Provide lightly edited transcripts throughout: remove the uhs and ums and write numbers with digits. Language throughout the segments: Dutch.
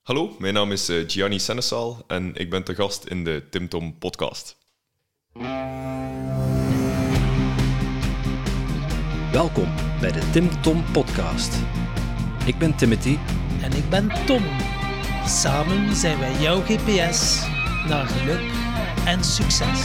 Hallo, mijn naam is Gianni Sennesaal en ik ben te gast in de Tim Tom podcast. Welkom bij de Tim Tom podcast. Ik ben Timothy. En ik ben Tom. Samen zijn wij jouw GPS naar geluk en succes.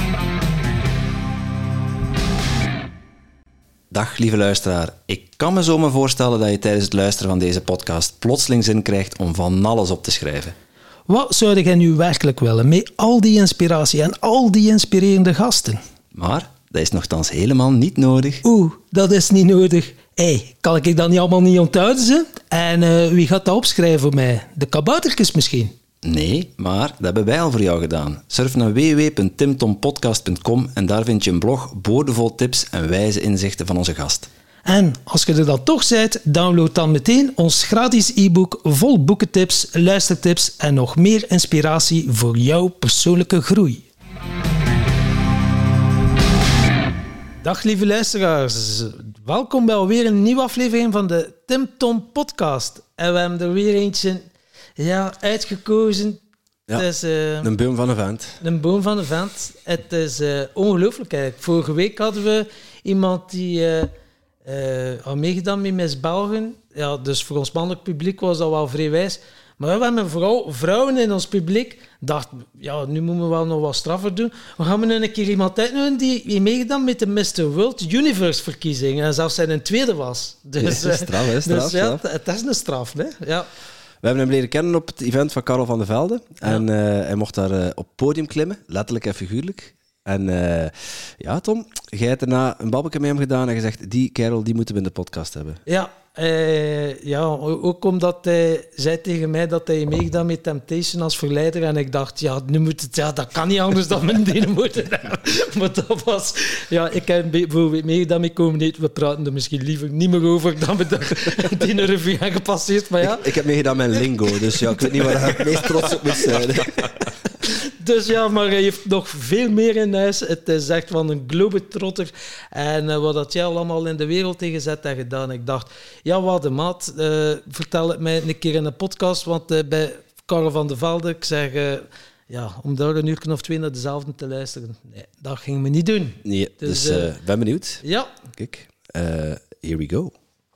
Dag lieve luisteraar. Ik kan me zomaar voorstellen dat je tijdens het luisteren van deze podcast plotseling zin krijgt om van alles op te schrijven. Wat zou jij nu werkelijk willen met al die inspiratie en al die inspirerende gasten? Maar dat is nogthans helemaal niet nodig. Dat is niet nodig. Kan ik dat niet allemaal niet onthouden? Ze? En wie gaat dat opschrijven voor mij? De kaboutertjes misschien? Nee, maar dat hebben wij al voor jou gedaan. Surf naar www.timtompodcast.com en daar vind je een blog boordevol tips en wijze inzichten van onze gast. En als je er dan toch bent, download dan meteen ons gratis e-book vol boekentips, luistertips en nog meer inspiratie voor jouw persoonlijke groei. Dag lieve luisteraars, welkom bij alweer een nieuwe aflevering van de Tim Tom podcast. En we hebben er weer eentje uitgekozen. Ja, het is, een boom van een vent. Een boom van een vent. Het is ongelooflijk eigenlijk. Vorige week hadden we iemand die had meegedaan met Miss Belgen. Ja, dus voor ons mannelijk publiek was dat wel vrij wijs. Maar we hebben vooral vrouwen in ons publiek. Dachten, nu moeten we wel nog wat straffer doen. We gaan nu een keer iemand uitnodigen die heeft meegedaan met de Mr. World Universe verkiezing. En zelfs zijn een tweede was. Dus, straf, hè? Straf. Het is een straf, hè? Ja. We hebben hem leren kennen op het event van Karel van de Velde. En hij mocht daar op het podium klimmen, letterlijk en figuurlijk. En Tom, jij hebt daarna een babbelje met hem gedaan en gezegd, die kerel, die moeten we in de podcast hebben. Ook omdat hij zei tegen mij dat hij meegedaan met Temptation als verleider. En ik dacht, nu moet het, dat kan niet anders dan mijn denen moeten hebben. Maar dat was, ik heb bijvoorbeeld meegedaan met Komen Eet. We praten er misschien liever niet meer over dan we die een revue hebben gepasseerd. Maar ik heb meegedaan met Lingo, dus ik weet niet waar ik het meest trots op moet zijn. Dus maar hij heeft nog veel meer in huis. Het is echt van een globetrotter. En wat dat jij allemaal in de wereld tegenzet en gedaan. Ik dacht, wat de maat, vertel het mij een keer in een podcast. Want bij Karel van de Velde, ik zeg, om daar een uur of twee naar dezelfde te luisteren. Nee, dat ging me niet doen. Nee, dus ben benieuwd. Ja. Kijk, here we go.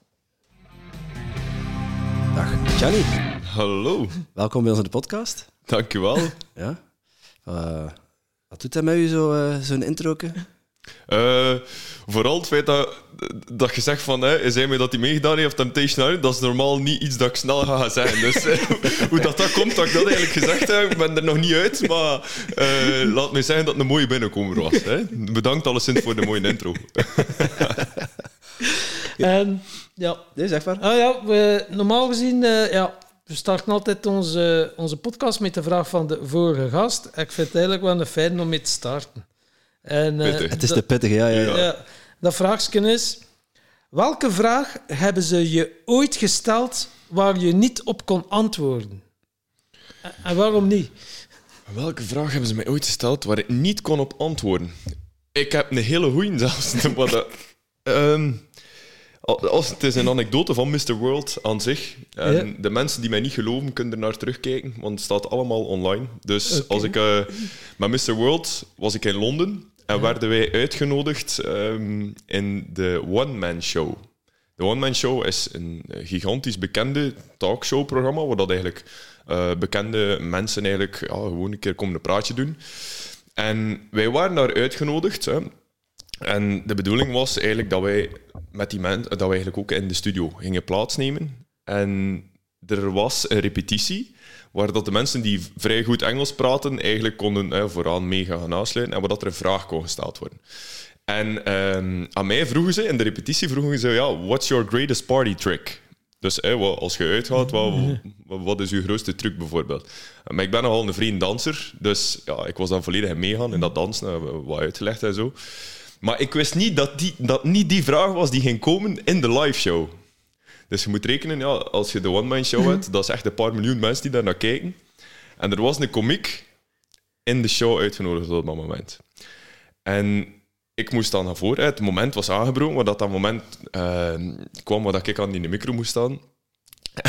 Dag, Gianni. Hallo. Welkom bij ons in de podcast. Dankjewel. Ja. Wat doet hij met u, zo'n introke? Vooral het feit dat je zegt van, is hij mee dat hij meegedaan heeft op Temptation Island, dat is normaal niet iets dat ik snel ga zeggen. Dus hoe dat komt, dat ik dat eigenlijk gezegd heb, ik ben er nog niet uit, maar laat me zeggen dat het een mooie binnenkomer was. Hè. Bedankt alleszins voor de mooie intro. Nee, zeg maar. Normaal gezien... We starten altijd onze podcast met de vraag van de vorige gast. Ik vind het eigenlijk wel een fijn om mee te starten. En, het is de pittige, ja. Dat vraagje is... Welke vraag hebben ze je ooit gesteld waar je niet op kon antwoorden? En waarom niet? Welke vraag hebben ze mij ooit gesteld waar ik niet kon op antwoorden? Ik heb een hele goeie zelfs. Het is een anekdote van Mr. World aan zich. En de mensen die mij niet geloven, kunnen er naar terugkijken, want het staat allemaal online. Dus als ik met Mr. World was ik in Londen en werden wij uitgenodigd in de One Man Show. De One Man Show is een gigantisch bekende talkshow-programma, waar dat eigenlijk bekende mensen eigenlijk gewoon een keer komen een praatje doen. En wij waren daar uitgenodigd. En de bedoeling was eigenlijk dat wij met die mensen, dat wij eigenlijk ook in de studio gingen plaatsnemen. En er was een repetitie waar dat de mensen die vrij goed Engels praten eigenlijk konden vooraan mee gaan aansluiten en waar dat er een vraag kon gesteld worden. En aan mij vroegen ze, in de repetitie vroegen ze, what's your greatest party trick? Dus als je uitgaat, wat is je grootste truc bijvoorbeeld? Maar ik ben nogal een vriend danser, dus ik was dan volledig in meegaan in dat dansen, wat uitgelegd en zo. Maar ik wist niet dat niet die vraag was die ging komen in de live show. Dus je moet rekenen, als je de one-man show hebt, dat is echt een paar miljoen mensen die daar naar kijken. En er was een komiek in de show uitgenodigd op dat moment. En ik moest dan naar voren. Het moment was aangebroken, waar dat moment kwam waar ik aan die micro moest staan.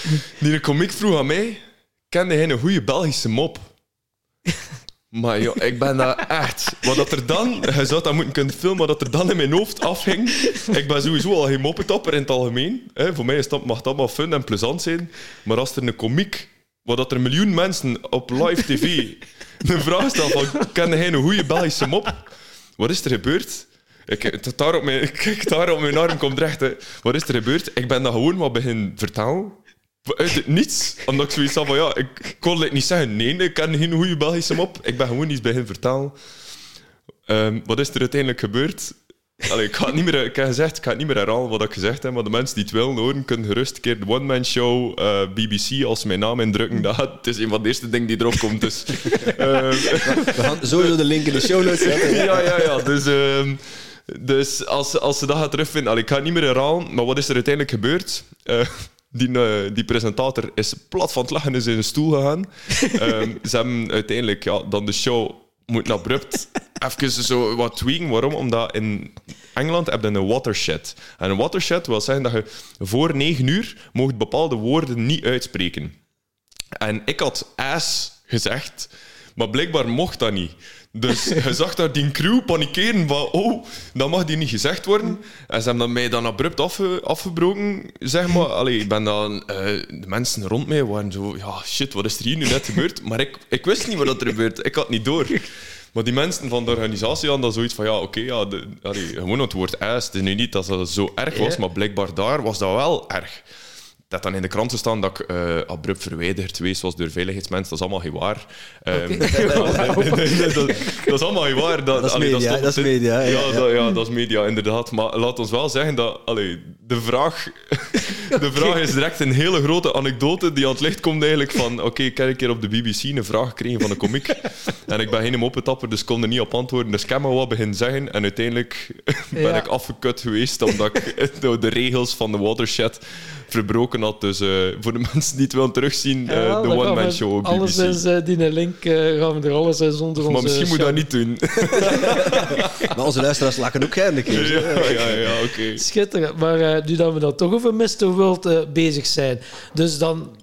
Die komiek vroeg aan mij, kende hij een goede Belgische mop? Maar joh, ik ben daar echt... Wat dat er dan... Je zou dat moeten kunnen filmen, wat dat er dan in mijn hoofd afging. Ik ben sowieso al geen moppetapper in het algemeen. Voor mij mag dat wel fun en plezant zijn. Maar als er een komiek, wat dat er 1 miljoen mensen op live tv een vraag stelt van, kende hij een goede Belgische mop? Wat is er gebeurd? Ik kijk daar op mijn arm, komt recht. Hè. Wat is er gebeurd? Ik ben dat gewoon wat beginnen vertellen. Uit het niets. Omdat ik zoiets had van, ja, ik kon het niet zeggen. Nee, ik ken geen goede Belgische mop. Ik ben gewoon iets beginnen vertellen. Wat is er uiteindelijk gebeurd? Allee, ik heb het niet meer herhalen wat ik gezegd heb, maar de mensen die het willen horen, kunnen gerust een keer de one-man show, BBC, als ze mijn naam indrukken. Het is een van de eerste dingen die erop komt. Dus, we gaan sowieso de link in de show notes zetten. Ja. Dus als ze dat gaat terugvinden... Allee, ik ga het niet meer herhalen, maar wat is er uiteindelijk gebeurd? Die presentator is plat van het lachen in zijn stoel gegaan. Ze hebben uiteindelijk dan de show moeten abrupt even zo wat tweaken. Waarom? Omdat in Engeland heb je een watershed. En een watershed wil zeggen dat je voor 9 uur mocht bepaalde woorden niet uitspreken. En ik had ass gezegd, maar blijkbaar mocht dat niet. Dus je zag daar die crew panikeren van, dat mag die niet gezegd worden. En ze hebben mij dan abrupt afgebroken, zeg maar. Allee, ik ben dan... de mensen rond mij waren zo, ja, shit, wat is er hier nu net gebeurd? Maar ik wist niet wat er gebeurt. Ik had niet door. Maar die mensen van de organisatie hadden dan zoiets van, ja, oké, gewoon het woord ass. Het is nu niet dat dat zo erg was, maar blijkbaar daar was dat wel erg. Dat dan in de kranten staan dat ik abrupt verwijderd geweest was door veiligheidsmensen, dat is allemaal geen waar. Dat is allemaal geen waar. Dat is media. Dat is media. Ja, dat is media, inderdaad. Maar laat ons wel zeggen dat... de vraag is direct een hele grote anekdote die aan het licht komt eigenlijk van... Oké, ik heb een keer op de BBC een vraag gekregen van een komiek. En ik ben geen moppetapper, dus kon er niet op antwoorden. Dus ik heb maar wat beginnen zeggen. En uiteindelijk ben ik afgekut geweest omdat ik de regels van de watershed verbroken had. Dus voor de mensen die het willen terugzien, de one-man show op BBC. Alles is die link, gaan we er alles in zonder onze... Maar misschien moet dat niet doen. Maar onze luisteraars lachen ook geen keer. Ja, oké. Schitterend. Maar nu dat we dan toch over Mr. World bezig zijn. Dus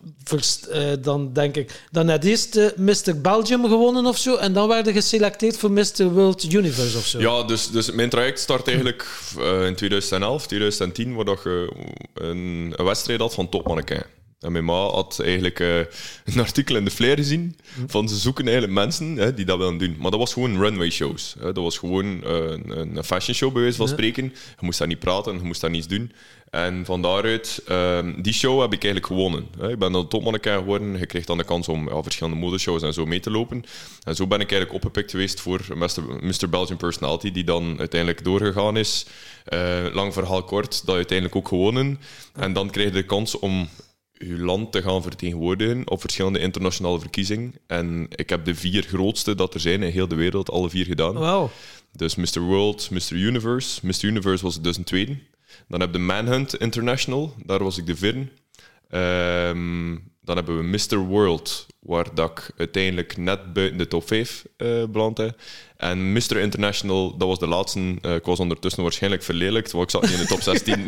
dan denk ik... Dan net eerst Mr. Belgium gewonnen of zo. En dan werden geselecteerd voor Mr. World Universe of zo. Ja, dus mijn traject start eigenlijk in 2011, 2010, waar je een wedstrijd had van topmanneken. En mijn ma had eigenlijk een artikel in de Flair gezien van ze zoeken eigenlijk mensen die dat willen doen. Maar dat was gewoon runway shows. Dat was gewoon een fashion show bij wijze van spreken. Je moest daar niet praten, je moest daar niets doen. En van daaruit, die show heb ik eigenlijk gewonnen. Ik ben dan topmanneken geworden. Je kreeg dan de kans om verschillende modeshows en zo mee te lopen. En zo ben ik eigenlijk opgepikt geweest voor Mr. Belgian Personality, die dan uiteindelijk doorgegaan is. Lang verhaal kort, dat uiteindelijk ook gewonnen. En dan kreeg je de kans om je land te gaan vertegenwoordigen op verschillende internationale verkiezingen. En ik heb de 4 grootste dat er zijn in heel de wereld, alle 4 gedaan. Wow. Dus Mr. World, Mr. Universe. Mr. Universe was dus een tweede. Dan heb je Manhunt International, daar was ik de 4e. Dan hebben we Mr. World, waar dat ik uiteindelijk net buiten de top 5 beland heb. En Mr. International, dat was de laatste. Ik was ondertussen waarschijnlijk verlelijkt, want ik zat niet in de top 16.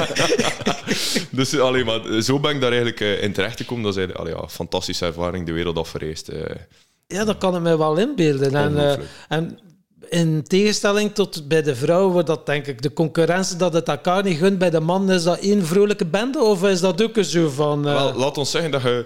Dus maar zo ben ik daar eigenlijk in terecht gekomen. Dat is eigenlijk een fantastische ervaring, de wereld afgereisd. Ja, dat kan ik me wel inbeelden. En in tegenstelling tot bij de vrouw, wordt dat denk ik de concurrentie dat het elkaar niet gunt. Bij de man is dat één vrolijke bende, of is dat ook zo van... Wel, laat ons zeggen dat je...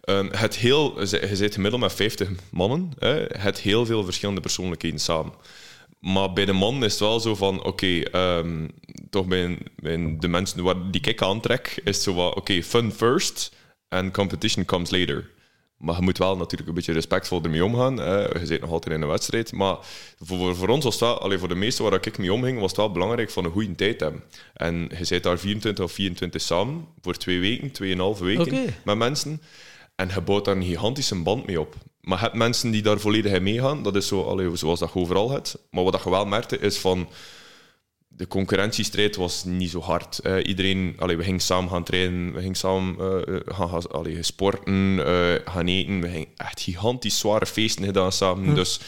je zit gemiddeld met 50 mannen. Het heel veel verschillende persoonlijkheden samen. Maar bij de man is het wel zo van... toch bij de mensen die ik aantrek, is het zo van... fun first and competition comes later. Maar je moet wel natuurlijk een beetje respectvol ermee omgaan. Je zit nog altijd in een wedstrijd. Maar voor ons was het wel... voor de meesten waar ik mee omging, was het wel belangrijk van een goede tijd te hebben. En je zit daar 24 of 24 samen voor 2 weken, 2,5 weken met mensen. En je bouwt daar een gigantische band mee op. Maar je hebt mensen die daar volledig in meegaan. Dat is zo, zoals dat je overal hebt. Maar wat je wel merkte, is van... De concurrentiestrijd was niet zo hard. Iedereen, we gingen samen gaan trainen, we gingen samen gaan sporten, gaan eten. We gingen echt gigantisch zware feesten gedaan samen. Dus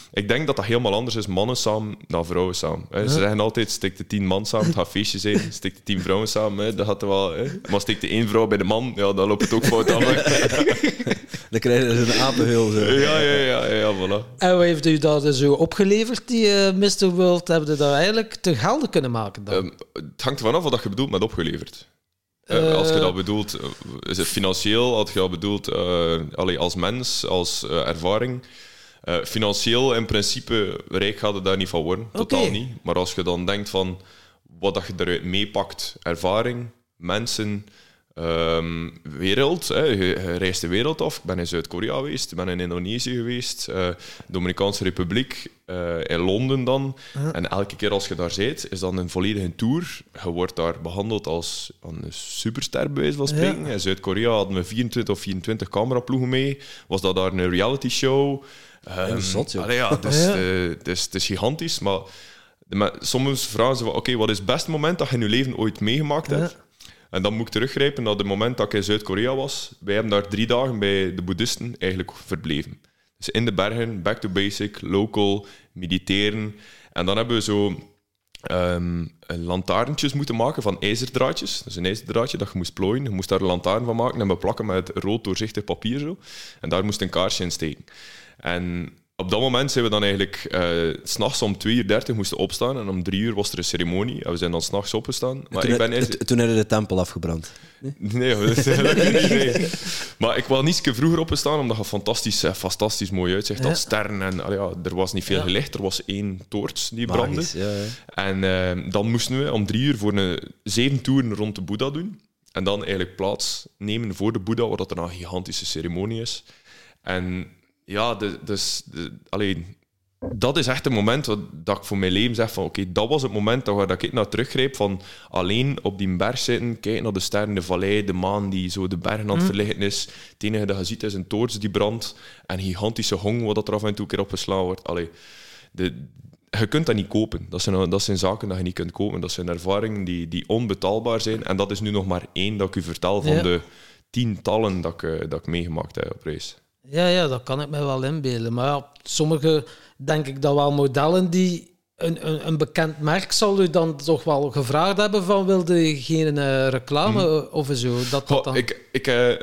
Ik denk dat dat helemaal anders is, mannen samen dan vrouwen samen. Ze zeggen altijd, stik de 10 man samen, het gaat feestje zijn. Stik de 10 vrouwen samen, dat gaat er wel... Maar stik de 1 vrouw bij de man, ja, dan loopt het ook fout af. Dan krijg je een apenhul. Zo. Ja, voilà. En wat heeft u dat zo opgeleverd, die Mr. World? Hebben we dat eigenlijk te gelden kunnen maken dan? Het hangt ervan af wat je bedoelt met opgeleverd. Als je dat bedoelt, is het financieel, als je dat bedoelt als mens, als ervaring. Financieel in principe rijk gaat het daar niet van worden, totaal niet. Maar als je dan denkt van wat dat je eruit meepakt, ervaring, mensen, wereld, je reist de wereld af. Ik ben in Zuid-Korea geweest, ik ben in Indonesië geweest, Dominicaanse Republiek, in Londen dan. En elke keer als je daar bent, is dan een volledige tour. Je wordt daar behandeld als een superster, bij wijze van spreken. In Zuid-Korea hadden we 24 cameraploegen mee. Was dat daar een reality show? Zot, joh. Het is gigantisch, maar soms vragen ze van, oké, wat is het beste moment dat je in je leven ooit meegemaakt hebt? En dan moet ik teruggrijpen naar het moment dat ik in Zuid-Korea was. Wij hebben daar 3 dagen bij de boeddhisten eigenlijk verbleven. Dus in de bergen, back to basic, local, mediteren. En dan hebben we zo lantaarntjes moeten maken van ijzerdraadjes. Dus een ijzerdraadje dat je moest plooien. Je moest daar een lantaarn van maken en beplakken met rood doorzichtig papier. Zo. En daar moest een kaarsje in steken. En op dat moment zijn we dan eigenlijk 's'nachts om 2:30 moesten opstaan en om 3 was er een ceremonie en we zijn dan 's nachts opgestaan. Maar toen hebben de tempel afgebrand. Nee, dat is gelukkig niet. Nee. Maar ik wil niet vroeger opgestaan omdat het fantastisch mooi uitzicht. Dat sterren en er was niet veel licht, er was 1 toorts die brandde. Magisch, ja. En dan moesten we om 3 voor 7 toeren rond de Boeddha doen en dan eigenlijk plaats nemen voor de Boeddha, waar dat er een gigantische ceremonie is. En ja, dat is echt een moment dat ik voor mijn leven zeg van oké, dat was het moment waar ik naar teruggreep van alleen op die berg zitten, kijken naar de sterren, de vallei, de maan die zo de bergen aan het verlichten is. Het enige dat je ziet is een toorts die brandt en gigantische hong wat er af en toe keer opgeslagen wordt. Je kunt dat niet kopen. Dat zijn zaken dat je niet kunt kopen. Dat zijn ervaringen die onbetaalbaar zijn. En dat is nu nog maar 1 dat ik u vertel van de tientallen dat ik meegemaakt heb op reis. Ja, dat kan ik me wel inbeelden. Maar ja, sommige, denk ik dat wel modellen die een bekend merk zal u dan toch wel gevraagd hebben van wilde je geen reclame of zo? Dan... Ik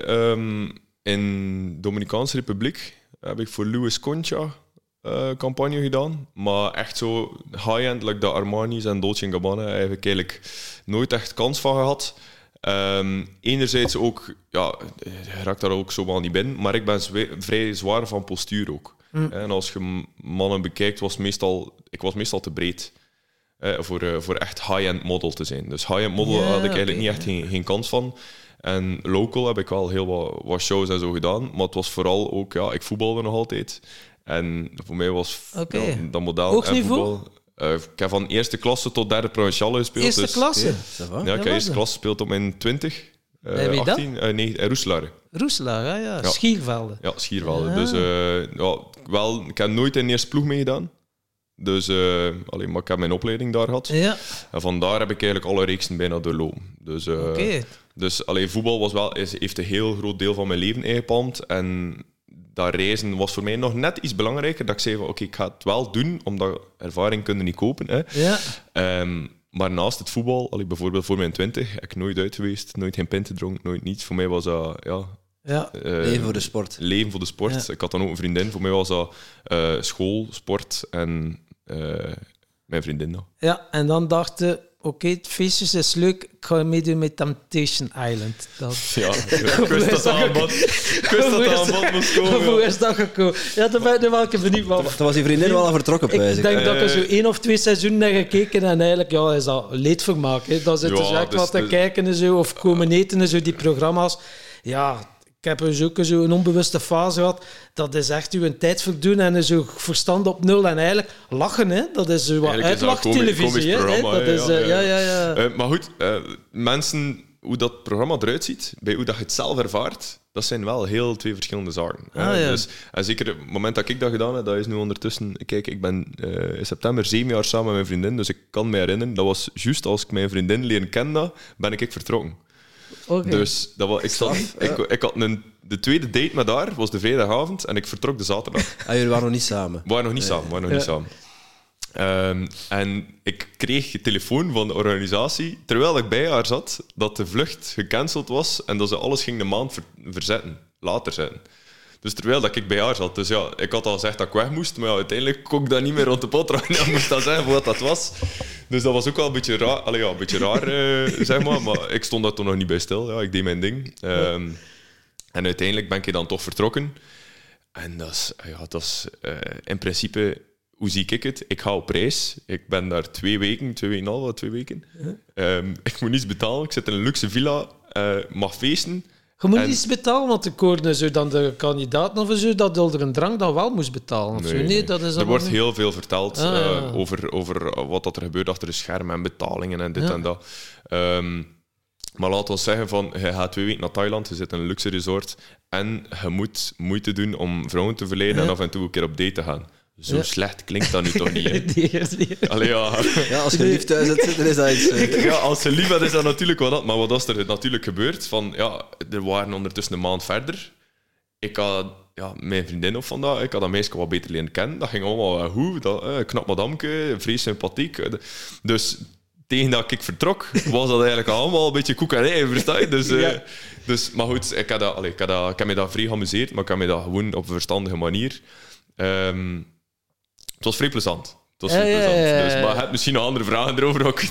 in Dominicaanse Republiek heb ik voor Louis Concha campagne gedaan. Maar echt zo high-end, like de Armani's en Dolce & Gabbana, heb ik eigenlijk nooit echt kans van gehad. Enerzijds ook, je raakt daar ook zomaar niet binnen, maar ik ben vrij zwaar van postuur ook. En als je mannen bekijkt, ik was meestal te breed voor echt high-end model te zijn. Dus high-end model had ik eigenlijk niet echt geen kans van. En local heb ik wel heel wat shows en zo gedaan, maar het was vooral ook, ik voetbalde nog altijd. En voor mij was dat model Hoog en voetbal... ik heb van eerste klasse tot derde provinciale gespeeld. Eerste klasse? Ja, ik heb eerste klasse gespeeld op mijn 20. Bij wie 18? Nee, Roeselaar. Roeselaar, ja. Schiervelden. Ja, Schiervelden. Dus ik heb nooit in de eerste ploeg meegedaan. Dus, maar ik heb mijn opleiding daar gehad. Ja. En vandaar heb ik eigenlijk alle reeksen bijna doorlopen. Dus, dus voetbal heeft een heel groot deel van mijn leven ingepalmd. En dat reizen was voor mij nog net iets belangrijker. Dat ik zei van oké, ik ga het wel doen, omdat ervaring kun je niet kopen. Hè. Ja. Maar naast het voetbal, bijvoorbeeld voor mijn 20, heb ik nooit uit geweest, nooit geen pint gedronken, nooit niets. Voor mij was dat... leven voor de sport. Leven voor de sport. Ja. Ik had dan ook een vriendin. Voor mij was dat school, sport en mijn vriendin dan. Ja, en dan dachten oké, het feestjes is leuk, ik ga meedoen met Temptation Island. Ja, ik wist dat aan bod moest komen. Hoe is dat gekomen? Ja, daar ben ik wel benieuwd. Toen was die vriendin wel al vertrokken. Ik denk dat ik zo 1 of 2 seizoenen heb gekeken en eigenlijk is dat leedvermaak. Hè. Dan zitten ze echt wat te kijken en zo, of komen eten en zo, die programma's. Ja, ik heb ook zo een onbewuste fase gehad. Dat is echt uw tijd verdoen en zo verstand op nul. En eigenlijk lachen, hè. Dat is zo wat uitlachtelevisie. Maar goed, mensen, hoe dat programma eruit ziet, bij hoe dat je het zelf ervaart, dat zijn wel heel 2 verschillende zaken. Dus, en zeker het moment dat ik dat gedaan heb, dat is nu ondertussen... Kijk, ik ben in september 7 jaar samen met mijn vriendin, dus ik kan me herinneren, dat was juist als ik mijn vriendin leren kennen, ben ik vertrokken. Okay. Dus ik had de tweede date met haar, was de vrijdagavond, en ik vertrok de zaterdag. Jullie waren nog niet samen? We waren nog niet samen. En ik kreeg een telefoon van de organisatie, terwijl ik bij haar zat, dat de vlucht gecanceld was en dat ze alles ging de maand later zetten. Dus terwijl dat ik bij haar zat. Dus ja, ik had al gezegd dat ik weg moest, maar ja, uiteindelijk kon ik dat niet meer rond de pot draaien. Dan moest dat zeggen wat dat was. Dus dat was ook wel een beetje raar, zeg maar. Maar ik stond daar toen nog niet bij stil. Ja, ik deed mijn ding. En uiteindelijk ben ik dan toch vertrokken. En dat is in principe... Hoe zie ik het? Ik ga op reis. Ik ben daar 2 weken. Ik moet niets betalen. Ik zit in een luxe villa. Mag feesten. Je moet iets betalen, want ik hoorde zo dan de kandidaten of zo, dat er een drank dan wel moest betalen. Nee, dat is er wordt heel veel verteld over wat dat er gebeurt achter de schermen en betalingen en dit en dat. Maar laten we zeggen, van, je gaat 2 weken naar Thailand, je zit in een luxe resort en je moet moeite doen om vrouwen te verleiden en af en toe een keer op date te gaan. Zo slecht klinkt dat nu toch niet, hè? Nee. Allee, ja. Ja, als je lief thuis zit zitten, is dat iets... Ja, als je lief bent, is dat natuurlijk wel dat. Maar wat is er natuurlijk gebeurd? Van, ja, er waren ondertussen een maand verder. Ik had mijn vriendin of vandaag, ik had dat meisje wat beter leren kennen. Dat ging allemaal wel goed. Knap madamke, vrij sympathiek. Dus tegen dat ik vertrok, was dat eigenlijk allemaal een beetje koek en ei, versta je? Dus, maar goed, ik heb me dat vrij geamuseerd, maar ik heb me dat gewoon op een verstandige manier... Het was vrij plezant. Dus, maar je hebt misschien nog andere vragen erover ook.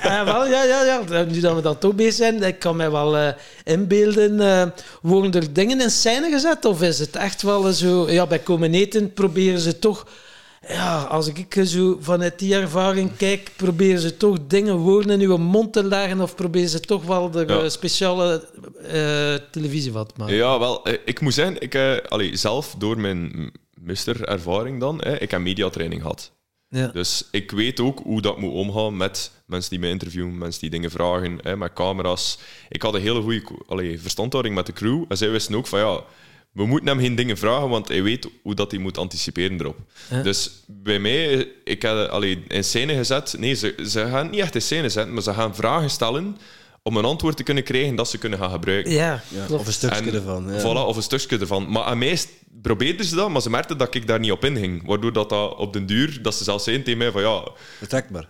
Ja. Nu dat we dan toch bezig zijn, ik kan mij wel inbeelden. Worden er dingen in scène gezet? Of is het echt wel zo... Ja, bij Komen Eten proberen ze toch... Ja, als ik zo vanuit die ervaring kijk, proberen ze toch woorden in uw mond te leggen of proberen ze toch wel de speciale televisie wat te maken? Ja, wel, ik moet zeggen, zelf door mijn ervaring dan, ik heb mediatraining gehad. Ja. Dus ik weet ook hoe dat moet omgaan met mensen die mij interviewen, mensen die dingen vragen, met camera's. Ik had een hele goede verstandhouding met de crew en zij wisten ook van ja, we moeten hem geen dingen vragen, want hij weet hoe dat hij moet anticiperen erop. Ja. Dus bij mij, ik heb in scène gezet. Nee, ze gaan niet echt in scène zetten, maar ze gaan vragen stellen om een antwoord te kunnen krijgen dat ze kunnen gaan gebruiken. Ja, of een stukje ervan. Ja. Voilà, of een stukje ervan. Maar aan mij probeerden ze dat, maar ze merkten dat ik daar niet op inging. Waardoor dat op den duur, dat ze zelfs zeiden tegen mij van ja... Vertrekbaar.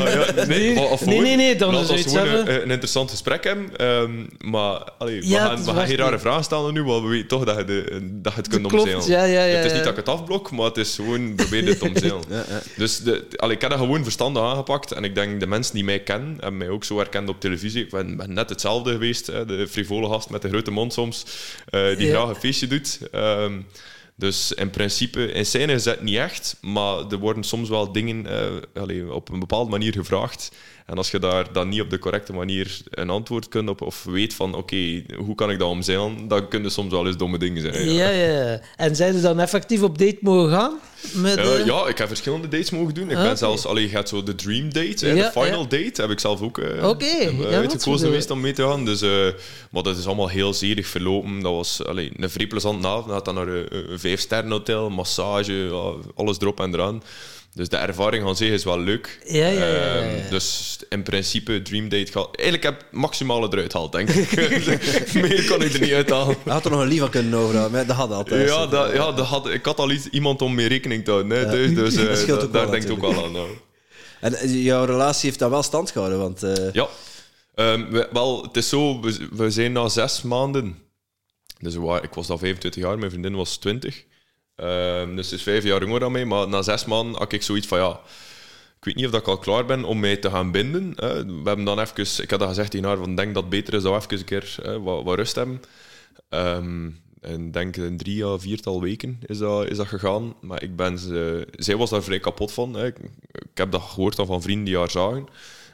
Nee, dan is het gewoon een interessant gesprek hebben. Maar we gaan geen rare vragen stellen nu, want we weten toch dat je het kunt omzeilen. Ja. Het is niet dat ik het afblok, maar het is gewoon probeer dit te omzeilen. Dus ik heb dat gewoon verstandig aangepakt. En ik denk, de mensen die mij kennen, hebben mij ook zo herkend op televisie. Ik ben net hetzelfde geweest. De frivole gast met de grote mond soms, die graag een feestje doet. Dus in principe, in scène is het niet echt, maar er worden soms wel dingen op een bepaalde manier gevraagd. En als je daar dan niet op de correcte manier een antwoord kunt op, of weet van oké, hoe kan ik dat omzeilen, dan kunnen soms wel eens domme dingen zijn. Ja. En zijn ze dan effectief op date mogen gaan? Ja, ik heb verschillende dates mogen doen. Ik ben zelfs, je gaat zo de dream date, de final date, heb ik zelf ook uitgekozen geweest om mee te gaan. Dus, maar dat is allemaal heel zedig verlopen. Dat was een vrij plezante avond. Dat dan naar een 5-sterrenhotel, massage, alles erop en eraan. Dus de ervaring aan zich is wel leuk. Ja. Dus in principe, Dream Date gaat... Eigenlijk heb ik het maximale eruit gehaald, denk ik. Meer kan ik er niet uithalen. Je had er nog een lief kunnen overhouden, maar dat had altijd. Ik had al iemand om mee rekening te houden. Hè, dus daar denk ik ook wel aan. Nou. En jouw relatie heeft dan wel stand gehouden? Want, Ja. Wel, het is zo, we zijn na 6 maanden... Dus ik was al 25 jaar, mijn vriendin was 20... dus het is 5 jaar jonger dan mij, maar na 6 maanden had ik zoiets van ja, ik weet niet of ik al klaar ben om mij te gaan binden. We hebben dan even, ik had dat gezegd tegen haar, van denk dat het beter is dat we even een keer wat rust hebben. En denk in 3 à 4 weken is dat gegaan. Maar zij was daar vrij kapot van. Ik heb dat gehoord van vrienden die haar zagen.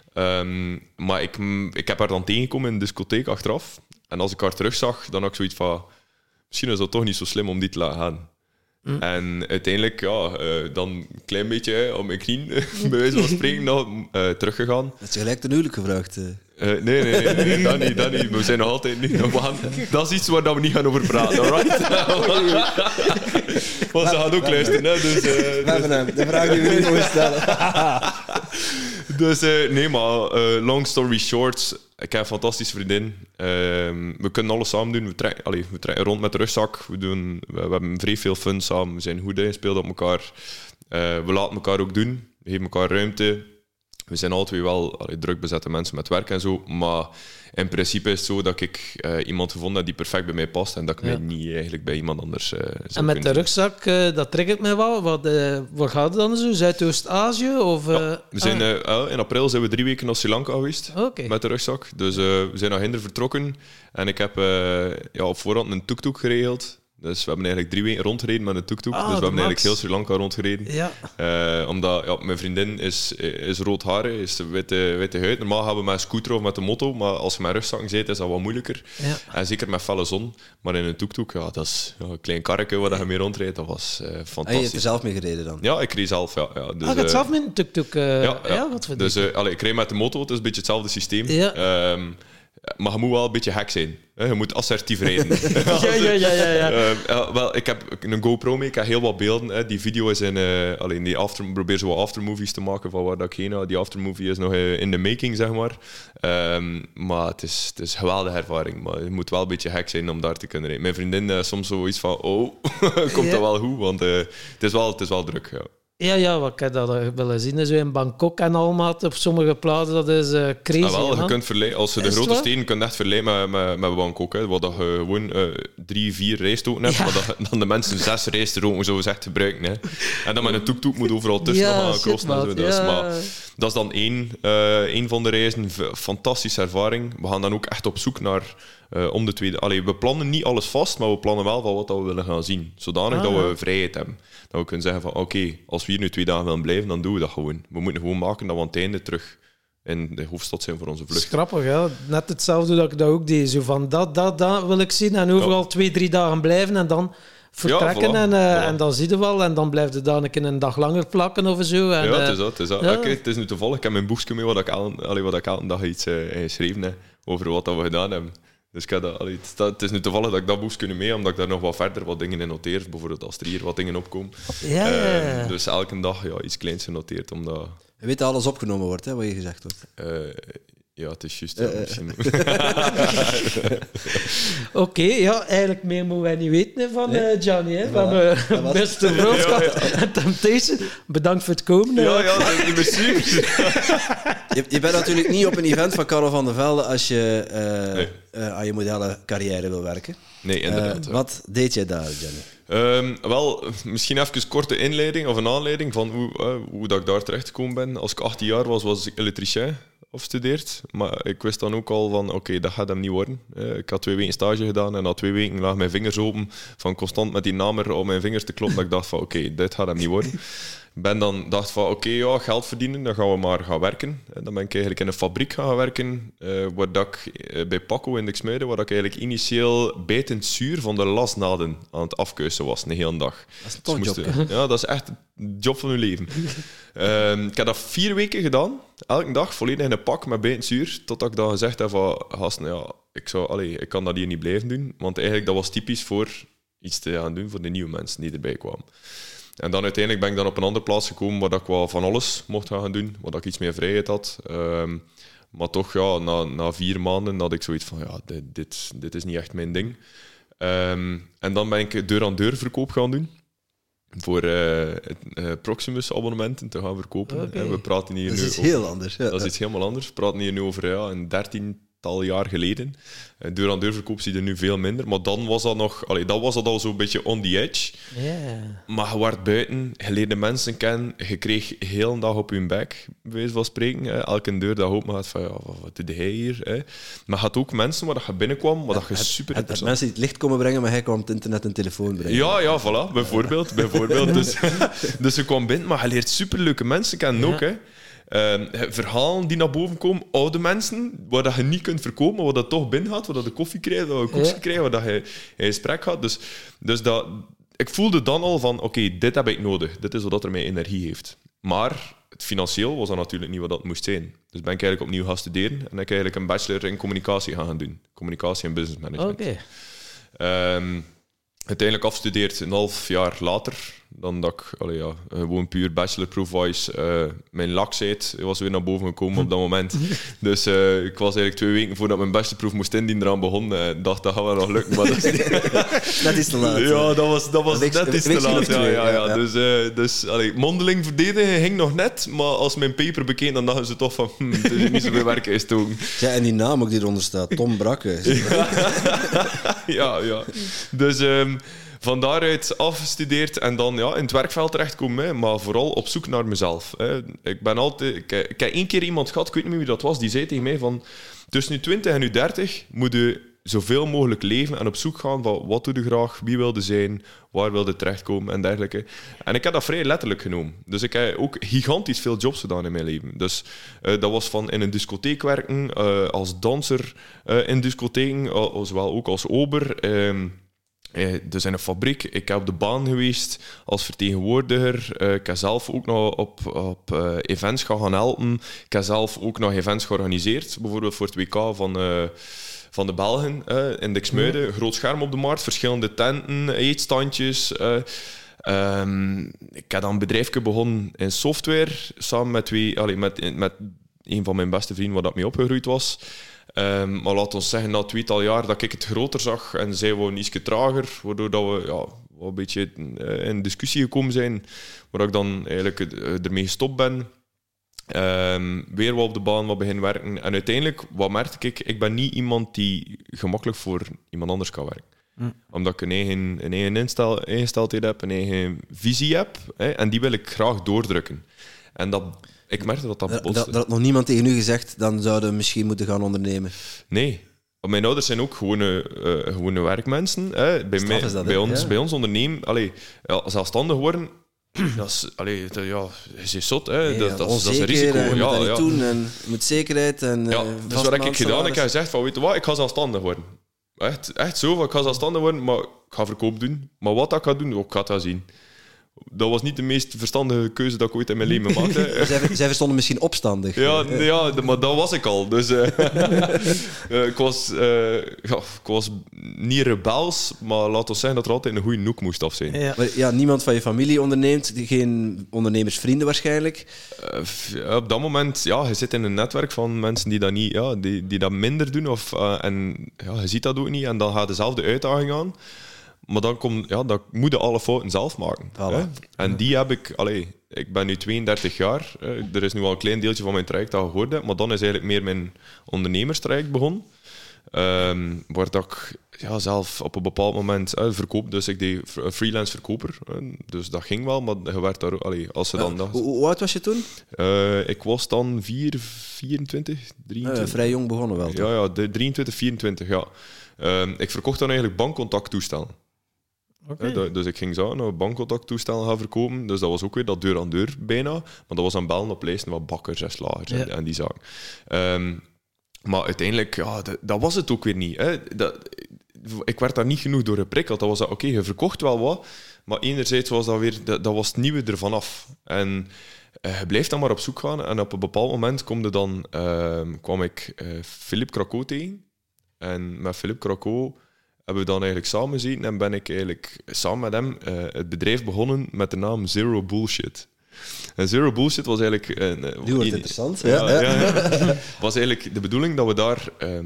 Maar ik heb haar dan tegengekomen in de discotheek achteraf. En als ik haar terugzag, dan had ik zoiets van misschien is dat toch niet zo slim om die te laten gaan. En uiteindelijk, dan een klein beetje op mijn knieën, bij wijze van spreken, teruggegaan. Heb je gelijk ten huwelijk gevraagd? Nee, dat niet. We zijn nog altijd niet. Dat is iets waar we niet gaan over praten, alright? Want ze gaat ook luisteren, hè. Dus, we hebben hem. De vraag die we niet mogen stellen. Dus nee, maar long story short, ik heb een fantastische vriendin. We kunnen alles samen doen. We trekken rond met de rugzak. We hebben vrij veel fun samen. We zijn goed ingespeeld op elkaar. We laten elkaar ook doen. We geven elkaar ruimte. We zijn alle twee wel druk bezette mensen met werk en zo. Maar in principe is het zo dat ik iemand gevonden heb die perfect bij mij past. En dat ik mij niet eigenlijk bij iemand anders zou En met de kunnen rugzak, dat triggert mij wel. Wat gaat het dan zo? Zuidoost-Azië? Of, we zijn, in april zijn we 3 weken naar Sri Lanka geweest met de rugzak. Dus we zijn naar Hinder vertrokken. En ik heb op voorhand een tuk-tuk geregeld. Dus we hebben eigenlijk 3 weken rondgereden met een tuk-tuk. Dus we hebben eigenlijk heel Sri Lanka rondgereden. Ja. Omdat mijn vriendin is roodharig, is witte huid. Normaal gaan we met een scooter of met de motto, maar als je met rugzakken zit, is dat wat moeilijker. Ja. En zeker met felle zon. Maar in een tuk-tuk, dat is een klein karretje waar je mee rondrijdt. Dat was fantastisch. En je hebt er zelf mee gereden dan? Ja, ik reed zelf. Ja. Dus, je hebt zelf met een tuk-tuk? Wat dus ik reed met de motto, het is een beetje hetzelfde systeem. Ja. Maar je moet wel een beetje hek zijn. Je moet assertief rijden. Ja. Wel, ik heb een GoPro mee. Ik heb heel wat beelden. Die video is in... ik probeer zo wat aftermovies te maken van waar dat ik heen ga. Die aftermovie is nog in de making, zeg maar. Maar het is een geweldige ervaring. Maar je moet wel een beetje hek zijn om daar te kunnen rijden. Mijn vriendin soms zoiets van... komt dat wel goed? Want het is wel druk, ja. Ja, wat ik heb dat willen zien. Zo in Bangkok en allemaal op sommige plaatsen, dat is crazy. Je kunt verleiden, als je de grote steden kunt echt verleiden met Bangkok, hè, waar dat je gewoon 3-4 rijstroken hebt, maar dan de mensen 6 rijstroken zo gezegd gebruiken. Hè. En dan met een tuk-tuk moet overal tussen gaan crossen en zo. Dus, maar dat is dan één van de reizen. Fantastische ervaring. We gaan dan ook echt op zoek naar... om de tweede... we plannen niet alles vast, maar we plannen wel van wat we willen gaan zien. Zodanig dat we vrijheid hebben. Dat we kunnen zeggen van, oké, als we hier nu 2 dagen willen blijven, dan doen we dat gewoon. We moeten gewoon maken dat we aan het einde terug in de hoofdstad zijn voor onze vlucht. Grappig, hè? Net hetzelfde dat ik dat ook deed. Zo van, dat wil ik zien. En overal 2-3 dagen blijven en dan vertrekken. En dan zie je wel. En dan blijf je daar een dag langer plakken of zo. En, het is dat. Ja. Okay, het is nu toevallig. Ik heb mijn boekje mee wat ik elke dag iets geschreven heb over wat dat we gedaan hebben. Dus het is nu toevallig dat ik dat boekje nu mee, omdat ik daar nog wat verder wat dingen in noteer. Bijvoorbeeld als er hier wat dingen opkomen. Ja. Dus elke dag iets kleins genoteerd. Omdat... Je weet dat alles opgenomen wordt, hè, wat je gezegd wordt. Ja, het is juist. Oké, eigenlijk meer moeten wij niet weten van Gianni, hè, van Mr. World Cup en Temptation. Bedankt voor het komen. Ja, dat is niet meer super. Je bent natuurlijk niet op een event van Karel van der Velde als je aan je modellencarrière wil werken. Nee, inderdaad. Wat deed jij daar, Gianni? Wel, misschien even een korte inleiding of een aanleiding van hoe dat ik daar terecht gekomen ben. Als ik 18 jaar was ik elektricien afgestudeerd. Maar ik wist dan ook al van, oké, dat gaat hem niet worden. Ik had 2 weken stage gedaan en na 2 weken lagen mijn vingers open van constant met die namer op mijn vingers te kloppen. Dat ik dacht van, oké, dit gaat hem niet worden. Ik ben dan dacht van, oké, geld verdienen, dan gaan we maar gaan werken. En dan ben ik eigenlijk in een fabriek gaan werken, waar dat ik, bij Paco in Dixmuiden, waar ik eigenlijk initieel bijtend zuur van de lasnaden aan het afkuisen was, een hele dag. Dat is een topjob. Ja, dat is echt de job van uw leven. Ik heb dat 4 weken gedaan, elke dag volledig in een pak met bijtend zuur, totdat ik dan gezegd heb van, gasten, ik kan dat hier niet blijven doen, want eigenlijk dat was typisch voor iets te gaan doen voor de nieuwe mensen die erbij kwamen. En dan uiteindelijk ben ik dan op een andere plaats gekomen waar ik wel van alles mocht gaan doen, waar ik iets meer vrijheid had. Maar toch, na 4 maanden had ik zoiets van, dit is niet echt mijn ding. En dan ben ik deur-aan-deur verkoop gaan doen. Voor Proximus abonnementen te gaan verkopen. Okay. En we praten hier dat nu is iets heel anders. Ja. Dat is iets helemaal anders. We praten hier nu over een 13-tal jaar geleden. Deur-aan-deur verkoop zie je er nu veel minder. Maar dan was dat nog... dat was dat al zo'n beetje on the edge. Yeah. Maar je werd buiten, je leerde mensen kennen, je kreeg heel een dag op je bek, bij wijze van spreken. Elke deur dat open gaat van, wat doe jij hier? Maar je had ook mensen waar je binnenkwam, waar je super interessant... mensen die het licht komen brengen, maar hij kwam het internet en telefoon brengen. Ja, voilà, bijvoorbeeld. Dus je kwam binnen, maar je leert superleuke mensen kennen ook, hè. Verhalen die naar boven komen, oude mensen, waar dat je niet kunt verkopen, maar waar dat toch binnen gaat, waar dat je koffie krijgt, waar je koekje krijgt, waar dat je een gesprek gaat. Dus dat, ik voelde dan al van, oké, dit heb ik nodig. Dit is wat er mij energie heeft. Maar het financieel was dat natuurlijk niet wat dat moest zijn. Dus ben ik eigenlijk opnieuw gaan studeren en heb ik eigenlijk een bachelor in communicatie gaan doen. Communicatie en business management. Okay. Uiteindelijk afgestudeerd, een half jaar later, dan dat ik gewoon puur bachelor-proefwise mijn laksheid was weer naar boven gekomen op dat moment. Dus ik was eigenlijk 2 weken voordat mijn bachelorproef moest indienen eraan begon. Dacht, dat gaat wel nog lukken. Maar dat Net iets te laat. Ja, dat was net iets te laat. Ja. Dus mondeling verdedigen ging nog net, maar als mijn paper bekeek, dan dachten ze toch van het is niet zoveel werk uitstoken. Ja, en die naam ook die eronder staat, Tom Brakke. Ja. Dus van daaruit afgestudeerd en dan in het werkveld terechtkomen, maar vooral op zoek naar mezelf. Ik heb 1 keer iemand gehad, ik weet niet meer wie dat was, die zei tegen mij van tussen je 20 en je 30 moet je zoveel mogelijk leven en op zoek gaan van wat doe je graag, wie wil je zijn, waar wil je terechtkomen en dergelijke. En ik heb dat vrij letterlijk genomen. Dus ik heb ook gigantisch veel jobs gedaan in mijn leven. Dus dat was van in een discotheek werken, als danser in discotheken, zowel ook als ober. Dus in een fabriek. Ik heb op de baan geweest als vertegenwoordiger. Ik heb zelf ook nog op events gaan helpen. Ik heb zelf ook nog events georganiseerd. Bijvoorbeeld voor het WK van de Belgen in Dixmuiden. Groot scherm op de markt, verschillende tenten, eetstandjes. Ik heb dan een bedrijfje begonnen in software, samen met een van mijn beste vrienden waar dat mee opgegroeid was. Maar laat ons zeggen, na 2-tal jaar dat ik het groter zag en zij wou iets trager, waardoor dat we wel een beetje in discussie gekomen zijn, waar ik dan eigenlijk ermee gestopt ben. Weer wat op de baan, wat beginnen werken. En uiteindelijk, wat merkte ik ben niet iemand die gemakkelijk voor iemand anders kan werken. Omdat ik een eigen ingesteldheid heb, een eigen visie heb, en die wil ik graag doordrukken. En ik merkte dat botste. Dat had nog niemand tegen u gezegd, dan zouden we misschien moeten gaan ondernemen. Nee. Want mijn ouders zijn ook gewone werkmensen. Bij ons ondernemen, zelfstandig worden, je is zot. Dat is een risico. Je moet dat niet doen en je moet zekerheid. En, dus wat heb ik gedaan? Ik heb gezegd van, weet je wat, ik ga zelfstandig worden. Echt zo, ik ga zelfstandig worden, maar ik ga verkoop doen. Maar wat ik ga doen, ik ga het zien. Dat was niet de meest verstandige keuze dat ik ooit in mijn leven maakte. Zij verstonden misschien opstandig. Ja, maar dat was ik al. Dus ik was niet rebels, maar laat ons zeggen dat er altijd een goede noek moest af zijn. Ja. Maar niemand van je familie onderneemt, geen ondernemersvrienden waarschijnlijk. Op dat moment, je zit in een netwerk van mensen die dat niet, die dat minder doen. Je ziet dat ook niet en dan gaat dezelfde uitdaging aan. Maar dan moet je alle fouten zelf maken. Voilà. En die heb ik... Ik ben nu 32 jaar. Er is nu al een klein deeltje van mijn traject dat gehoord heb, maar dan is eigenlijk meer mijn ondernemerstraject begonnen. Waar dat ik zelf op een bepaald moment verkoop. Dus ik deed freelance verkoper. Dus dat ging wel, maar je werd daar... als ze dan hoe oud was je toen? Ik was dan 24, 23. Vrij jong begonnen wel, toch? Ja, 23, 24, ja. Ik verkocht dan eigenlijk bankcontacttoestellen. Okay. Dus ik ging zo een bankcontacttoestel gaan verkopen. Dus dat was ook weer dat deur aan deur bijna. Maar dat was aan bellen op lijsten van bakkers en slagers en die zaken. Maar uiteindelijk, dat was het ook weer niet. Ik werd daar niet genoeg door geprikkeld. Dat was dat, oké, je verkocht wel wat, maar enerzijds was dat weer, dat was het nieuwe ervan af. En je blijft dan maar op zoek gaan. En op een bepaald moment kwam ik Philippe Craco tegen. En met Philippe Craco hebben we dan eigenlijk samen gezeten en ben ik eigenlijk samen met hem het bedrijf begonnen met de naam Zero Bullshit. En Zero Bullshit was eigenlijk... Die wordt interessant. Was eigenlijk de bedoeling dat we daar...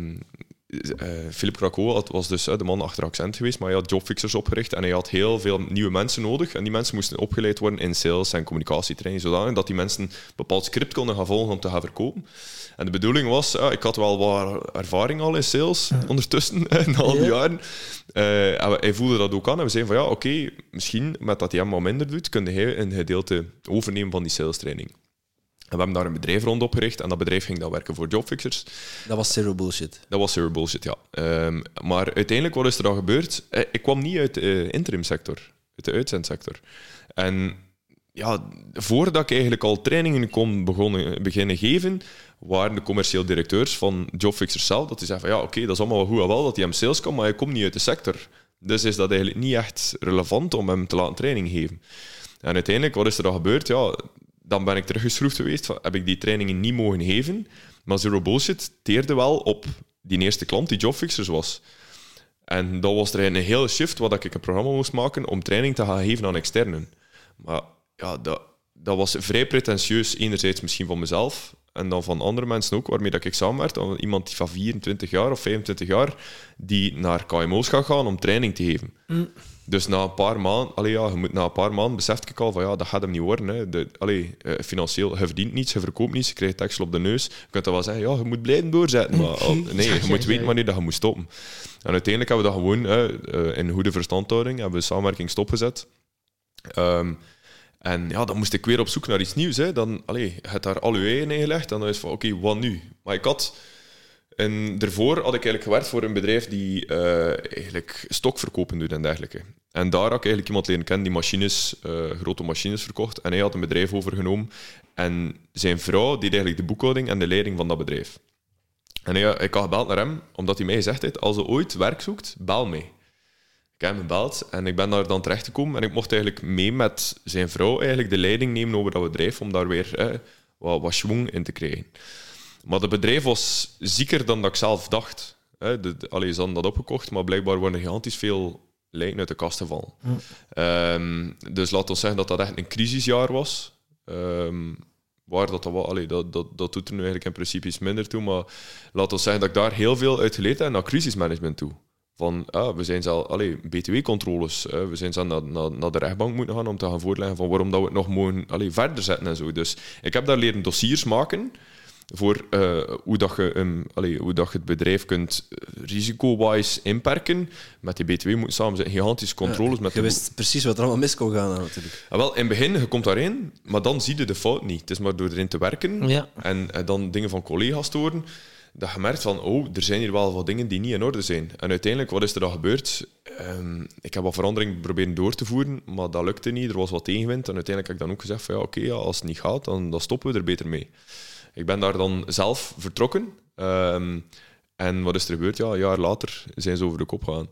Philippe Craco was dus de man achter Accent geweest, maar hij had Jobfixers opgericht en hij had heel veel nieuwe mensen nodig. En die mensen moesten opgeleid worden in sales en communicatietraining, zodanig dat die mensen een bepaald script konden gaan volgen om te gaan verkopen. En de bedoeling was, ik had wel wat ervaring al in sales ondertussen, na al die jaren. Hij voelde dat ook aan en we zeiden van oké, misschien met dat hij hem wat minder doet, kun hij een gedeelte overnemen van die sales training. En we hebben daar een bedrijf rond opgericht en dat bedrijf ging dan werken voor Jobfixers. Dat was Zero Bullshit. Dat was Zero Bullshit, ja. Maar uiteindelijk, wat is er dan gebeurd? Ik kwam niet uit de interimsector, uit de uitzendsector. En voordat ik eigenlijk al trainingen kon beginnen geven, waren de commercieel directeurs van Jobfixers zelf, dat die zeiden van oké, dat is allemaal wel goed en wel dat hij hem sales kan, maar hij komt niet uit de sector. Dus is dat eigenlijk niet echt relevant om hem te laten training geven. En uiteindelijk, wat is er dan gebeurd? Dan ben ik teruggeschroefd geweest, heb ik die trainingen niet mogen geven. Maar Zero Bullshit teerde wel op die eerste klant die Jobfixers was. En dat was er een hele shift, wat ik een programma moest maken om training te gaan geven aan externen. Maar ja, dat was vrij pretentieus, enerzijds misschien van mezelf, en dan van andere mensen ook, waarmee dat ik samenwerk. Iemand die van 24 jaar of 25 jaar, die naar KMO's gaat gaan om training te geven. Dus na een paar maanden, na een paar maanden besefte ik al van ja, dat gaat hem niet worden. Hè. Financieel, je verdient niets, je verkoopt niets, je krijgt deksel op de neus. Je kunt dan wel zeggen, ja, je moet blijven doorzetten. Maar nee, je moet weten wanneer dat je moet stoppen. En uiteindelijk hebben we dat gewoon in goede verstandhouding, hebben we samenwerking stopgezet. En ja, dan moest ik weer op zoek naar iets nieuws. Hè. Dan, je hebt daar al je eigen ingelegd en dan is van, oké, wat nu? Maar ik had... En daarvoor had ik eigenlijk gewerkt voor een bedrijf die eigenlijk stokverkopen doet en dergelijke. En daar had ik eigenlijk iemand leren kennen die machines, grote machines verkocht. En hij had een bedrijf overgenomen. En zijn vrouw deed eigenlijk de boekhouding en de leiding van dat bedrijf. En ik had gebeld naar hem, omdat hij mij gezegd heeft, als je ooit werk zoekt, bel mij. Ik heb hem gebeld en ik ben daar dan terechtgekomen. En ik mocht eigenlijk mee met zijn vrouw eigenlijk de leiding nemen over dat bedrijf, om daar weer wat schwung in te krijgen. Maar het bedrijf was zieker dan dat ik zelf dacht. Ze hadden dat opgekocht, maar blijkbaar waren er gigantisch veel lijken uit de kast gevallen. Dus laten we zeggen dat dat echt een crisisjaar was. Waar dat doet er nu eigenlijk in principe iets minder toe, maar laten we zeggen dat ik daar heel veel uit geleerd heb naar crisismanagement toe. Van, we zijn zelf btw-controles. We zijn zelf naar de rechtbank moeten gaan om te gaan voorleggen van waarom dat we het nog mogen verder zetten en zo. Dus ik heb daar leren dossiers maken voor hoe dat je het bedrijf kunt risico-wise inperken. Met die BTW moeten samen zijn gigantische controles. Je wist precies wat er allemaal mis kon gaan natuurlijk. Wel, in het begin, je komt daarin, maar dan zie je de fout niet. Het is maar door erin te werken en dan dingen van collega's te horen, dat je merkt van, er zijn hier wel wat dingen die niet in orde zijn. En uiteindelijk, wat is er dan gebeurd? Ik heb wat verandering proberen door te voeren, maar dat lukte niet. Er was wat tegenwind. En uiteindelijk heb ik dan ook gezegd van, oké, als het niet gaat, dan stoppen we er beter mee. Ik ben daar dan zelf vertrokken. En wat is er gebeurd? Ja, een jaar later zijn ze over de kop gegaan.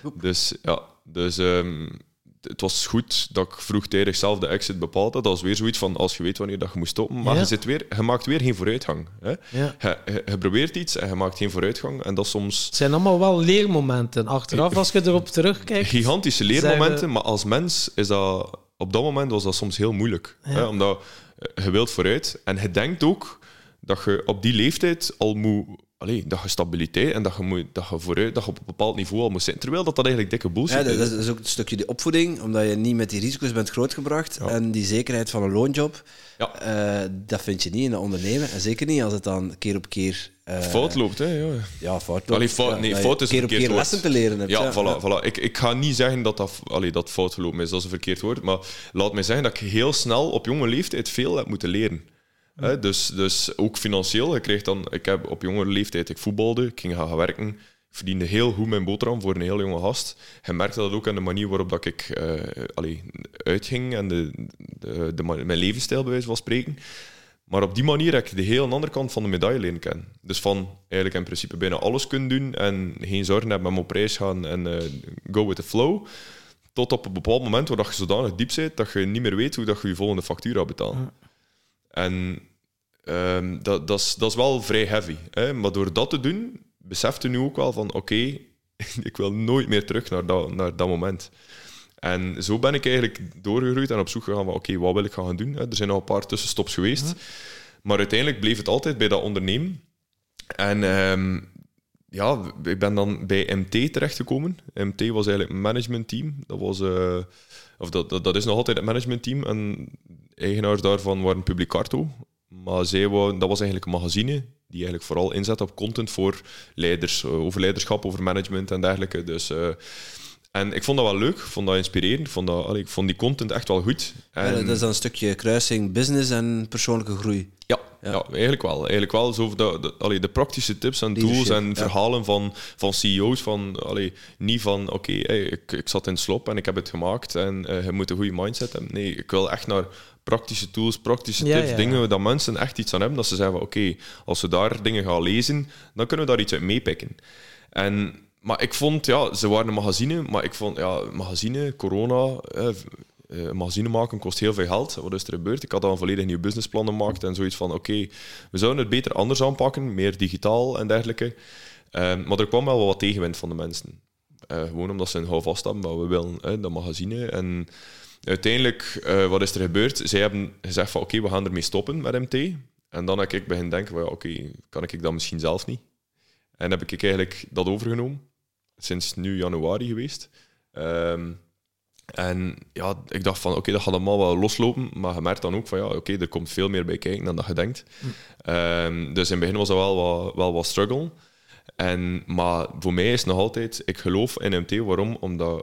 Dus het was goed dat ik vroegtijdig zelf de exit bepaald had. Dat was weer zoiets van, als je weet wanneer dat je moet stoppen. Maar je maakt weer geen vooruitgang. Hè? Ja. Je probeert iets en je maakt geen vooruitgang. En dat soms... Het zijn allemaal wel leermomenten. Achteraf, als je erop terugkijkt... Gigantische leermomenten, maar als mens is dat... Op dat moment was dat soms heel moeilijk. Ja. Hè? Omdat je wilt vooruit. En je denkt ook dat je op die leeftijd al moet... dat je stabiliteit en dat je op een bepaald niveau al moet zijn. Terwijl dat eigenlijk dikke bullshit is. Dat is ook een stukje de opvoeding, omdat je niet met die risico's bent grootgebracht. Ja. En die zekerheid van een loonjob, dat vind je niet in het ondernemen. En zeker niet als het dan keer op keer... fout loopt, hè? Ja, ja fout loopt. Fout is keer op keer lessen te leren hebt. Ja, voilà. Ik ga niet zeggen dat fout gelopen is, dat is een verkeerd woord. Maar laat mij zeggen dat je heel snel op jonge leeftijd veel hebt moeten leren. Dus ook financieel. Ik heb op jonge leeftijd voetbalde, ik ging gaan werken, ik verdiende heel goed mijn boterham voor een heel jonge gast. Je merkte dat ook aan de manier waarop dat ik uitging en mijn levensstijl bij wijze van spreken. Maar op die manier heb ik de heel andere kant van de medaille leren kennen. Dus van eigenlijk in principe bijna alles kunnen doen en geen zorgen hebben met op reis gaan en go with the flow. Tot op een bepaald moment waar je zodanig diep zit dat je niet meer weet hoe dat je volgende factuur gaat betalen. En dat is wel vrij heavy. Hè? Maar door dat te doen, besefte nu ook wel van oké, ik wil nooit meer terug naar dat moment. En zo ben ik eigenlijk doorgegroeid en op zoek gegaan van oké, wat wil ik gaan doen? Er zijn nog een paar tussenstops geweest. Maar uiteindelijk bleef het altijd bij dat ondernemen. En ik ben dan bij MT terechtgekomen. MT was eigenlijk een managementteam. Dat is nog altijd het managementteam. En eigenaars daarvan waren Publicarto. Maar dat was eigenlijk een magazine die eigenlijk vooral inzet op content voor leiders, over leiderschap, over management en dergelijke. Dus, en ik vond dat wel leuk, ik vond dat inspirerend, ik vond die content echt wel goed. En dat is dan een stukje kruising business en persoonlijke groei. Ja, eigenlijk wel. Eigenlijk wel zo de praktische tips en tools en verhalen van CEO's. Niet van, oké, ik zat in slop en ik heb het gemaakt en je moet een goede mindset hebben. Nee, ik wil echt naar praktische tools, praktische tips, dingen dat mensen echt iets aan hebben. Dat ze zeggen van, oké, als we daar dingen gaan lezen, dan kunnen we daar iets uit meepikken. Maar ik vond, ze waren een magazine, maar ik vond, magazine, corona... magazine maken kost heel veel geld. Wat is er gebeurd? Ik had al een volledig nieuw businessplan gemaakt en zoiets van oké, we zouden het beter anders aanpakken, meer digitaal en dergelijke. Maar er kwam wel wat tegenwind van de mensen. Gewoon omdat ze een houvast hebben, maar we willen dat magazine. En uiteindelijk, wat is er gebeurd? Zij hebben gezegd van oké, we gaan ermee stoppen met MT. En dan heb ik beginnen denken van ja, oké, kan ik dat misschien zelf niet? En heb ik eigenlijk dat overgenomen. Sinds nu januari geweest. En ja, ik dacht van oké, dat gaat allemaal wel loslopen. Maar je merkt dan ook van ja, oké, er komt veel meer bij kijken dan dat je denkt. Dus in het begin was dat wel wat struggle. Maar voor mij is het nog altijd, ik geloof in MT. Waarom? Omdat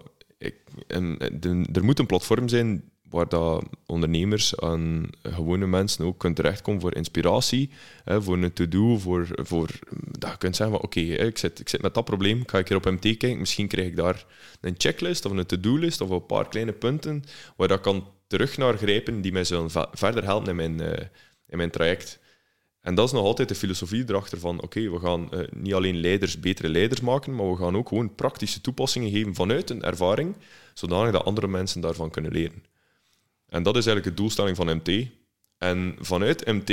er moet een platform zijn waar dat ondernemers en gewone mensen ook kunnen terechtkomen voor inspiratie, voor een to-do, voor dat je kunt zeggen van oké, ik zit met dat probleem, ga ik hier op MT kijken, misschien krijg ik daar een checklist of een to-do-list of een paar kleine punten waar dat kan terug naar grijpen die mij zullen verder helpen in mijn traject. En dat is nog altijd de filosofie erachter van oké, we gaan niet alleen betere leiders maken, maar we gaan ook gewoon praktische toepassingen geven vanuit een ervaring, zodanig dat andere mensen daarvan kunnen leren. En dat is eigenlijk de doelstelling van MT. En vanuit MT,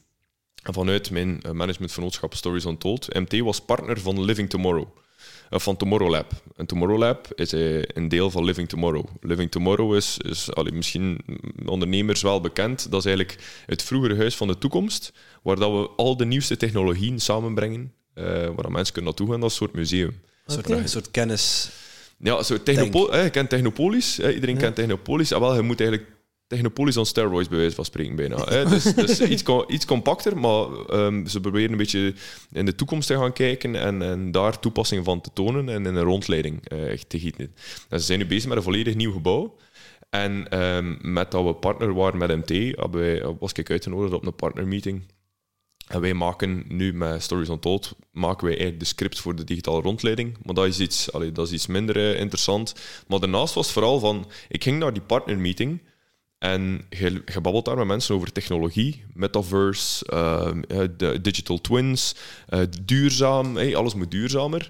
en vanuit mijn managementvernootschap Stories Untold, MT was partner van Living Tomorrow, van Tomorrow Lab. En Tomorrow Lab is een deel van Living Tomorrow. Living Tomorrow is misschien ondernemers wel bekend. Dat is eigenlijk het vroegere huis van de toekomst, waar dat we al de nieuwste technologieën samenbrengen, waar mensen kunnen naartoe gaan. Dat is een soort museum. Een soort kennis... Ja, je kent Technopolis. Iedereen kent Technopolis. Je moet eigenlijk Technopolis on steroids, bij wijze van spreken, bijna. Dus iets compacter, maar ze proberen een beetje in de toekomst te gaan kijken en daar toepassingen van te tonen en in een rondleiding echt te gieten. En ze zijn nu bezig met een volledig nieuw gebouw. En met dat we partner waren met MT, was ik uitgenodigd op een partnermeeting. En wij maken nu met Stories Untold eigenlijk de scripts voor de digitale rondleiding. Maar dat is iets minder interessant. Maar daarnaast was het vooral van... Ik ging naar die partnermeeting en je babbelt daar met mensen over technologie, metaverse, de digital twins, duurzaam. Alles moet duurzamer.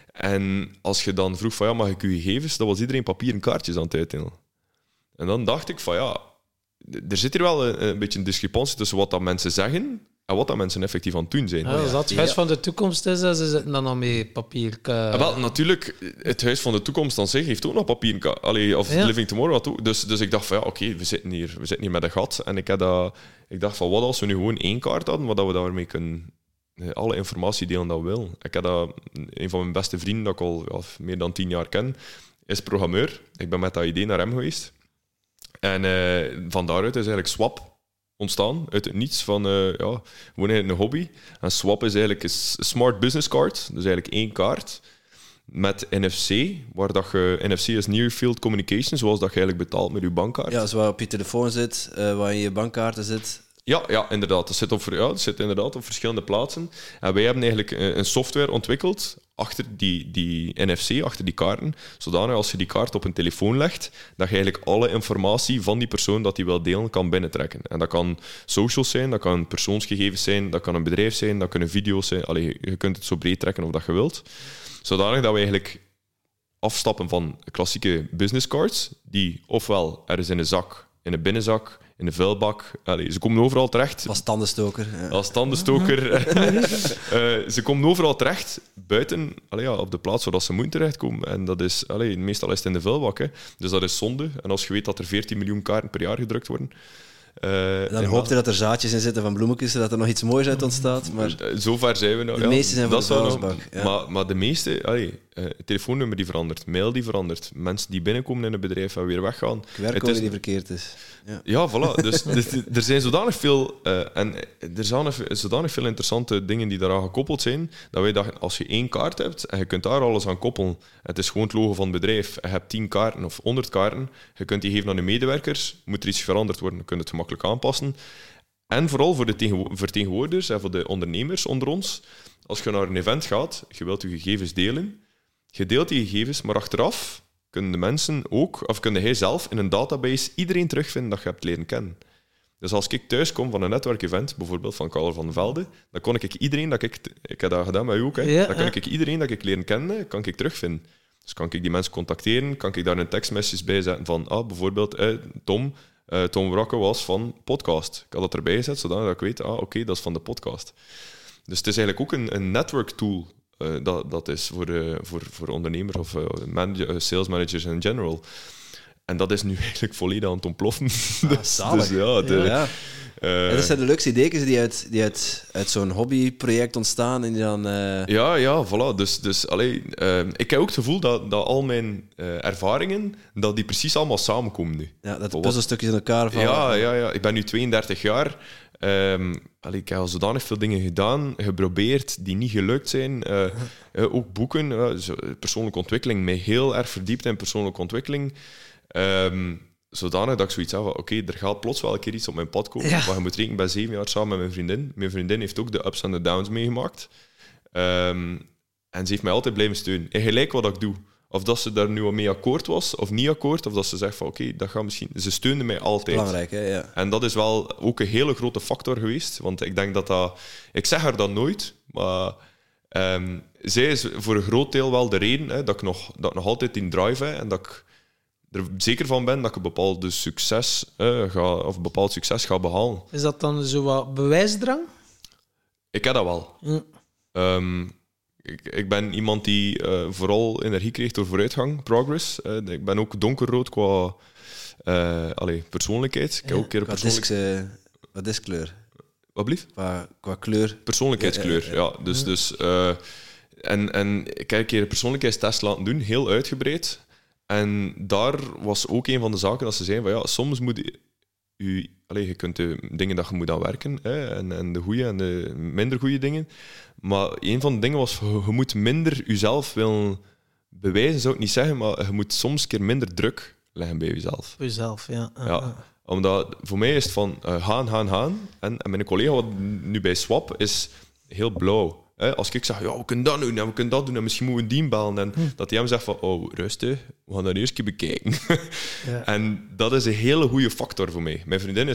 En als je dan vroeg van ja, mag ik uw gegevens? Dan was iedereen papieren kaartjes aan het uitdelen. En dan dacht ik van ja, er zit hier wel een beetje een discrepantie tussen wat dat mensen zeggen en wat dat mensen effectief aan het doen zijn. Ja, als dat het huis van de toekomst is, ze zitten dan al met papier. Wel, natuurlijk, het huis van de toekomst aan zich heeft ook nog papier. Of Living Tomorrow had ook. Dus ik dacht van ja, oké, we zitten hier met een gat. En ik dacht van wat als we nu gewoon 1 kaart hadden, wat we daarmee kunnen alle informatie delen dat we willen. Een van mijn beste vrienden, dat ik al meer dan 10 jaar ken, is programmeur. Ik ben met dat idee naar hem geweest. En van daaruit is eigenlijk Swap ontstaan, uit het niets van gewoon een hobby. En Swap is eigenlijk een smart business card, dus eigenlijk 1 kaart met NFC, waar dat je... NFC is Near Field Communication, zoals dat je eigenlijk betaalt met je bankkaart. Ja, zoals op je telefoon zit, waar je bankkaarten zit. Ja, inderdaad. Dat zit inderdaad op verschillende plaatsen. En wij hebben eigenlijk een software ontwikkeld achter die NFC, achter die kaarten, zodanig als je die kaart op een telefoon legt, dat je eigenlijk alle informatie van die persoon dat die wil delen, kan binnentrekken. En dat kan socials zijn, dat kan persoonsgegevens zijn, dat kan een bedrijf zijn, dat kunnen video's zijn. Je kunt het zo breed trekken of dat je wilt. Zodanig dat we eigenlijk afstappen van klassieke business cards, die ofwel ergens in een zak, in een binnenzak, in de vuilbak. Ze komen overal terecht. Als tandenstoker. Ja. Als tandenstoker. Ze komen overal terecht, buiten op de plaats waar ze moeten terechtkomen. En dat is, meestal is het in de vuilbak. Hè. Dus dat is zonde. En als je weet dat er 14 miljoen kaarten per jaar gedrukt worden... dan hoop je dat er zaadjes in zitten van bloemetjes, zodat er nog iets moois uit ontstaat. Maar zover zijn we nou. De meeste zijn voor de vuilnisbak. Ja. Maar de meeste... telefoonnummer die verandert, mail die verandert, mensen die binnenkomen in een bedrijf en weer weggaan. QR-code die verkeerd is. Ja, voilà. Dus er zijn zodanig veel... er zijn zodanig veel interessante dingen die daaraan gekoppeld zijn, dat wij dachten, als je 1 kaart hebt en je kunt daar alles aan koppelen, het is gewoon het logo van het bedrijf, en je hebt 10 kaarten of 100 kaarten, je kunt die geven aan de medewerkers, moet er iets veranderd worden, je kunt het gemakkelijk aanpassen. En vooral voor de vertegenwoordigers en voor de ondernemers onder ons, als je naar een event gaat, je wilt je gegevens delen, je deelt die gegevens, maar achteraf kunnen de mensen ook, of kunnen hij zelf in een database iedereen terugvinden dat je hebt leren kennen. Dus als ik thuis kom van een netwerkevent, bijvoorbeeld van Karel van Velde, dan kon ik iedereen dat ik heb dat gedaan met u ook, dan kan ik iedereen dat ik leren kennen, kan ik terugvinden. Dus kan ik die mensen contacteren, kan ik daar een tekstmessage bij zetten van, bijvoorbeeld, Tom Wrakke was van podcast. Ik had dat erbij gezet, zodat ik weet, oké, dat is van de podcast. Dus het is eigenlijk ook een network tool dat is voor ondernemers of sales managers in general. En dat is nu eigenlijk volledig aan het ontploffen. Zalig. Dat zijn de leukste ideeën die uit zo'n hobbyproject ontstaan. En die dan, Ja, voilà. Dus ik heb ook het gevoel dat al mijn ervaringen, dat die precies allemaal samenkomen nu. Ja, dat de puzzelstukjes in elkaar vallen. Ja. Ik ben nu 32 jaar. Ik heb al zodanig veel dingen gedaan, geprobeerd, die niet gelukt zijn. Ook boeken, persoonlijke ontwikkeling, mij heel erg verdiept in persoonlijke ontwikkeling. Zodanig dat ik zoiets heb van, oké, er gaat plots wel een keer iets op mijn pad komen. Ja. Maar je moet rekenen, ik ben 7 jaar samen met mijn vriendin. Mijn vriendin heeft ook de ups en de downs meegemaakt. En ze heeft mij altijd blijven steunen. En gelijk wat ik doe. Of dat ze daar nu al mee akkoord was, of niet akkoord. Of dat ze zegt van, oké, dat gaat misschien... Ze steunde mij altijd. Belangrijk, hè? Ja. En dat is wel ook een hele grote factor geweest. Want ik denk dat... Ik zeg haar dat nooit, maar... zij is voor een groot deel wel de reden dat ik nog altijd in drive heb en dat ik er zeker van ben dat ik een bepaald succes ga behalen. Is dat dan zo wat bewijsdrang? Ik heb dat wel. Ik ben iemand die vooral energie kreeg door vooruitgang, progress. Ik ben ook donkerrood qua persoonlijkheid. Ik heb ook een keer wat is kleur? Wat blieft? Qua kleur? Persoonlijkheidskleur, ja. En ik heb een keer een persoonlijkheidstest laten doen, heel uitgebreid. En daar was ook een van de zaken dat ze zeiden van soms moet je kunt de dingen dat je moet aan werken, en de goede en de minder goede dingen. Maar een van de dingen was, je moet minder jezelf willen bewijzen, zou ik niet zeggen, maar je moet soms een keer minder druk leggen bij jezelf. Bij jezelf, ja. Ja. Omdat voor mij is het van gaan. En mijn collega wat nu bij Swap is heel blauw. Als ik zeg, we kunnen dat doen en we kunnen dat doen en misschien moeten we een team bellen. En dat hij hem zegt van, rustig, we gaan dat eerst een keer bekijken. Ja. En dat is een hele goede factor voor mij. Mijn vriendin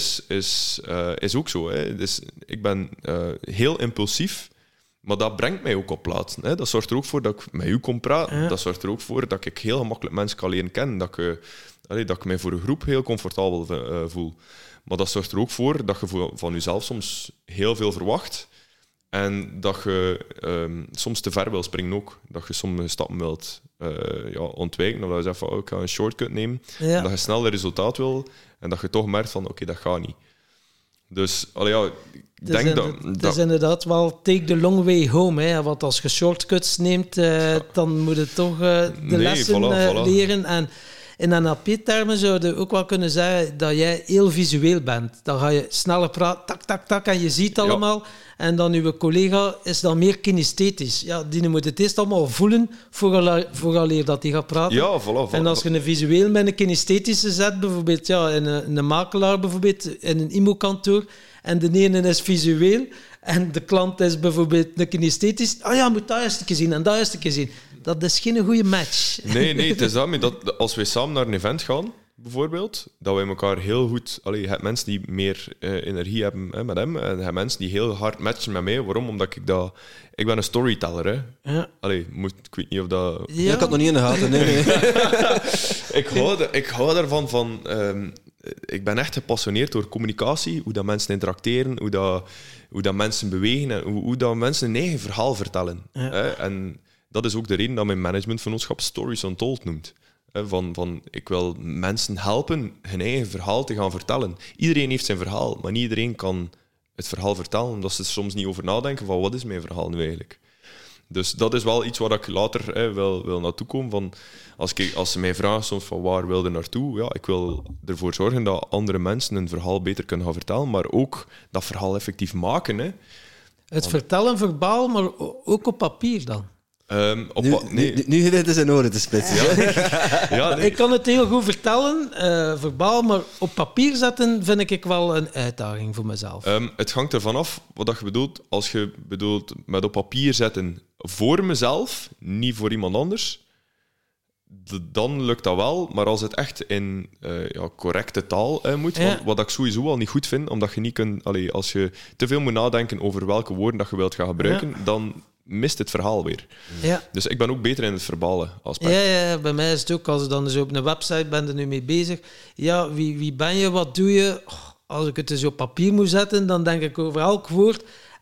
is ook zo. Dus ik ben heel impulsief, maar dat brengt mij ook op plaatsen. Dat zorgt er ook voor dat ik met u kom praten. Ja. Dat zorgt er ook voor dat ik heel gemakkelijk mensen kan leren kennen. Dat ik mij voor een groep heel comfortabel voel. Maar dat zorgt er ook voor dat je van jezelf soms heel veel verwacht. En dat je soms te ver wil springen ook. Dat je sommige stappen wilt ontwijken. Of dat je zegt van, ik ga een shortcut nemen. Ja. Dat je snel een resultaat wil. En dat je toch merkt van, oké, dat gaat niet. Dus, ik denk dat... Het is inderdaad wel take the long way home. Hè? Want als je shortcuts neemt, dan moet je toch de lessen leren. En in NLP-termen zou je ook wel kunnen zeggen dat jij heel visueel bent. Dan ga je sneller praten, tak, en je ziet allemaal. Ja. En dan uw collega is dan meer kinesthetisch. Ja, die moet het eerst allemaal voelen vooraleer dat hij gaat praten. Ja, voilà. En als je een visueel met een kinesthetische zet, bijvoorbeeld in een makelaar, bijvoorbeeld in een IMO-kantoor, en de ene is visueel en de klant is bijvoorbeeld een kinesthetisch. Je moet dat eerst een keer zien en dat eerst een keer zien. Dat is geen goede match. Nee, het is dat als wij samen naar een event gaan, bijvoorbeeld, dat wij elkaar heel goed... je hebt mensen die meer energie hebben met hem, en je hebt mensen die heel hard matchen met mij. Waarom? Omdat ik ben een storyteller. Hè. Ja. Ik weet niet of dat... Ja, ik had het nog niet in de gaten. Nee. Ik hou daarvan van... ik ben echt gepassioneerd door communicatie, hoe dat mensen interacteren, hoe dat mensen bewegen en hoe dat mensen hun eigen verhaal vertellen. Ja. En dat is ook de reden dat mijn managementvernootschap Stories Untold noemt. Ik wil mensen helpen hun eigen verhaal te gaan vertellen. Iedereen heeft zijn verhaal, maar niet iedereen kan het verhaal vertellen, omdat ze er soms niet over nadenken van wat is mijn verhaal nu eigenlijk. Dus dat is wel iets waar ik later wil naartoe komen. Van als ze mij vragen soms van waar wil je naartoe, ik wil ervoor zorgen dat andere mensen een verhaal beter kunnen gaan vertellen, maar ook dat verhaal effectief maken. Hè. Het vertellen verbaal, maar ook op papier dan? Nu gaat het zijn oren te spitsen. Ja. Ik kan het heel goed vertellen, verbaal, maar op papier zetten vind ik wel een uitdaging voor mezelf. Het hangt ervan af wat je bedoelt. Als je bedoelt met op papier zetten voor mezelf, niet voor iemand anders, dan lukt dat wel. Maar als het echt in correcte taal moet, wat ik sowieso al niet goed vind, omdat je niet kunt... als je te veel moet nadenken over welke woorden dat je wilt gaan gebruiken, dan mist het verhaal weer. Ja. Dus ik ben ook beter in het verbale aspect. Ja, bij mij is het ook, als ik dan zo op een website ben er nu mee bezig. Ja, wie ben je, wat doe je? Als ik het dus op papier moet zetten, dan denk ik over elk woord.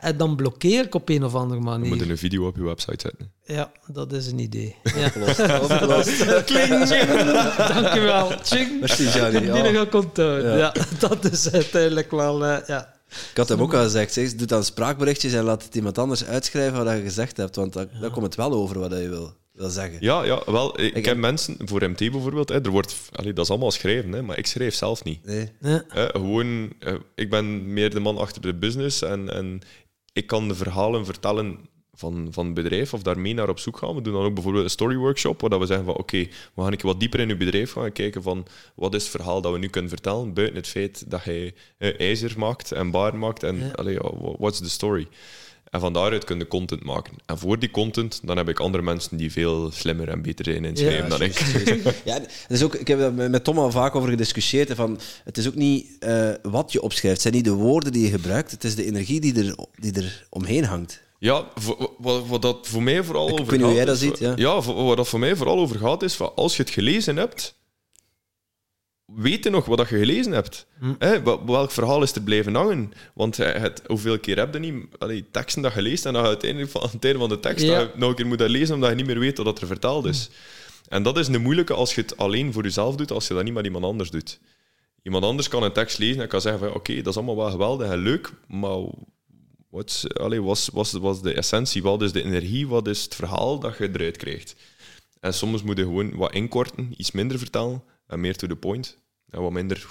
En dan blokkeer ik op een of andere Je manier. moet een video op je website zetten. Ja, dat is een idee. Ja. Opgelost. Kling, dankjewel. Tjing. Merci, Gianni. Ik heb die nog aan onthouden. Ja. Ja, dat is uiteindelijk wel... ja. Ik had hem ook al gezegd, zeg, doe dan spraakberichtjes en laat het iemand anders uitschrijven wat je gezegd hebt, want dan komt het wel over wat je wil zeggen. Ja, wel, ik heb mensen, voor MT bijvoorbeeld, dat is allemaal schrijven, hè, maar ik schrijf zelf niet. Nee. Ja. Gewoon, ik ben meer de man achter de business en ik kan de verhalen vertellen van het bedrijf of daarmee naar op zoek gaan. We doen dan ook bijvoorbeeld een story workshop, waar we zeggen van oké, we gaan een keer wat dieper in uw bedrijf gaan en kijken van wat is het verhaal dat we nu kunnen vertellen, buiten het feit dat hij ijzer maakt en baar maakt en what's the story? En van daaruit kun je content maken. En voor die content, dan heb ik andere mensen die veel slimmer en beter zijn in schrijven dan ik. Ja, dus ook, ik heb daar met Tom al vaak over gediscussieerd. Van, het is ook niet wat je opschrijft. Het zijn niet de woorden die je gebruikt. Het is de energie die er omheen hangt. Ja, wat dat voor mij vooral over gaat... Ik weet niet hoe jij dat ziet. Ja. Wat dat voor mij vooral over gaat, is van als je het gelezen hebt, weet je nog wat je gelezen hebt. Welk verhaal is er blijven hangen? Want hoeveel keer heb je niet teksten dat je leest en dan uiteindelijk aan het einde van de tekst dat je nog een keer moet lezen omdat je niet meer weet wat er verteld is. En dat is een moeilijke als je het alleen voor jezelf doet, als je dat niet met iemand anders doet. Iemand anders kan een tekst lezen en kan zeggen van oké, dat is allemaal wel geweldig en leuk, maar wat is de essentie? Wat is de energie? Wat is het verhaal dat je eruit krijgt? En soms moet je gewoon wat inkorten, iets minder vertellen en meer to the point. En wat minder...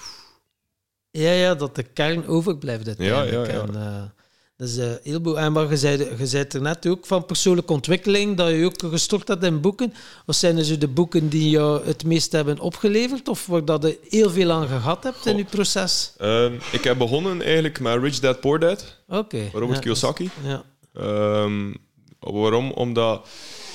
Ja, dat de kern overblijft uiteindelijk. Ja. En, dat is heel belangrijk. En maar je zei er net ook van persoonlijke ontwikkeling, dat je ook gestort hebt in boeken. Wat zijn dus de boeken die jou het meest hebben opgeleverd? Of waar dat je heel veel aan gehad hebt in je proces? Ik heb begonnen eigenlijk met Rich Dad, Poor Dad. Oké. Robert Kiyosaki. Ja. Waarom? Omdat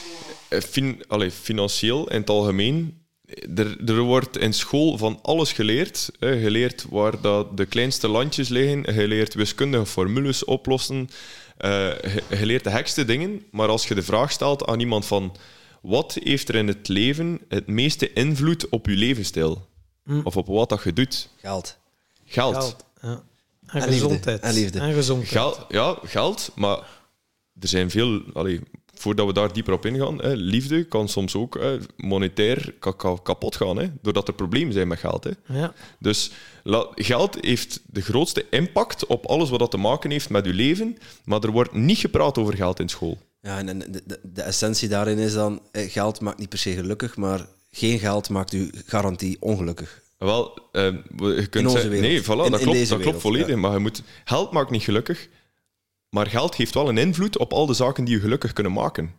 financieel in het algemeen... Er wordt in school van alles geleerd. Je leert waar dat de kleinste landjes liggen. Je leert wiskundige formules oplossen. Je leert de gekste dingen. Maar als je de vraag stelt aan iemand van... Wat heeft er in het leven het meeste invloed op je levensstijl? Of op wat dat je doet? Geld. Ja. En gezondheid. En liefde. En gezondheid. Geld. Maar er zijn veel... Voordat we daar dieper op ingaan, liefde kan soms ook monetair kapot gaan, doordat er problemen zijn met geld. Ja. Dus geld heeft de grootste impact op alles wat dat te maken heeft met je leven, maar er wordt niet gepraat over geld in school. Ja, en de essentie daarin is dan, geld maakt niet per se gelukkig, maar geen geld maakt u garantie ongelukkig. Wel, je kunt in onze zeggen... wereld. Nee, voilà, dat klopt volledig, ja. Maar geld maakt niet gelukkig, maar geld heeft wel een invloed op al de zaken die je gelukkig kunnen maken.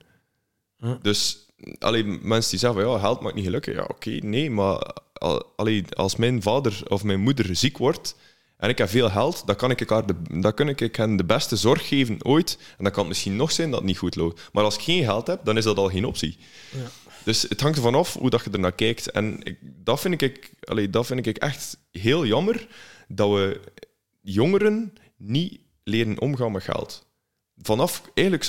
Dus mensen die zeggen van geld maakt niet gelukkig. Ja, oké, nee, maar als mijn vader of mijn moeder ziek wordt en ik heb veel geld, dan kan ik hen de beste zorg geven ooit. En dan kan het misschien nog zijn dat het niet goed loopt. Maar als ik geen geld heb, dan is dat al geen optie. Ja. Dus het hangt ervan af hoe dat je ernaar kijkt. En dat vind ik echt heel jammer, dat we jongeren niet leren omgaan met geld. Vanaf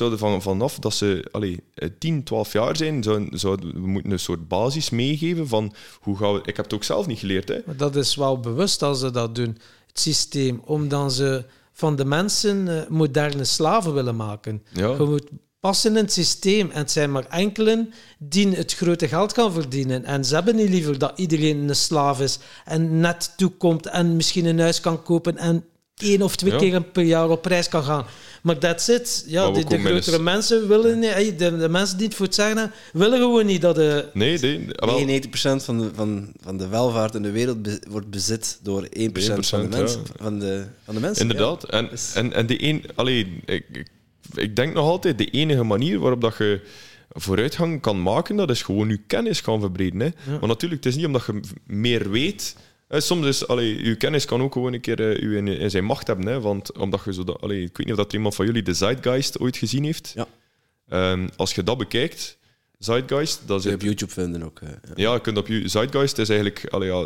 dat ze 10, 12 jaar zijn, we moeten een soort basis meegeven van hoe gaan we... Ik heb het ook zelf niet geleerd. Hè. Maar dat is wel bewust als ze dat doen, het systeem, omdat ze van de mensen moderne slaven willen maken. Ja. Je moet passen in het systeem en het zijn maar enkelen die het grote geld gaan verdienen. En ze hebben niet liever dat iedereen een slaaf is en net toekomt en misschien een huis kan kopen en 1 of 2 keer per jaar op reis kan gaan. Maar that's it. Ja, de grotere mensen willen niet. De mensen die het voor het zeggen hebben, willen gewoon niet dat de... Nee. 99% van de welvaart in de wereld wordt bezit door 1% van de mensen. Van de mensen. Inderdaad. Ja. En ik denk nog altijd, de enige manier waarop dat je vooruitgang kan maken, dat is gewoon je kennis gaan verbreden. Hè. Ja. Maar natuurlijk, het is niet omdat je meer weet... Soms is je kennis kan ook gewoon een keer u in zijn macht hebben, hè, want omdat je ik weet niet of dat iemand van jullie de Zeitgeist ooit gezien heeft. Ja. Als je dat bekijkt, Zeitgeist, dat je op YouTube vinden ook. Ja, je kunt op Zeitgeist is eigenlijk,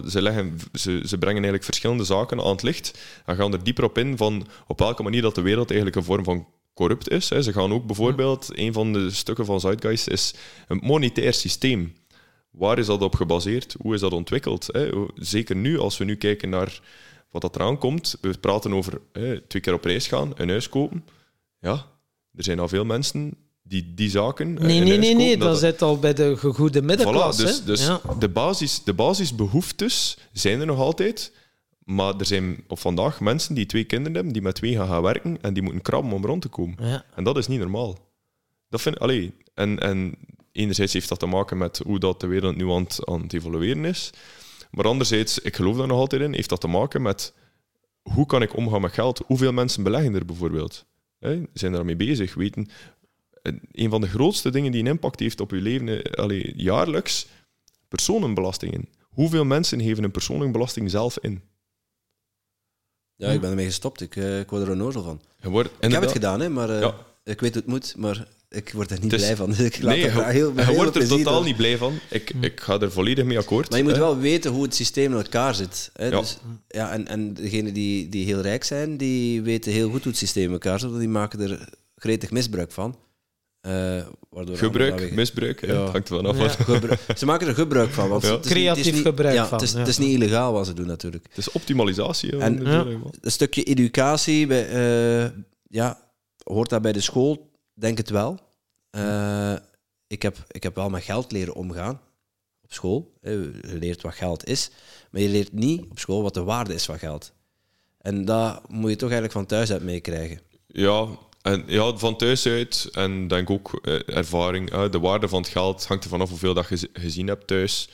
ze brengen eigenlijk verschillende zaken aan het licht en gaan er dieper op in van op welke manier dat de wereld eigenlijk een vorm van corrupt is. Hè. Ze gaan ook bijvoorbeeld, een van de stukken van Zeitgeist is een monetair systeem. Waar is dat op gebaseerd? Hoe is dat ontwikkeld? Zeker nu, als we nu kijken naar wat dat eraan komt. We praten over 2 keer op reis gaan, een huis kopen. ja, er zijn al veel mensen die zaken... Nee, dat zit al bij de gegoede middenklasse. Voilà, dus de basisbehoeftes zijn er nog altijd, maar er zijn op vandaag mensen die 2 kinderen hebben, die met 2 gaan werken en die moeten krabben om rond te komen. Ja. En dat is niet normaal. Dat vind, en enerzijds heeft dat te maken met hoe dat de wereld nu aan het evolueren is, maar anderzijds, ik geloof daar nog altijd in, heeft dat te maken met hoe kan ik omgaan met geld? Hoeveel mensen beleggen er bijvoorbeeld? Zijn daarmee bezig? Weten... Een van de grootste dingen die een impact heeft op je leven, jaarlijks, personenbelastingen. Hoeveel mensen geven een personenbelasting zelf in? Ja, ik ben ermee gestopt. Ik word er een oorzel van. Ik heb het gedaan, hè, maar ik weet hoe het moet, maar ik word er niet blij van. Dus ik laat je wordt er totaal niet blij van. Ik ga er volledig mee akkoord. Maar je moet wel weten hoe het systeem in elkaar zit. Hè? Ja. Dus, en degenen die heel rijk zijn, die weten heel goed hoe het systeem in elkaar zit. Die maken er gretig misbruik van. Gebruik, misbruik, het hangt er vanaf. Ja. Ze maken er gebruik van. Want het is, creatief gebruik van. Het is niet illegaal wat ze doen, natuurlijk. Het is optimalisatie. Een stukje educatie, hoort dat bij de school? Denk het wel. Ik heb wel met geld leren omgaan op school. Je leert wat geld is, maar je leert niet op school wat de waarde is van geld. En dat moet je toch eigenlijk van thuis uit meekrijgen. Ja, van thuis uit en denk ook ervaring. De waarde van het geld hangt er vanaf hoeveel dat je gezien hebt thuis.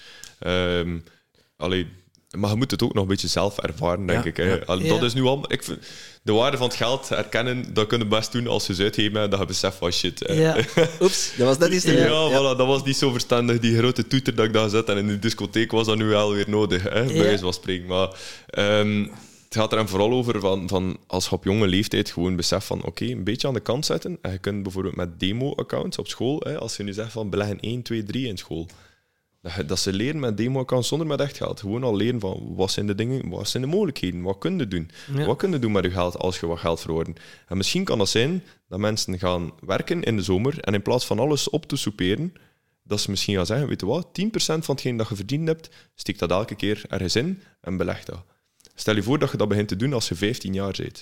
Maar je moet het ook nog een beetje zelf ervaren, denk ik. Hè. Dat is nu al... De waarde van het geld herkennen, dat kun je best doen als je het uitgeeft en dat je beseft van shit. Oeps, dat was net iets te Voilà, dat was niet zo verstandig. Die grote toeter dat ik daar zet en in de discotheek was dat nu wel weer nodig, bij wijze van spreken. Maar... het gaat er vooral over van als je op jonge leeftijd gewoon beseft van oké, een beetje aan de kant zetten. En je kunt bijvoorbeeld met demo-accounts op school, als je nu zegt van beleggen 1, 2, 3 in school, dat ze leren met demo-accounts zonder met echt geld. Gewoon al leren van wat zijn de dingen, wat zijn de mogelijkheden, wat kun je doen? Ja. Wat kun je doen met je geld als je wat geld verhoort? En misschien kan dat zijn dat mensen gaan werken in de zomer en in plaats van alles op te soeperen, dat ze misschien gaan zeggen, weet je wat, 10% van hetgeen dat je verdiend hebt, steek dat elke keer ergens in en beleg dat. Stel je voor dat je dat begint te doen als je 15 jaar bent.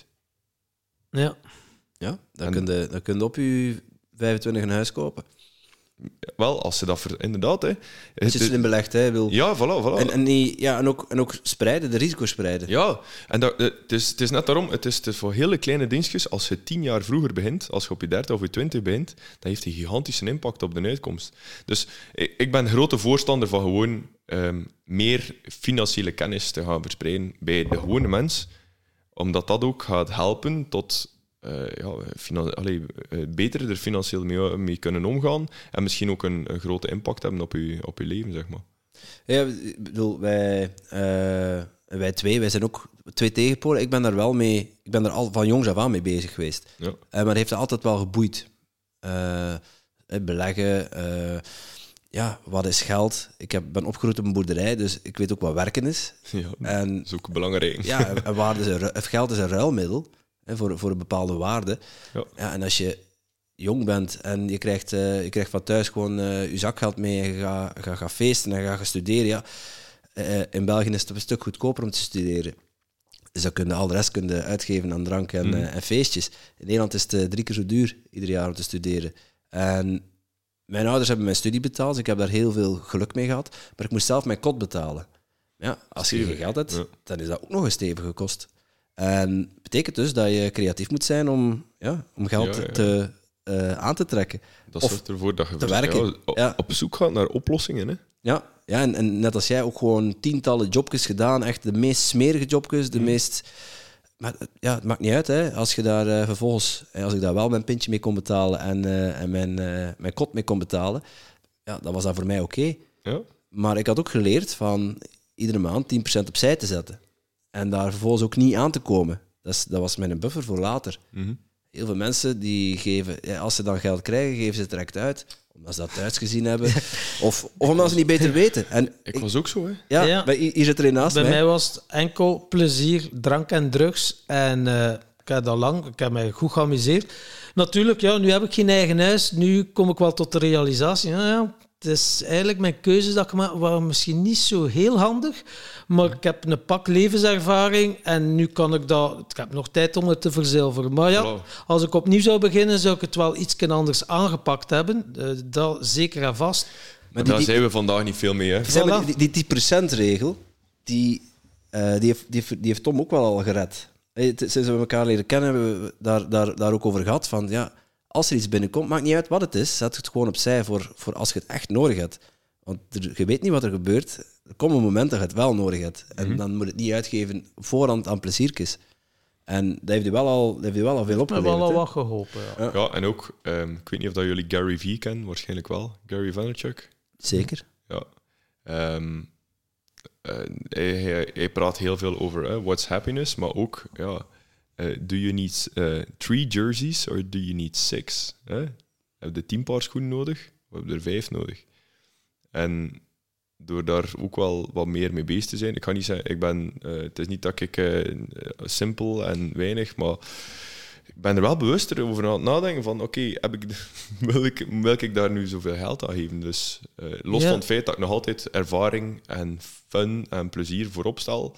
Ja, dan kun je op je 25 een huis kopen. Wel, als ze dat... Inderdaad, hè. Als je slim belegt, hè. Ja, voilà. En ook spreiden, de risico's spreiden. Ja, en het is net daarom, het is voor hele kleine dingetjes, als je 10 jaar vroeger begint, als je op je 30 of je 20 begint, dat heeft een gigantische impact op de uitkomst. Dus ik ben grote voorstander van gewoon meer financiële kennis te gaan verspreiden bij de gewone mens, omdat dat ook gaat helpen tot... beter er financieel mee kunnen omgaan en misschien ook een grote impact hebben op je leven, zeg maar. Ja, ik bedoel, wij zijn ook 2 tegenpolen. Ik ben daar wel mee, ik ben daar al van jongs af aan mee bezig geweest. Ja. Maar het heeft altijd wel geboeid. Beleggen, wat is geld? Ik ben opgegroeid op een boerderij, dus ik weet ook wat werken is. Ja, dat is ook belangrijk. Ja, en geld is een ruilmiddel. Voor een bepaalde waarde. Ja, en als je jong bent en je krijgt van thuis gewoon je zakgeld mee en je gaat feesten en je gaat studeren. In België is het een stuk goedkoper om te studeren. Dus dan kun je al de rest uitgeven aan drank en feestjes. In Nederland is het 3 keer zo duur ieder jaar om te studeren. En mijn ouders hebben mijn studie betaald, dus ik heb daar heel veel geluk mee gehad. Maar ik moest zelf mijn kot betalen. Ja, als je geen geld hebt, dan is dat ook nog een stevige kost. En betekent dus dat je creatief moet zijn om geld aan te trekken. Dat zorgt ervoor dat je te werken. Op zoek gaat naar oplossingen. Hè? Ja, en net als jij ook gewoon tientallen jobjes gedaan, echt de meest smerige jobjes, de meest... Maar het maakt niet uit, hè. Als je daar vervolgens... Als ik daar wel mijn pintje mee kon betalen en mijn kot mee kon betalen, dan was dat voor mij oké. Ja. Maar ik had ook geleerd van iedere maand 10% opzij te zetten. En daar vervolgens ook niet aan te komen. Dat was mijn buffer voor later. Mm-hmm. Heel veel mensen die geven, als ze dan geld krijgen, geven ze het direct uit. Omdat ze dat thuis gezien hebben. Of omdat ze niet beter weten. En ik was ook zo, hè? Ja. Hier zit er een naast mij. Bij mij was het enkel plezier, drank en drugs. En ik heb mij goed geamuseerd. Natuurlijk, nu heb ik geen eigen huis. Nu kom ik wel tot de realisatie. het is eigenlijk mijn keuzes dat ik maak, waren misschien niet zo heel handig, maar ik heb een pak levenservaring en nu kan ik dat... Ik heb nog tijd om het te verzilveren. Maar ja, als ik opnieuw zou beginnen, zou ik het wel iets anders aangepakt hebben. Dat zeker en vast. Maar daar zijn we vandaag niet veel mee, hè. Voilà. Die 10%-regel, die heeft Tom ook wel al gered. Sinds we elkaar leren kennen, hebben we daar ook over gehad. Van, ja, als er iets binnenkomt, maakt niet uit wat het is, zet het gewoon opzij voor als je het echt nodig hebt. Want je weet niet wat er gebeurt. Er komt een moment dat je het wel nodig hebt. En dan moet het niet uitgeven voorhand aan pleziertjes. En dat heeft u wel al veel opgeleverd. Ik heb wel al wat geholpen, ja. Ja, en ook, ik weet niet of dat jullie Gary Vee kennen, waarschijnlijk wel. Gary Vaynerchuk. Zeker. Ja. Hij praat heel veel over what's happiness, maar ook, do you need 3 jerseys or do you need 6? Heb je 10 paar schoenen nodig? We hebben er 5 nodig. En door daar ook wel wat meer mee bezig te zijn, ik kan niet zeggen, het is niet dat ik simpel en weinig, maar ik ben er wel bewuster over aan het nadenken van, oké, wil ik daar nu zoveel geld aan geven? Dus los van het feit dat ik nog altijd ervaring en fun en plezier voorop stel,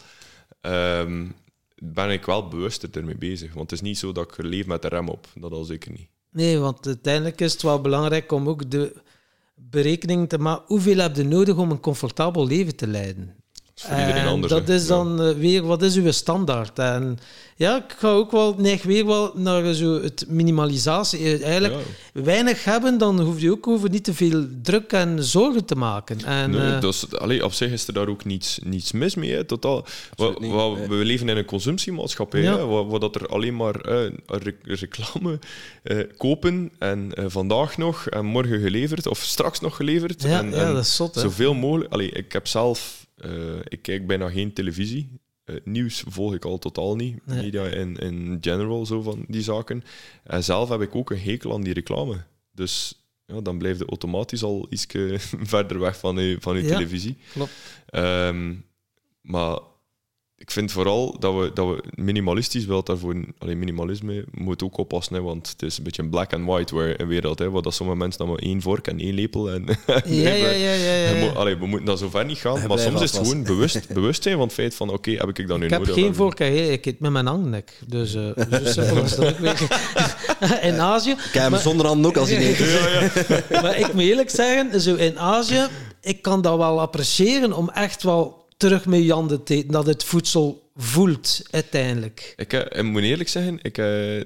ben ik wel bewuster ermee bezig. Want het is niet zo dat ik leef met de rem op. Dat al zeker niet. Nee, want uiteindelijk is het wel belangrijk om ook de berekening te maken. Hoeveel heb je nodig om een comfortabel leven te leiden? Voor iedereen anders. Dat is dan weer, wat is uw standaard? En ja, ik ga ook wel, neig weer wel naar zo het minimalisatie. Eigenlijk weinig hebben, dan hoef je ook niet te veel druk en zorgen te maken. En, nee, dus, op zich is er daar ook niets mis mee. Hè. Totaal. We leven in een consumptiemaatschappij, waar dat er alleen maar reclame kopen en vandaag nog en morgen geleverd of straks nog geleverd. Ja, en dat is zot. Zoveel mogelijk. Ik heb zelf... ik kijk bijna geen televisie. Nieuws volg ik al totaal niet. Nee. Media in general, zo van die zaken. En zelf heb ik ook een hekel aan die reclame. Dus dan blijf je automatisch al iets verder weg van je televisie. Klopt. Maar ik vind vooral dat we minimalistisch wel daarvoor... minimalisme moet ook oppassen, hè, want het is een beetje een black and white wereld, hè, waar dat sommige mensen dan maar 1 vork en 1 lepel... En we moeten dat zo ver niet gaan, maar soms is het gewoon bewust zijn van het feit van oké, heb ik dat nu nodig? Ik heb geen vork, ik eet met mijn hangnek. Dus zo simpel is dat ook weer. In Azië... Ik heb hem zonder handen ook als hij neemt. Maar ik moet eerlijk zeggen, zo in Azië, ik kan dat wel appreciëren om echt wel terug met je handen te eten, dat het voedsel voelt uiteindelijk. Ik moet eerlijk zeggen, ik heb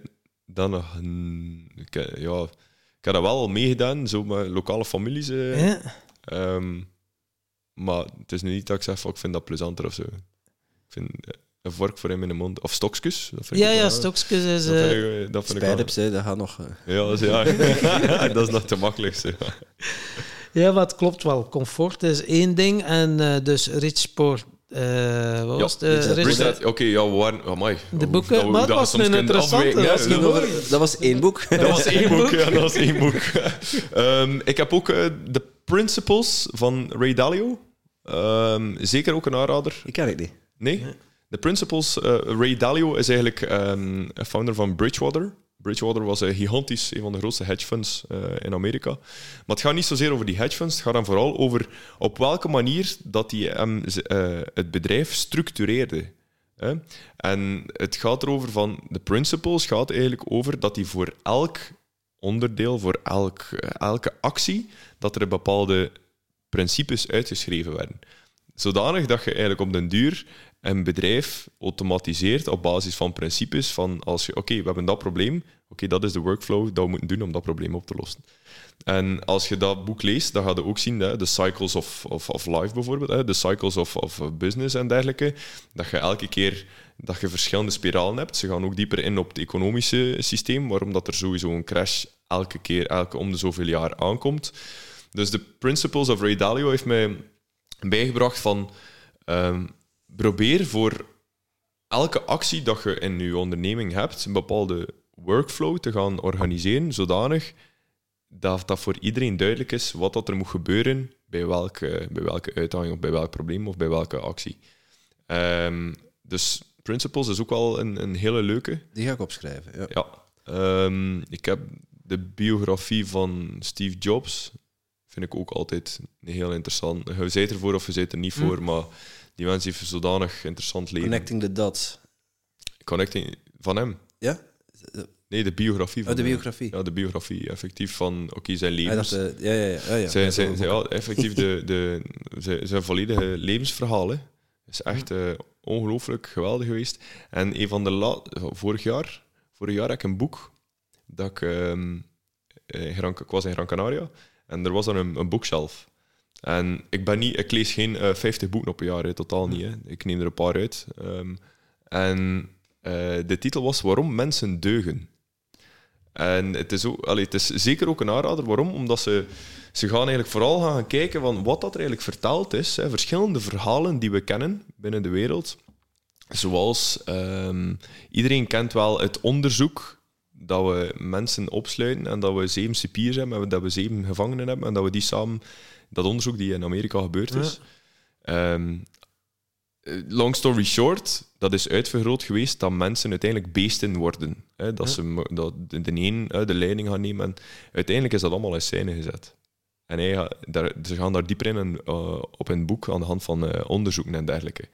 dat wel al meegedaan, zo met lokale families. Maar het is nu niet dat ik zeg, ik vind dat plezanter of zo. Ik vind een vork voor hem in de mond, of stokjes. Stokjes is... Dat Spijdips, dat gaat nog... Dat is nog te makkelijk. Zo. Ja, maar het klopt wel. Comfort is 1 ding en dus Rich Sport. Wat was het? Oké, we waren... Amai. De boeken, maar dat was een interessante. Dat was 1 boek. Dat was 1 boek. Ik heb ook The Principles van Ray Dalio. Zeker ook een aanrader. Ik ken het niet. Nee? The Principles... Ray Dalio is eigenlijk founder van Bridgewater. Bridgewater was gigantisch, een van de grootste hedge funds in Amerika. Maar het gaat niet zozeer over die hedge funds, het gaat dan vooral over op welke manier dat hij het bedrijf structureerde. En het gaat erover van, de principles gaat eigenlijk over dat hij voor elk onderdeel, voor elke actie, dat er bepaalde principes uitgeschreven werden. Zodanig dat je eigenlijk op den duur een bedrijf automatiseert op basis van principes van als je, we hebben dat probleem, dat is de workflow dat we moeten doen om dat probleem op te lossen. En als je dat boek leest, dan ga je ook zien, de cycles of life bijvoorbeeld, de cycles of business en dergelijke, dat je elke keer dat je verschillende spiralen hebt. Ze gaan ook dieper in op het economische systeem, waarom dat er sowieso een crash elke om de zoveel jaar aankomt. Dus de Principles of Ray Dalio heeft mij bijgebracht van... probeer voor elke actie dat je in je onderneming hebt, een bepaalde workflow te gaan organiseren, zodanig dat voor iedereen duidelijk is wat dat er moet gebeuren bij welke uitdaging of bij welk probleem of bij welke actie. Dus Principles is ook wel een hele leuke. Die ga ik opschrijven, ja. Ik heb de biografie van Steve Jobs, vind ik ook altijd heel interessant. Je bent ervoor of je bent er niet voor, maar die mensen heeft een zodanig interessant leven. Connecting the dots. Connecting van hem? Ja? Nee, de biografie. Van de biografie. Ja, de biografie, effectief van zijn levens. Effectief zijn volledige levensverhaal. Hè. Is echt ongelooflijk geweldig geweest. En een van de vorig jaar had ik een boek dat ik was in Gran Canaria en er was dan een bookshelf. En ik lees geen 50 boeken op een jaar, hè, totaal niet. Hè. Ik neem er een paar uit. De titel was Waarom mensen deugen. En het is zeker ook een aanrader. Waarom? Omdat ze gaan eigenlijk vooral gaan kijken van wat dat er eigenlijk vertaald is. Hè. Verschillende verhalen die we kennen binnen de wereld. Zoals iedereen kent wel het onderzoek dat we mensen opsluiten en dat we 7 cipiers hebben en dat we 7 gevangenen hebben en dat we die samen... Dat onderzoek die in Amerika gebeurd is. Ja. Long story short, dat is uitvergroot geweest dat mensen uiteindelijk beesten worden. Hè, dat de een de leiding gaan nemen. En uiteindelijk is dat allemaal in scène gezet. En ze gaan daar dieper in op een boek aan de hand van onderzoeken en dergelijke.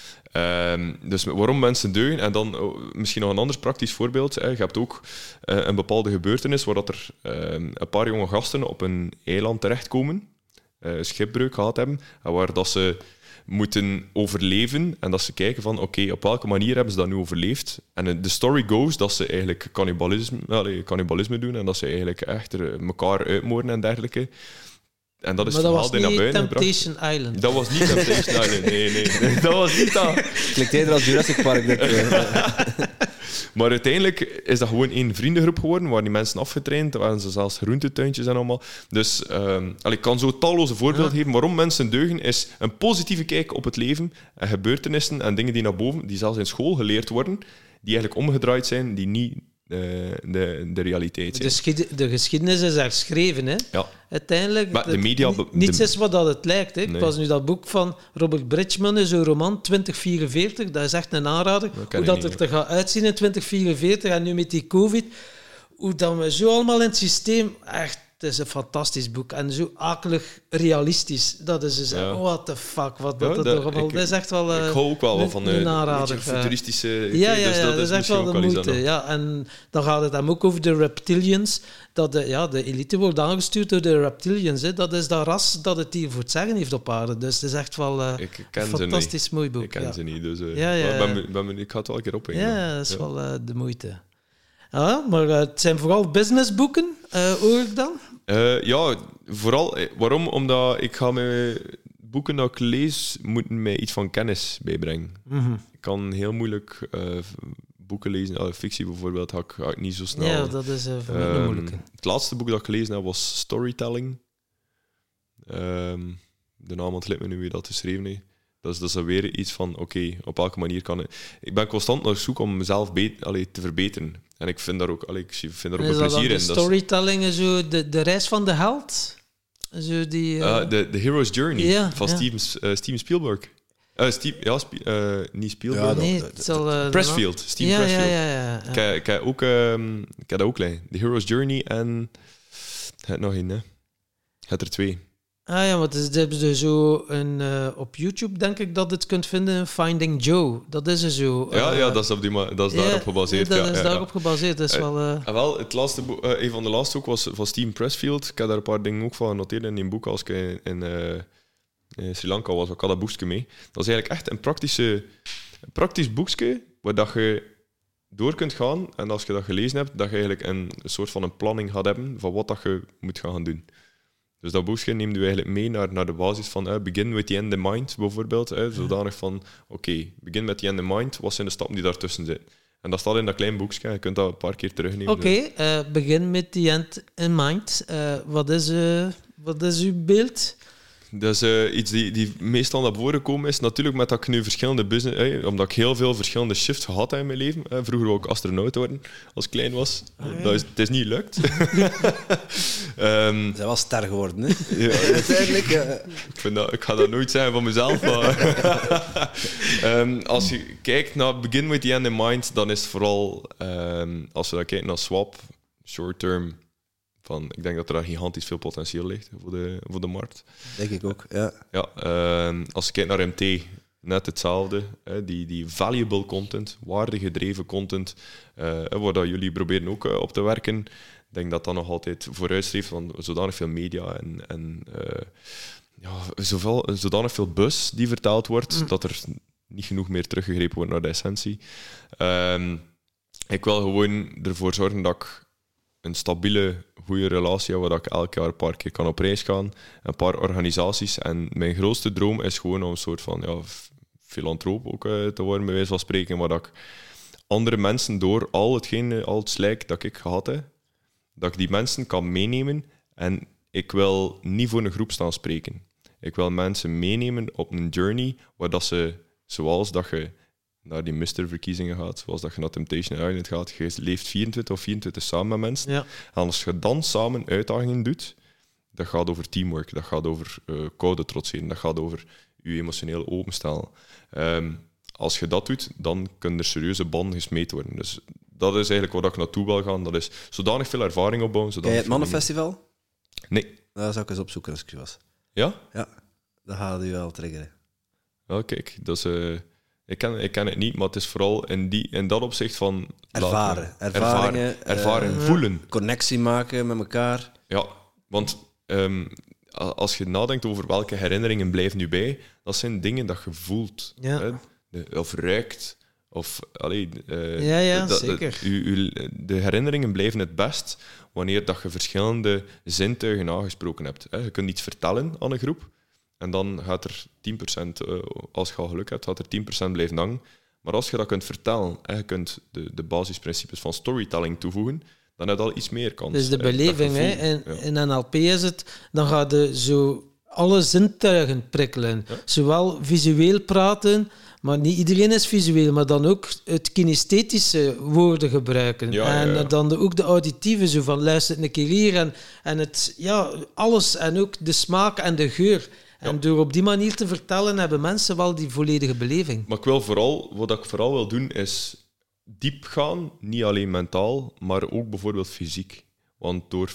Dus waarom mensen deugen. En dan misschien nog een ander praktisch voorbeeld. Je hebt ook een bepaalde gebeurtenis waar dat er een paar jonge gasten op een eiland terechtkomen, schipbreuk gehad hebben, en waar dat ze moeten overleven en dat ze kijken van oké, op welke manier hebben ze dat nu overleefd. En de story goes dat ze eigenlijk cannibalisme doen en dat ze eigenlijk echt elkaar uitmoorden en dergelijke. En dat is maar het verhaal die naar buiten Temptation gebracht. Island. Dat was niet Temptation Island, nee. Dat was niet dat. Klinkt eerder als Jurassic Park. Maar uiteindelijk is dat gewoon één vriendengroep geworden, waar die mensen afgetraind, waren ze zelfs groentetuintjes en allemaal. Dus ik kan zo talloze voorbeelden geven. Waarom mensen deugen is een positieve kijk op het leven en gebeurtenissen en dingen die naar boven, die zelfs in school geleerd worden, die eigenlijk omgedraaid zijn, die niet de realiteit zijn. De geschiedenis is herschreven, hè? Ja. Uiteindelijk. Maar de media... Niets is wat dat het lijkt. Hè? Nee. Ik was nu dat boek van Robert Bridgman, zo'n roman, 2044. Dat is echt een aanrader. Hoe dat er gaat uitzien in 2044 en nu met die COVID. Hoe dat we zo allemaal in het systeem... Echt, het is een fantastisch boek. En zo akelig realistisch. Dat is dus... What the fuck, wat dat toch allemaal... Dat is echt wel... ik hou ook wel van een aanrader. Futuristische... Dus dat is echt wel de moeite. Ja, en dan gaat het hem ook over de reptilians. Dat de elite wordt aangestuurd door de reptilians. Hè. Dat is dat ras dat het hier voor het zeggen heeft op aarde. Dus het is echt wel een fantastisch mooi boek. Ik ken ze niet, dus ik ga het wel een keer opnemen. Ja, dat is wel de moeite. Ja, maar het zijn vooral businessboeken, hoor ik dan? Vooral. Waarom? Omdat ik ga mijn boeken dat ik lees, moeten mij iets van kennis bijbrengen. Mm-hmm. Ik kan heel moeilijk boeken lezen. Fictie bijvoorbeeld ga ik niet zo snel. Ja, dat is voor mij een moeilijke. Het laatste boek dat ik gelezen heb was Storytelling. De naam ontglipt me nu wie dat geschreven heeft. Dat is weer iets van, op welke manier kan ik... Ik ben constant naar zoek om mezelf te verbeteren. En ik vind daar ook, een plezier in. Storytelling en zo, de reis van de held? Zo die... The Hero's Journey van Steven Spielberg. Niet Spielberg. Nee, Pressfield. Steven Pressfield. Ja. Ik heb dat ook liggen. The Hero's Journey en... Het nog één, hè. Het er 2. Want ze hebben dus zo op YouTube, denk ik, dat het kunt vinden, Finding Joe. Dat is er zo. Dat is, daarop gebaseerd. Dat is daarop gebaseerd. Dat is wel, het laatste boek, een van de laatste ook was van Steven Pressfield. Ik heb daar een paar dingen ook van genoteerd in een boek als ik in Sri Lanka was. Ik had dat boekje mee. Dat is eigenlijk echt een praktisch boekje waar dat je door kunt gaan. En als je dat gelezen hebt, dat je eigenlijk een soort van een planning gaat hebben van wat dat je moet gaan doen. Dus dat boekje neemt u eigenlijk mee naar de basis van begin with the end in mind, bijvoorbeeld. Zodanig van, begin met the end in mind, wat zijn de stappen die daartussen zitten? En dat staat in dat klein boekje, je kunt dat een paar keer terugnemen. Begin met the end in mind. Wat is uw beeld? Dat is iets die meestal naar voren komen is. Natuurlijk met dat ik nu verschillende business... omdat ik heel veel verschillende shifts gehad heb in mijn leven. Vroeger wou ik astronaut worden, als ik klein was. Het is niet gelukt. Ze was ster geworden, hè? Ja, uiteindelijk. Ik ga dat nooit zeggen van mezelf. Maar als je kijkt naar begin with the end in mind, dan is het vooral... als we dan kijken naar SWAP, short term... Ik denk dat er daar gigantisch veel potentieel ligt voor de markt. Denk ik ook, ja. Ja, als je kijkt naar MT, net hetzelfde. Die valuable content, waardegedreven content, waar dat jullie proberen ook op te werken. Ik denk dat dat nog altijd vooruitstreeft van zodanig veel media en zodanig veel buzz die vertaald wordt, dat er niet genoeg meer teruggegrepen wordt naar de essentie. Ik wil gewoon ervoor zorgen dat ik een stabiele, goede relatie heb, waar ik elk jaar een paar keer kan op reis gaan, een paar organisaties. En mijn grootste droom is gewoon om een soort van filantroop ook te worden, bij wijze van spreken, waar dat ik andere mensen door al het slijk dat ik gehad heb, dat ik die mensen kan meenemen. En ik wil niet voor een groep staan spreken. Ik wil mensen meenemen op een journey waar dat ze, zoals dat je naar die Mister-verkiezingen gaat, zoals dat je naar Temptation Island gaat, je leeft 24 samen met mensen. Ja. En als je dan samen uitdagingen doet, dat gaat over teamwork, dat gaat over koude trotseren, dat gaat over je emotioneel openstellen. Als je dat doet, dan kunnen er serieuze banden gesmeed worden. Dus dat is eigenlijk waar ik naartoe wil gaan. Dat is zodanig veel ervaring opbouwen. Ken je het Mannenfestival? Nee. Dat zou ik eens opzoeken als ik je was. Ja? Ja, dat gaat u wel triggeren. Ja, kijk, dat is... Ik ken het niet, maar het is vooral in dat opzicht van... Ervaren, voelen. Connectie maken met elkaar. Ja, want als je nadenkt over welke herinneringen blijven nu bij, dat zijn dingen dat je voelt. Ja. Hè? Of ruikt. Of, zeker. De herinneringen blijven het best wanneer dat je verschillende zintuigen aangesproken hebt. Hè? Je kunt iets vertellen aan een groep, en dan gaat er 10%, als je al geluk hebt, gaat er 10% blijven hangen. Maar als je dat kunt vertellen en je kunt de basisprincipes van storytelling toevoegen, dan heb je al iets meer kans. Dus de beleving, in NLP is het, dan ga je zo alle zintuigen prikkelen. Ja? Zowel visueel praten, maar niet iedereen is visueel, maar dan ook het kinesthetische woorden gebruiken. Dan ook de auditieve, zo van luister een keer hier en het, alles, en ook de smaak en de geur. En door op die manier te vertellen, hebben mensen wel die volledige beleving. Maar wat ik vooral wil doen, is diep gaan, niet alleen mentaal, maar ook bijvoorbeeld fysiek. Want door...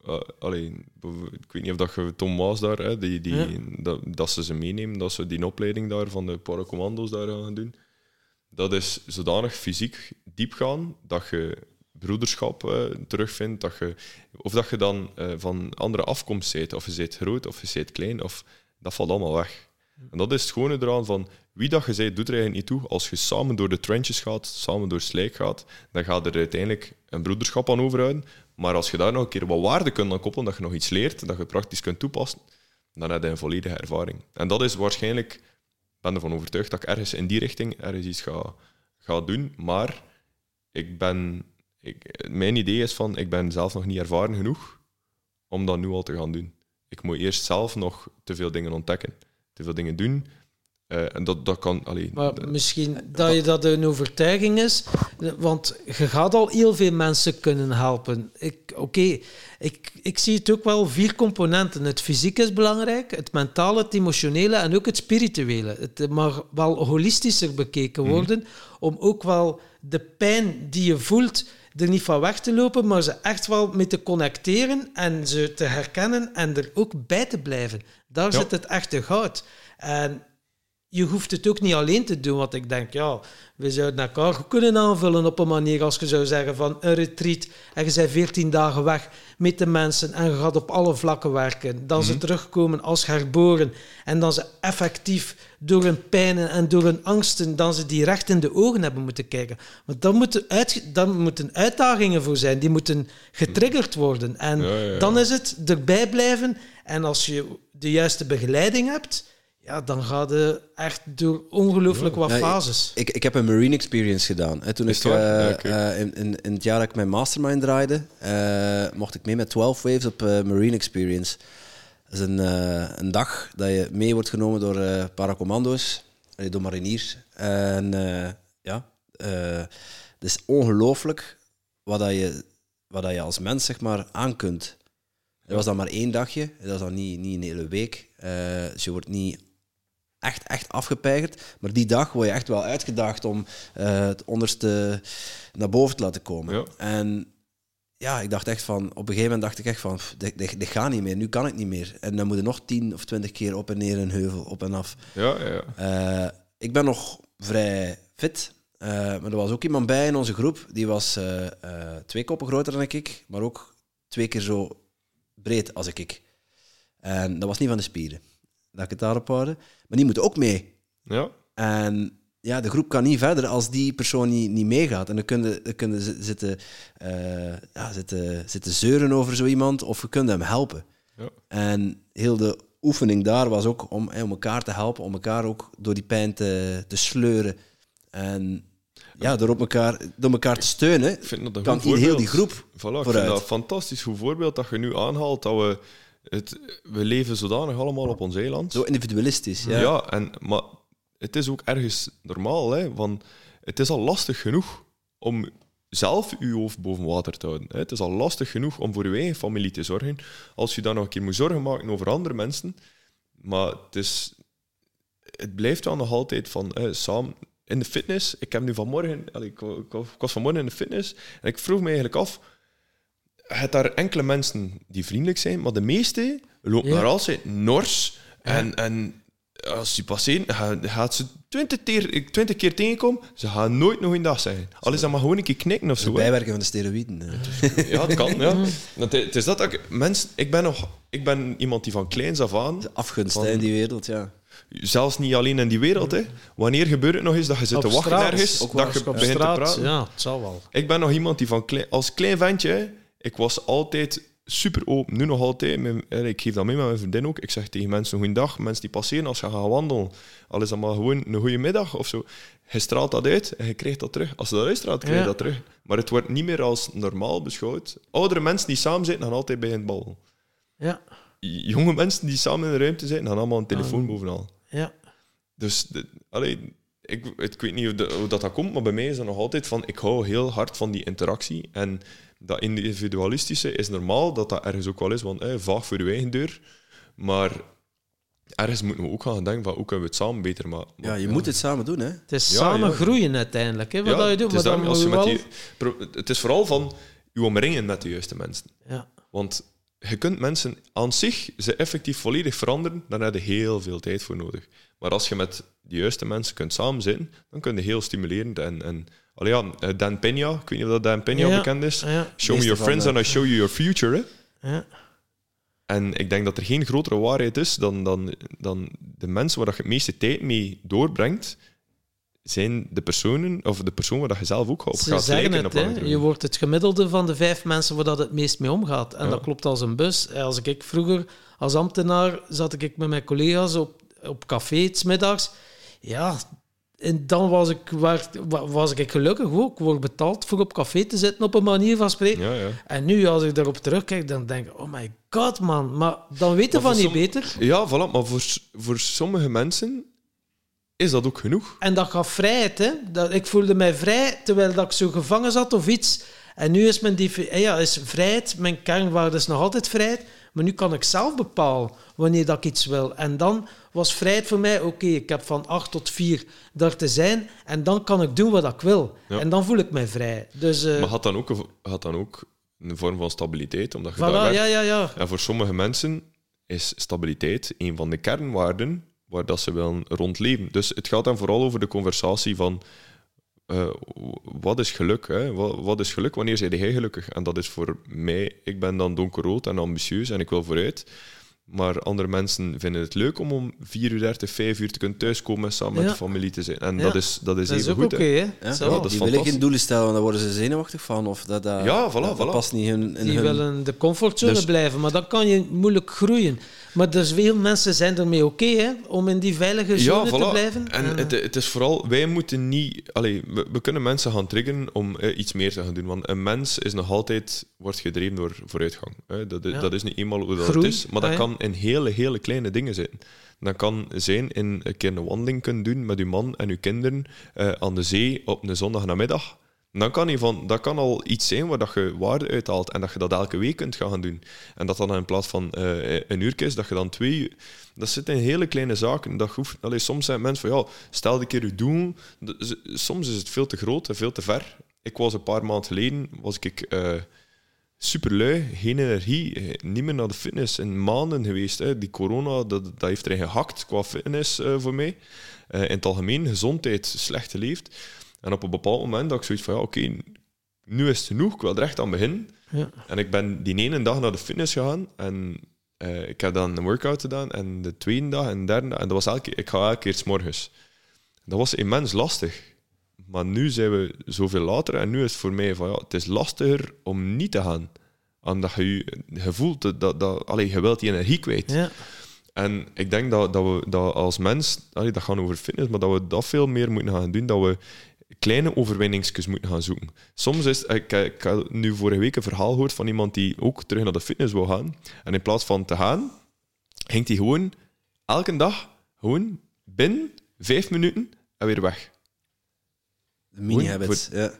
ik weet niet of dat je Tom Maas daar, hè, dat ze meenemen, dat ze die opleiding daar van de paracommando's daar gaan doen. Dat is zodanig fysiek diep gaan, dat je broederschap terugvindt, dat je dan van andere afkomst bent, of je bent groot, of je bent klein, dat valt allemaal weg. En dat is het gewone eraan van wie dat je bent, doet er eigenlijk niet toe. Als je samen door de trenches gaat, samen door slijk gaat, dan gaat er uiteindelijk een broederschap aan overhouden. Maar als je daar nog een keer wat waarde kunt aan koppelen, dat je nog iets leert, dat je praktisch kunt toepassen, dan heb je een volledige ervaring. En dat is waarschijnlijk, ik ben ervan overtuigd dat ik ergens in die richting iets ga doen. Maar mijn idee is van, ik ben zelf nog niet ervaren genoeg om dat nu al te gaan doen. Ik moet eerst zelf nog te veel dingen ontdekken, te veel dingen doen. En dat kan... misschien dat een overtuiging is, want je gaat al heel veel mensen kunnen helpen. Ik zie het ook wel 4 componenten. Het fysiek is belangrijk, het mentale, het emotionele en ook het spirituele. Het mag wel holistischer bekeken worden, om ook wel de pijn die je voelt er niet van weg te lopen, maar ze echt wel mee te connecteren en ze te herkennen en er ook bij te blijven. Daar zit het echte goud. En je hoeft het ook niet alleen te doen, want ik denk, we zouden elkaar kunnen aanvullen op een manier als je zou zeggen van een retreat en je bent 14 dagen weg met de mensen en je gaat op alle vlakken werken. Dan ze terugkomen als herboren en dan ze effectief door hun pijnen en door hun angsten, dan ze die recht in de ogen hebben moeten kijken. Want daar moeten uitdagingen voor zijn, die moeten getriggerd worden. En dan is het erbij blijven en als je de juiste begeleiding hebt, dan gaat het echt door ongelooflijk wat fases. Ik heb een Marine Experience gedaan. Toen ik in het jaar dat ik mijn mastermind draaide, mocht ik mee met 12 Waves op Marine Experience. Dat is een dag dat je mee wordt genomen door paracommando's, door mariniers. En het is ongelooflijk wat je als mens zeg maar aan kunt. Dat was dan maar 1 dagje, dat is dan niet een hele week. Dus je wordt niet echt afgepeigerd. Maar die dag word je echt wel uitgedaagd om het onderste naar boven te laten komen. Ja. En ja, ik dacht echt van... Op een gegeven moment dacht ik echt van... Dit gaat niet meer, nu kan ik niet meer. En dan moet je nog 10 of 20 keer op en neer een heuvel, op en af. Ja. Ik ben nog vrij fit. Maar er was ook iemand bij in onze groep. Die was 2 koppen groter dan ik. Maar ook 2 keer zo breed als ik. En dat was niet van de spieren. Dat ik het daarop houden. Maar die moeten ook mee. Ja. En ja, de groep kan niet verder als die persoon niet meegaat. En dan kunnen ze zitten zeuren over zo iemand, of we kunnen hem helpen. Ja. En heel de oefening daar was ook om elkaar te helpen, om elkaar ook door die pijn te sleuren. En ja, door elkaar te steunen, kan heel die groep vooruit. Ik vind dat een fantastisch goed voorbeeld dat je nu aanhaalt, dat we leven zodanig allemaal op ons eiland. Zo individualistisch, ja. Ja, maar het is ook ergens normaal, hè, want het is al lastig genoeg om zelf je hoofd boven water te houden. Hè. Het is al lastig genoeg om voor je eigen familie te zorgen. Als je dan nog een keer moet zorgen maken over andere mensen. Maar het blijft wel nog altijd van samen in de fitness. Ik heb nu vanmorgen... Ik was vanmorgen in de fitness en ik vroeg me eigenlijk af... Je hebt daar enkele mensen die vriendelijk zijn, maar de meeste lopen daar altijd nors en als je passeren, gaat ze 20 keer tegenkomen, ze gaan nooit nog een dag zeggen. Al is dat maar gewoon een keer knikken of zo. Bijwerken van de steroïden. Ja, het kan. Ja. Het is dat ik ben iemand die van kleins af aan... Afgunst in die wereld, ja. Zelfs niet alleen in die wereld. Hè. Wanneer gebeurt het nog eens dat je zit te wachten ergens, dat je begint te praten? Ja, het zal wel. Ik ben nog iemand die als klein ventje... Ik was altijd super open, nu nog altijd. Ik geef dat mee met mijn vriendin ook. Ik zeg tegen mensen een goeiedag. Mensen die passeren als je gaat wandelen. Al is dat maar gewoon een goede middag of zo. Je straalt dat uit en je krijgt dat terug. Als je dat uitstraalt, krijg je dat terug. Maar het wordt niet meer als normaal beschouwd. Oudere mensen die samen zitten, gaan altijd bij een bal. Ja. Jonge mensen die samen in de ruimte zitten, gaan allemaal een telefoon bovenal. Ja. Dus, ik weet niet hoe dat komt, maar bij mij is dat nog altijd van... Ik hou heel hard van die interactie. En dat individualistische is normaal, dat ergens ook wel is, want vaag voor je eigen deur. Maar ergens moeten we ook gaan denken van hoe kunnen we het samen beter maken. Ja, je moet het samen doen, hè. Het is samen groeien uiteindelijk, hè, wat je doet. Het is, het is vooral van je omringen met de juiste mensen. Ja. Want je kunt mensen aan zich ze effectief volledig veranderen, dan heb je heel veel tijd voor nodig. Maar als je met de juiste mensen kunt samen zitten, dan kun je heel stimulerend en Dan Peña, ik weet niet of dat Dan Peña bekend is. Ja. Show me your friends and I show you your future. Hè? Ja. En ik denk dat er geen grotere waarheid is dan de mensen waar je het meeste tijd mee doorbrengt, zijn de personen, of de persoon waar je zelf ook op gaat lijken. Je wordt het gemiddelde van de 5 mensen waar dat het meest mee omgaat. En dat klopt als een bus. Als ik vroeger als ambtenaar zat ik met mijn collega's op café 's middags. Ja, en dan was ik gelukkig ook. Ik word betaald voor op café te zitten, op een manier van spreken. Ja, ja. En nu, als ik daarop terugkijk, dan denk ik... Oh my god, man. Maar dan weet je van niet beter. Ja, voilà. Maar voor sommige mensen is dat ook genoeg. En dat gaf vrijheid, hè. Ik voelde mij vrij, terwijl dat ik zo gevangen zat of iets. En nu is is vrijheid, mijn kernwaarde is nog altijd vrijheid. Maar nu kan ik zelf bepalen wanneer dat ik iets wil. En dan was vrijheid voor mij, oké, ik heb van 8 tot 4 daar te zijn. En dan kan ik doen wat ik wil. Ja. En dan voel ik mij vrij. Dus, maar had dan ook een vorm van stabiliteit? Omdat je voilà, daar ja. En voor sommige mensen is stabiliteit een van de kernwaarden waar dat ze willen rondleven. Dus het gaat dan vooral over de conversatie van... wat is geluk? Hè? Wat is geluk? Wanneer ben jij gelukkig? En dat is voor mij... Ik ben dan donkerrood en ambitieus en ik wil vooruit. Maar andere mensen vinden het leuk om 4:30, 5 uur te kunnen thuiskomen samen met de familie te zijn. En dat is even goed. Okay, hè? Ja, die willen geen doelen stellen, want daar worden ze zenuwachtig van. Of dat past niet in die willen de comfortzone blijven, maar dan kan je moeilijk groeien. Maar dus veel mensen zijn ermee oké, om in die veilige zone te blijven. En het is vooral, wij moeten niet... we kunnen mensen gaan triggeren om iets meer te gaan doen. Want een mens is nog altijd, wordt gedreven door vooruitgang. Dat is niet eenmaal hoe dat het is. Maar dat kan in hele, hele kleine dingen zitten. Dat kan zijn in een keer een wandeling kunnen doen met uw man en uw kinderen aan de zee op een zondagnamiddag. Dat kan al iets zijn waar dat je waarde uithaalt en dat je dat elke week kunt gaan doen. En dat dan in plaats van een uur is, dat je dan 2 uur... Dat zit in hele kleine zaken. Dat hoeft, soms zijn mensen van, stel een keer je doel. Soms is het veel te groot en veel te ver. Ik was een paar maanden geleden superlui, geen energie, niet meer naar de fitness in maanden geweest. Hè. Die corona, dat heeft erin gehakt qua fitness voor mij. In het algemeen, gezondheid, slecht geleefd. En op een bepaald moment dat ik zoiets van, ja, oké, nu is het genoeg, ik wil er echt aan beginnen. Ja. En ik ben die ene dag naar de fitness gegaan en ik heb dan een workout gedaan en de tweede dag en de derde dag, en dat was ik ga elke keer 's morgens. Dat was immens lastig. Maar nu zijn we zoveel later en nu is het voor mij van, ja, het is lastiger om niet te gaan. Omdat je voelt je wilt die energie kwijt. Ja. En ik denk dat we als mens, dat gaat over fitness, maar dat we dat veel meer moeten gaan doen, dat we kleine overwinningsjes moeten gaan zoeken. Soms is... Ik heb nu vorige week een verhaal gehoord van iemand die ook terug naar de fitness wou gaan. En in plaats van te gaan, ging hij gewoon elke dag gewoon binnen 5 minuten en weer weg. De mini-habits, ja.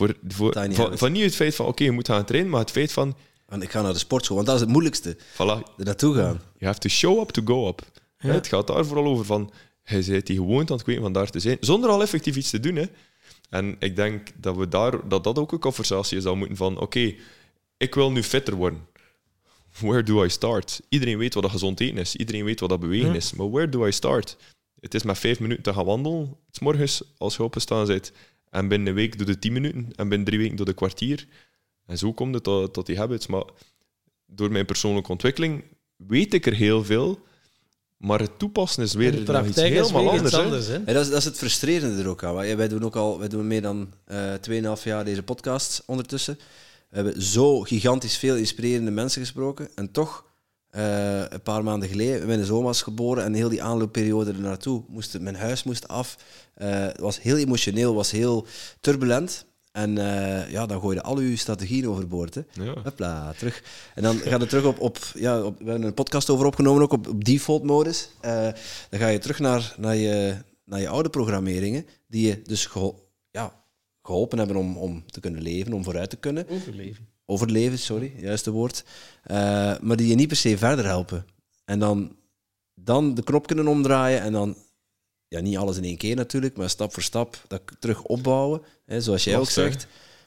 Van niet het feit van, oké, je moet gaan trainen, maar het feit van... Want ik ga naar de sportschool, want dat is het moeilijkste. Voilà. Er naartoe gaan. You have to show up to go up. Ja. Het gaat daar vooral over van... Je bent die gewoonte aan het kweken van daar te zijn, zonder al effectief iets te doen. Hè. En ik denk dat dat ook een conversatie is dat we moeten van... Oké, ik wil nu fitter worden. Where do I start? Iedereen weet wat dat gezond eten is. Iedereen weet wat dat bewegen is. Maar where do I start? Het is met 5 minuten te gaan wandelen, 's morgens, als je opgestaan bent. En binnen een week doe je 10 minuten. En binnen 3 weken doe je een kwartier. En zo komt het tot die habits. Maar door mijn persoonlijke ontwikkeling weet ik er heel veel... Maar het toepassen is weer iets helemaal anders. Hè? Ja, dat is het frustrerende er ook aan. Wij doen meer dan 2,5 jaar deze podcast ondertussen. We hebben zo gigantisch veel inspirerende mensen gesproken. En toch, een paar maanden geleden, mijn zoon was geboren en heel die aanloopperiode ernaartoe. Mijn huis moest af. Het was heel emotioneel, was heel turbulent. En dan gooi je al je strategieën overboord. Hè. Ja. Hopla, terug. En dan gaat het terug we hebben een podcast over opgenomen, ook op default-modus. Dan ga je terug naar je oude programmeringen, die je dus geholpen hebben om te kunnen leven, om vooruit te kunnen. Overleven, sorry, juiste woord. Maar die je niet per se verder helpen. En dan de knop kunnen omdraaien en dan... Ja, niet alles in één keer natuurlijk, maar stap voor stap dat terug opbouwen. Hè, zoals jij ook zegt.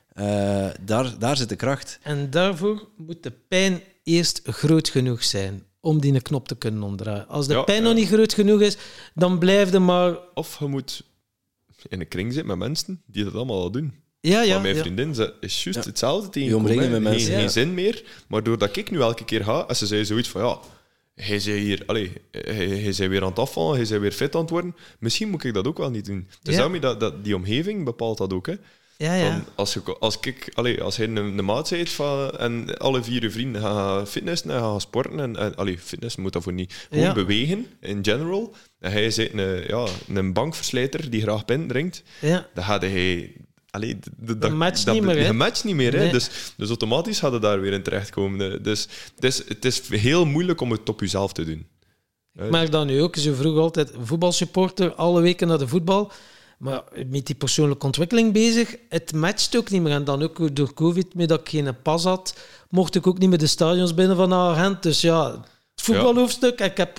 Daar zit de kracht. En daarvoor moet de pijn eerst groot genoeg zijn om die knop te kunnen omdraaien. Als de pijn nog niet groot genoeg is, dan blijf je maar... Of je moet in een kring zitten met mensen die dat allemaal al doen. Ja, mijn vriendin is juist hetzelfde tegen omringen met mensen. Geen zin meer. Maar doordat ik nu elke keer ga, als ze zei zoiets van... ja. Hij zei hier, hij zei weer aan het afvallen, hij zei weer fit aan het worden. Misschien moet ik dat ook wel niet doen. Dus daarmee die omgeving bepaalt dat ook. Hè. Ja. Van, als hij een maat zei en alle 4 je vrienden gaan fitnessen en gaan sporten, en fitness moet daarvoor niet, gewoon bewegen in general. En hij zei een bankverslijter die graag pint drinkt, dan had hij... Dat matcht niet meer. Hè? Nee. Dus automatisch hadden daar weer in terechtkomen. Dus het is heel moeilijk om het op jezelf te doen. Ik merk dat nu ook. Zo vroeg altijd voetbalsupporter, alle weken naar de voetbal. Maar met die persoonlijke ontwikkeling bezig, het matcht ook niet meer. En dan ook door COVID, met dat ik geen pas had, mocht ik ook niet meer de stadions binnen van Agent. Dus ja, het voetbalhoofdstuk. Ik heb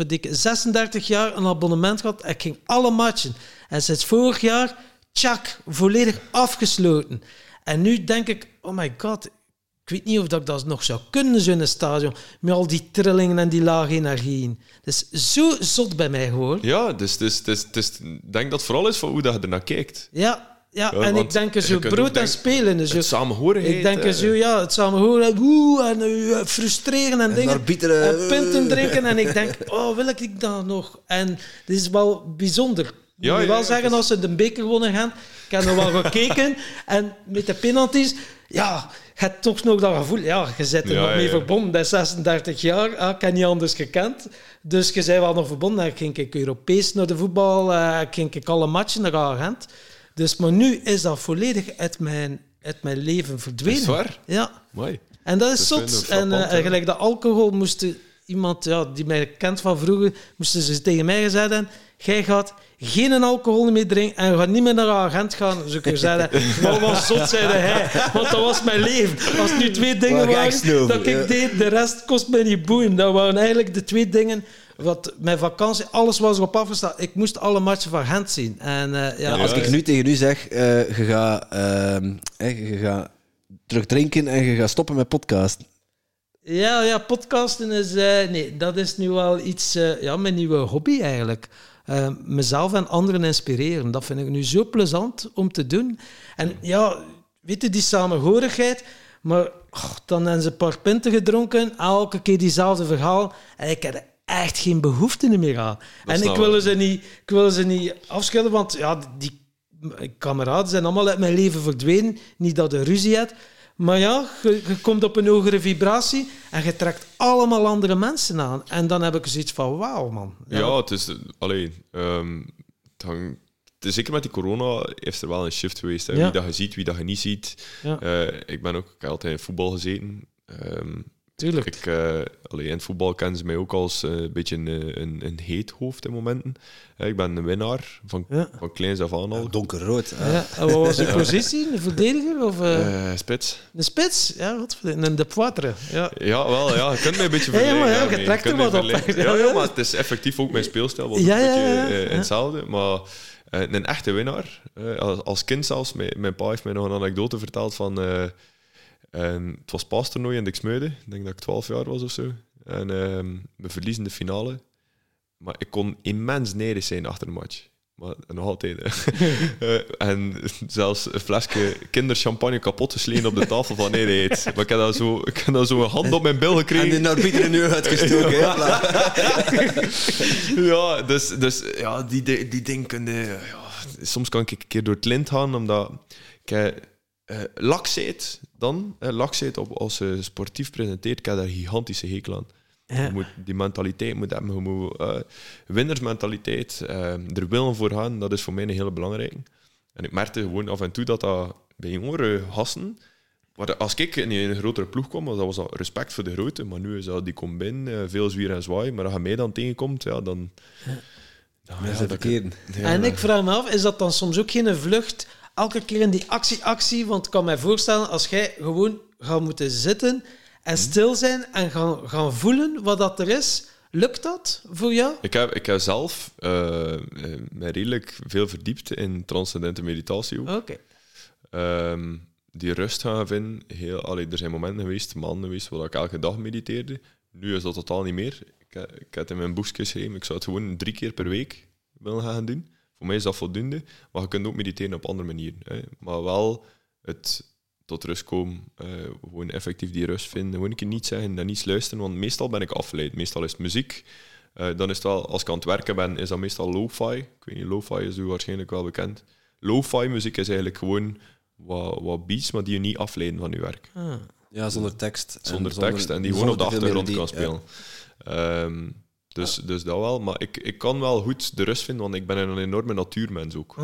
36 jaar een abonnement gehad. Ik ging alle matchen. En sinds vorig jaar... Tjak, volledig afgesloten. En nu denk ik, oh my god, ik weet niet of ik dat nog zou kunnen, zo in een stadion, met al die trillingen en die lage energieën. Dat is zo zot bij mij geworden. Ja, dus ik denk dat het vooral is van hoe dat je ernaar kijkt. Ja, en ik denk er zo brood en spelen. Zo. Het samenhorigheid. Ik denk er zo, het samenhoren, en frustreren en dingen. En punten drinken. En ik denk, oh, wil ik dat nog? En dit is wel bijzonder. Ik moet wel zeggen, als ze de beker gewonnen gaan, ik heb nog wel gekeken. En met de penalties, je hebt toch nog dat gevoel. Ja, je bent er nog mee verbonden. Dat is 36 jaar. Ik heb niet anders gekend. Dus je bent wel nog verbonden. Dan ging ik Europees naar de voetbal. Ging ik alle matchen naar Agent. Dus, maar nu is dat volledig uit mijn leven verdwenen. Is waar? Ja. Mooi. En dat is zot. En gelijk de alcohol moest iemand die mij kent van vroeger, moesten ze tegen mij gezegd hebben, jij gaat geen alcohol meer drinken en je gaat niet meer naar een agent gaan. Dus ik zei, wat zot, zei hij. Want dat was mijn leven. Als het nu 2 dingen waren dat ik deed, de rest kost mij niet boeien. Dat waren eigenlijk de 2 dingen. Wat mijn vakantie, alles was erop afgestaan. Ik moest alle matchen van Gent zien. En, als ik nu tegen u zeg, je gaat terug drinken en je gaat stoppen met podcasten. Ja, podcasten is... nee, dat is nu wel iets... mijn nieuwe hobby eigenlijk. Mezelf en anderen inspireren. Dat vind ik nu zo plezant om te doen. En ja, weet je, die samenhorigheid... Maar dan hebben ze een paar pinten gedronken, elke keer diezelfde verhaal. En ik heb er echt geen behoefte meer aan. En ik wil ze niet afschudden, want ja, die kameraden zijn allemaal uit mijn leven verdwenen. Niet dat je ruzie hebt. Maar ja, je komt op een hogere vibratie en je trekt allemaal andere mensen aan. En dan heb ik zoiets van, wauw, man. Ja, het is... het is zeker met die corona heeft er wel een shift geweest. Hè? Ja. Wie dat je ziet, wie dat je niet ziet. Ja. Ik heb altijd in voetbal gezeten. Tuurlijk. In het voetbal kennen ze mij ook als een beetje een heet hoofd in momenten. Ik ben een winnaar van kleins af aan al. Donkerrood. Ja. En wat was je positie? Een verdediger? Of, spits. een spits? Ja, een de poitre. Ja. Ja, wel, ja. Je kunt mij een beetje Ja, vergelijken. maar ja, je daarmee. trekt er kunt mij wat op. vergelijken. Ja, maar het is effectief ook mijn speelstijl. Was Ja, een ja, beetje ja. hetzelfde. Maar een echte winnaar. Als kind zelfs. Mijn pa heeft mij nog een anekdote verteld van... het was paastoernooi in Diksmuiden. Ik denk dat ik 12 jaar was of zo. En we verliezen de finale. Maar ik kon immens nederig zijn achter de match. Maar nog altijd. En zelfs een flesje kinderchampagne kapot gesleten op de tafel van nederigheid. Maar ik heb dat zo een hand op mijn bil gekregen. En die arbiter nu uitgestoken. Ja, dus ja, die dingen kunnen... soms kan ik een keer door het lint gaan, omdat... Laksheid dan. Laksheid als je sportief presenteert, ik heb daar gigantische hekel aan. Ja. Je moet die mentaliteit moet hebben. Je moet winnersmentaliteit, er willen voor gaan, dat is voor mij een hele belangrijke. En ik merkte gewoon af en toe dat bij jongere gasten, als ik in een grotere ploeg kwam, was dat respect voor de grote, maar nu is dat die komt binnen, veel zwier en zwaai, maar als je mij dan tegenkomt, ja, dan... Dat is verkeerd. En ik vraag me af, is dat dan soms ook geen vlucht? Elke keer in die actie, want ik kan mij voorstellen, als jij gewoon gaat moeten zitten en stil zijn en gaan voelen wat dat er is, lukt dat voor jou? Ik heb zelf mij redelijk veel verdiept in transcendente meditatie ook. Oké. Die rust gaan vinden. Er zijn momenten geweest, maanden geweest, waar ik elke dag mediteerde. Nu is dat totaal niet meer. Ik heb het in mijn boekje geschreven. Ik zou het gewoon 3 keer per week willen gaan doen. Voor mij is dat voldoende. Maar je kunt ook mediteren op andere manieren. Hè. Maar wel het tot rust komen. Gewoon effectief die rust vinden. Gewoon een keer niet zeggen en niets luisteren. Want meestal ben ik afgeleid. Meestal is het muziek. Dan is het wel, als ik aan het werken ben, is dat meestal lo-fi. Ik weet niet, lo-fi is u waarschijnlijk wel bekend. Lo-fi muziek is eigenlijk gewoon wat beats, maar die je niet afleiden van je werk. Ja, zonder tekst. Zonder tekst en die gewoon op de achtergrond kan spelen. Ja. Dus dat wel. Maar ik kan wel goed de rust vinden, want ik ben een enorme natuurmens ook.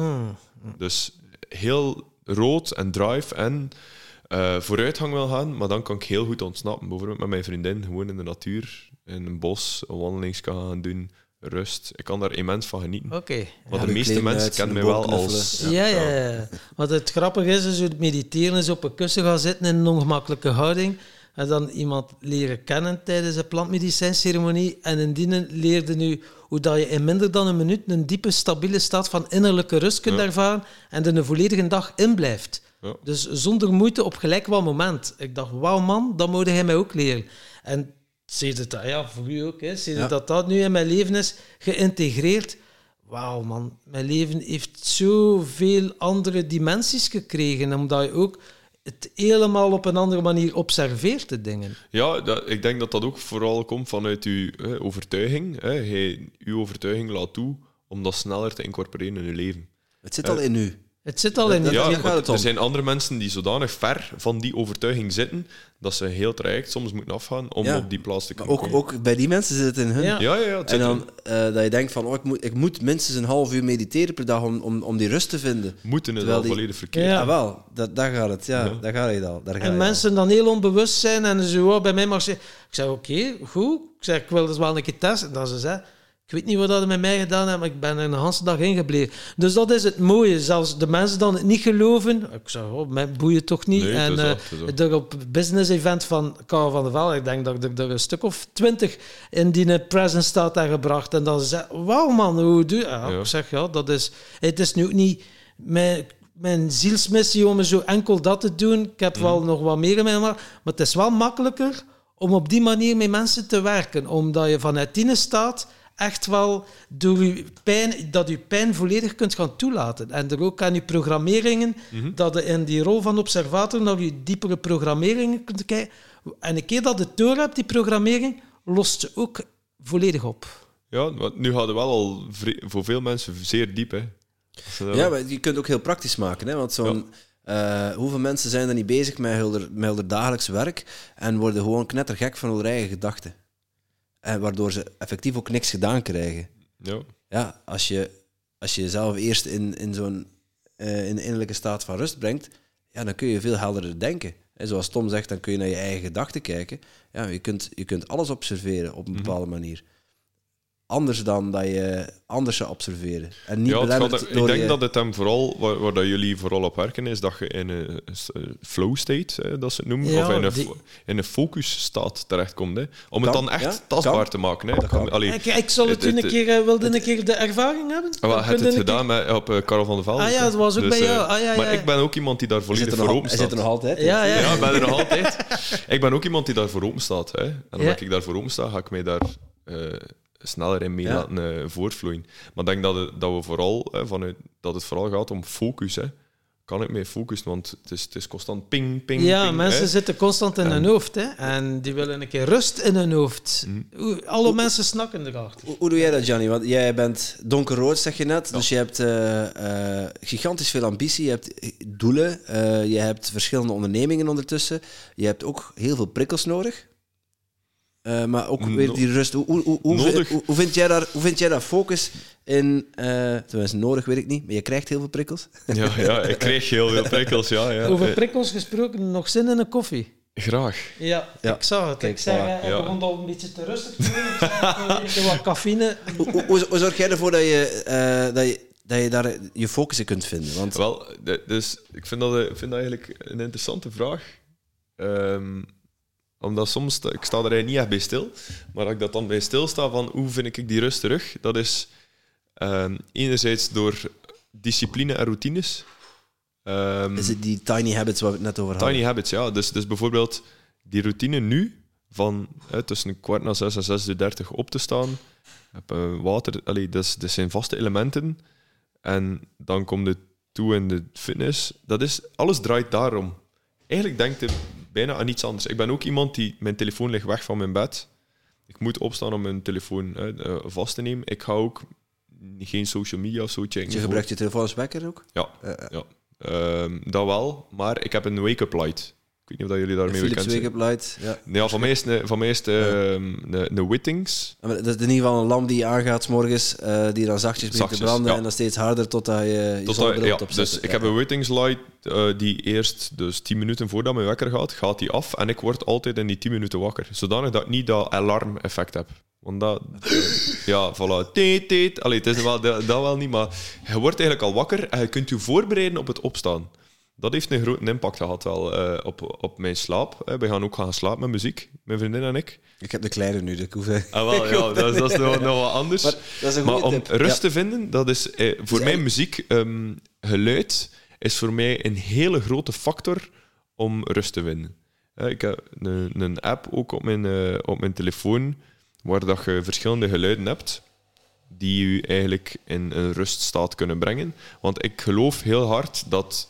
Dus heel rood en drive en vooruitgang wil gaan, maar dan kan ik heel goed ontsnappen. Bijvoorbeeld met mijn vriendin, gewoon in de natuur, in een bos, een wandeling gaan doen, rust. Ik kan daar immens van genieten. Oké. Maar de meeste mensen kennen mij wel als... Ja. Wat het grappige is je het mediteren is op een kussen gaan zitten in een ongemakkelijke houding en dan iemand leren kennen tijdens een plantmedicijnceremonie en indien leerde nu hoe dat je in minder dan een minuut een diepe, stabiele staat van innerlijke rust kunt ervaren en er een volledige dag in blijft. Ja. Dus zonder moeite op gelijk wat moment. Ik dacht, wauw man, dat moet hij mij ook leren. En zie je dat, ja, voor u ook, zie je dat nu in mijn leven is geïntegreerd. Wauw man, mijn leven heeft zoveel andere dimensies gekregen, omdat je ook het helemaal op een andere manier observeert, de dingen. Ja, ik denk dat dat ook vooral komt vanuit uw overtuiging. Uw overtuiging laat toe om dat sneller te incorporeren in uw leven. Het zit al in u. Het zit al in Dat- je. Ja, daar gaat het om. er zijn andere mensen die zodanig ver van die overtuiging zitten, dat ze heel traject soms moeten afgaan om Ja. op die plaats te Maar kunnen komen. ook bij die mensen zit het in hun. Ja. Ja, het En zit dan dat je denkt van, ik moet minstens een half uur mediteren per dag om die rust te vinden. moeten het Terwijl al die- volledig verkeerd. Ja. Ja, wel, daar gaat het. Ja, daar ga je al. Daar ga En je mensen dan heel onbewust zijn en zo bij mij mag zeggen... Ik zeg, oké, goed. Ik zeg, ik wil dus wel een keer testen. En dan ze zei, ik weet niet wat dat met mij gedaan heeft, maar ik ben er een hele dag ingebleven. Dus dat is het mooie. Zelfs de mensen dan het niet geloven. Ik zeg, mij boeien toch niet. Nee, en het is zo. er op business-event van Karel van der Velde, ik denk dat ik er een stuk of 20 in die present staat en gebracht. En dan ze zei, wauw man, hoe doe je? Ja, Ja. ik zeg, ja, dat is... Het is nu ook niet... mijn zielsmissie om zo enkel dat te doen. Ik heb wel nog wat meer in mijn maar het is wel makkelijker om op die manier met mensen te werken. Omdat je vanuit die staat echt wel door je pijn volledig kunt gaan toelaten. En er ook aan je programmeringen, dat je in die rol van observator naar je diepere programmeringen kunt kijken. En een keer dat je het door hebt, die programmering, lost ze ook volledig op. Ja, want nu gaat het wel al voor veel mensen zeer diep, hè. Ja, maar je kunt het ook heel praktisch maken, hè? Want hoeveel mensen zijn er niet bezig met hun dagelijks werk en worden gewoon knettergek van hun eigen gedachten. En waardoor ze effectief ook niks gedaan krijgen. Ja, als je jezelf eerst in zo'n innerlijke staat van rust brengt, ja, dan kun je veel helderder denken. En zoals Tom zegt, dan kun je naar je eigen gedachten kijken. Ja, je kunt alles observeren op een bepaalde manier. Anders dan dat je anders zou observeren. En niet ik denk dat het hem vooral, waar dat jullie vooral op werken, is dat je in een flow state, dat ze het noemen, of in een focusstaat terechtkomt. Hè, om het dan echt tastbaar te maken. Hè. Ik zal het een keer, wilde een keer de ervaring hebben. Wat heb je het gedaan op Karel van der Velde? Ah ja, dat was ook bij jou. Maar ik ben ook iemand die daar volledig voor open staat. Hij zit er nog altijd. Ja, ik ben er nog altijd. Ik ben ook iemand die daar voor open staat. Hè. En omdat ik daar voor open sta, ga ik mij daar sneller in mee laten voortvloeien. Maar ik denk dat we vooral, dat het vooral gaat om focus. Hè. Kan ik mee focussen, want het is constant ping, ping, ja, ping. Mensen zitten constant in hun hoofd. Hè. En die willen een keer rust in hun hoofd. Alle mensen snakken erachter. Hoe doe jij dat, Gianni? Want jij bent donkerrood, zeg je net. Ja. Dus je hebt gigantisch veel ambitie. Je hebt doelen. Je hebt verschillende ondernemingen ondertussen. Je hebt ook heel veel prikkels nodig. Maar ook weer die rust. Hoe vind jij daar focus in? Tenminste, nodig weet ik niet, maar je krijgt heel veel prikkels. Ja, ik kreeg heel veel prikkels, ja. Over prikkels gesproken, nog zin in een koffie? Graag. Ja, ik zag het. Kijk, ik begon al een beetje te rustig te worden. Ik heb wat cafeïne. Hoe zorg jij ervoor dat je daar je focus in kunt vinden? Want... Wel, dus ik vind dat eigenlijk een interessante vraag. Omdat soms, ik sta er eigenlijk niet echt bij stil, maar als ik dat dan bij stilsta van hoe vind ik die rust terug, dat is enerzijds door discipline en routines. Is het die tiny habits waar we het net over hadden? Tiny habits, ja. Dus bijvoorbeeld die routine nu, van tussen 5:45 en 6:30 op te staan, water, dat zijn vaste elementen, en dan komt het toe in de fitness. Alles draait daarom. Eigenlijk denkt je bijna aan iets anders. Ik ben ook iemand die... Mijn telefoon ligt weg van mijn bed. Ik moet opstaan om mijn telefoon vast te nemen. Ik ga ook geen social media of zo checken. Je gebruikt je telefoon als wekker ook? Ja. Dat wel. Maar ik heb een wake-up light. Ik weet niet of jullie daarmee bekend zijn. Philips wake-up light. Ja, van mij is het een Wittings. Dat is in ieder geval een lamp die je aangaat 's morgens, die dan zachtjes begint te branden en dan steeds harder totdat je zonnebril opzet. Dus ik heb een Wittings light die eerst, dus 10 minuten voordat mijn wekker gaat die af en ik word altijd in die 10 minuten wakker. Zodanig dat ik niet dat alarm-effect heb. Want dat... ja, voilà. Teet. Allee, het is wel, dat wel niet, maar je wordt eigenlijk al wakker en je kunt je voorbereiden op het opstaan. Dat heeft een grote impact gehad wel, op mijn slaap. We gaan ook gaan slapen met muziek, mijn vriendin en ik. Ik heb de kleine nu, dus ik hoef... Dat is nog wat anders. Maar om rust te vinden, dat is voor mij muziek, geluid, is voor mij een hele grote factor om rust te vinden. Ik heb een app ook op mijn telefoon, waar dat je verschillende geluiden hebt, die je eigenlijk in een ruststaat kunnen brengen. Want ik geloof heel hard dat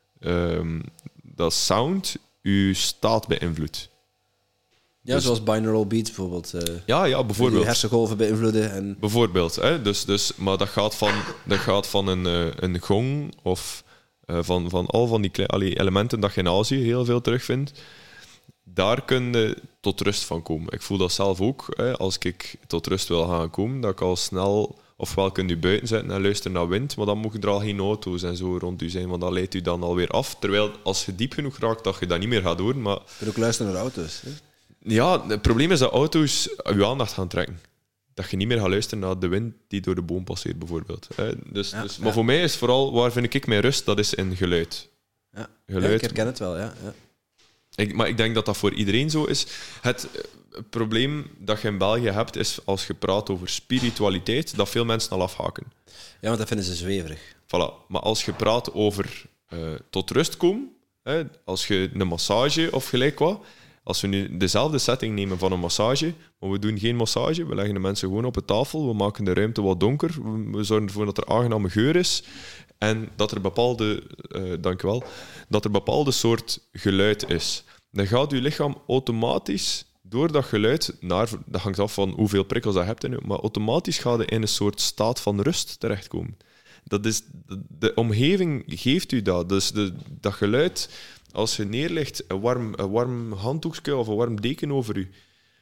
sound je staat beïnvloedt. Ja, dus, zoals binaural beats bijvoorbeeld. Ja, bijvoorbeeld. Je hersengolven beïnvloeden. En... Bijvoorbeeld. Hè? Maar dat gaat van een gong of van al van die elementen dat je in Azië heel veel terugvindt. Daar kun je tot rust van komen. Ik voel dat zelf ook. Hè? Als ik tot rust wil gaan komen, dat ik al snel... Ofwel kun je buiten zitten en luisteren naar wind, maar dan mogen er al geen auto's en zo rond u zijn, want dat leidt u dan alweer af. Terwijl als je diep genoeg raakt, dat je dat niet meer gaat horen. Maar... Je kunt ook luisteren naar auto's. Hè? Ja, het probleem is dat auto's je aandacht gaan trekken. Dat je niet meer gaat luisteren naar de wind die door de boom passeert, bijvoorbeeld. Maar voor mij is vooral, waar vind ik mijn rust, dat is in geluid. Ja, geluid. Ja, ik herken het wel, ja. Maar ik denk dat dat voor iedereen zo is. Het probleem dat je in België hebt, is als je praat over spiritualiteit, dat veel mensen al afhaken. Ja, want dat vinden ze zweverig. Voilà. Maar als je praat over tot rust komen. Hè, als je een massage of gelijk wat, als we nu dezelfde setting nemen van een massage, maar we doen geen massage, we leggen de mensen gewoon op een tafel, we maken de ruimte wat donker, we zorgen ervoor dat er aangename geur is en dat er bepaalde soort geluid is. Dan gaat je lichaam automatisch door dat geluid, dat hangt af van hoeveel prikkels je hebt, maar automatisch gaat je in een soort staat van rust terechtkomen. Dat is, de omgeving geeft u dat. Dus dat geluid, als je neerlegt, een warm handdoekje of een warm deken over u.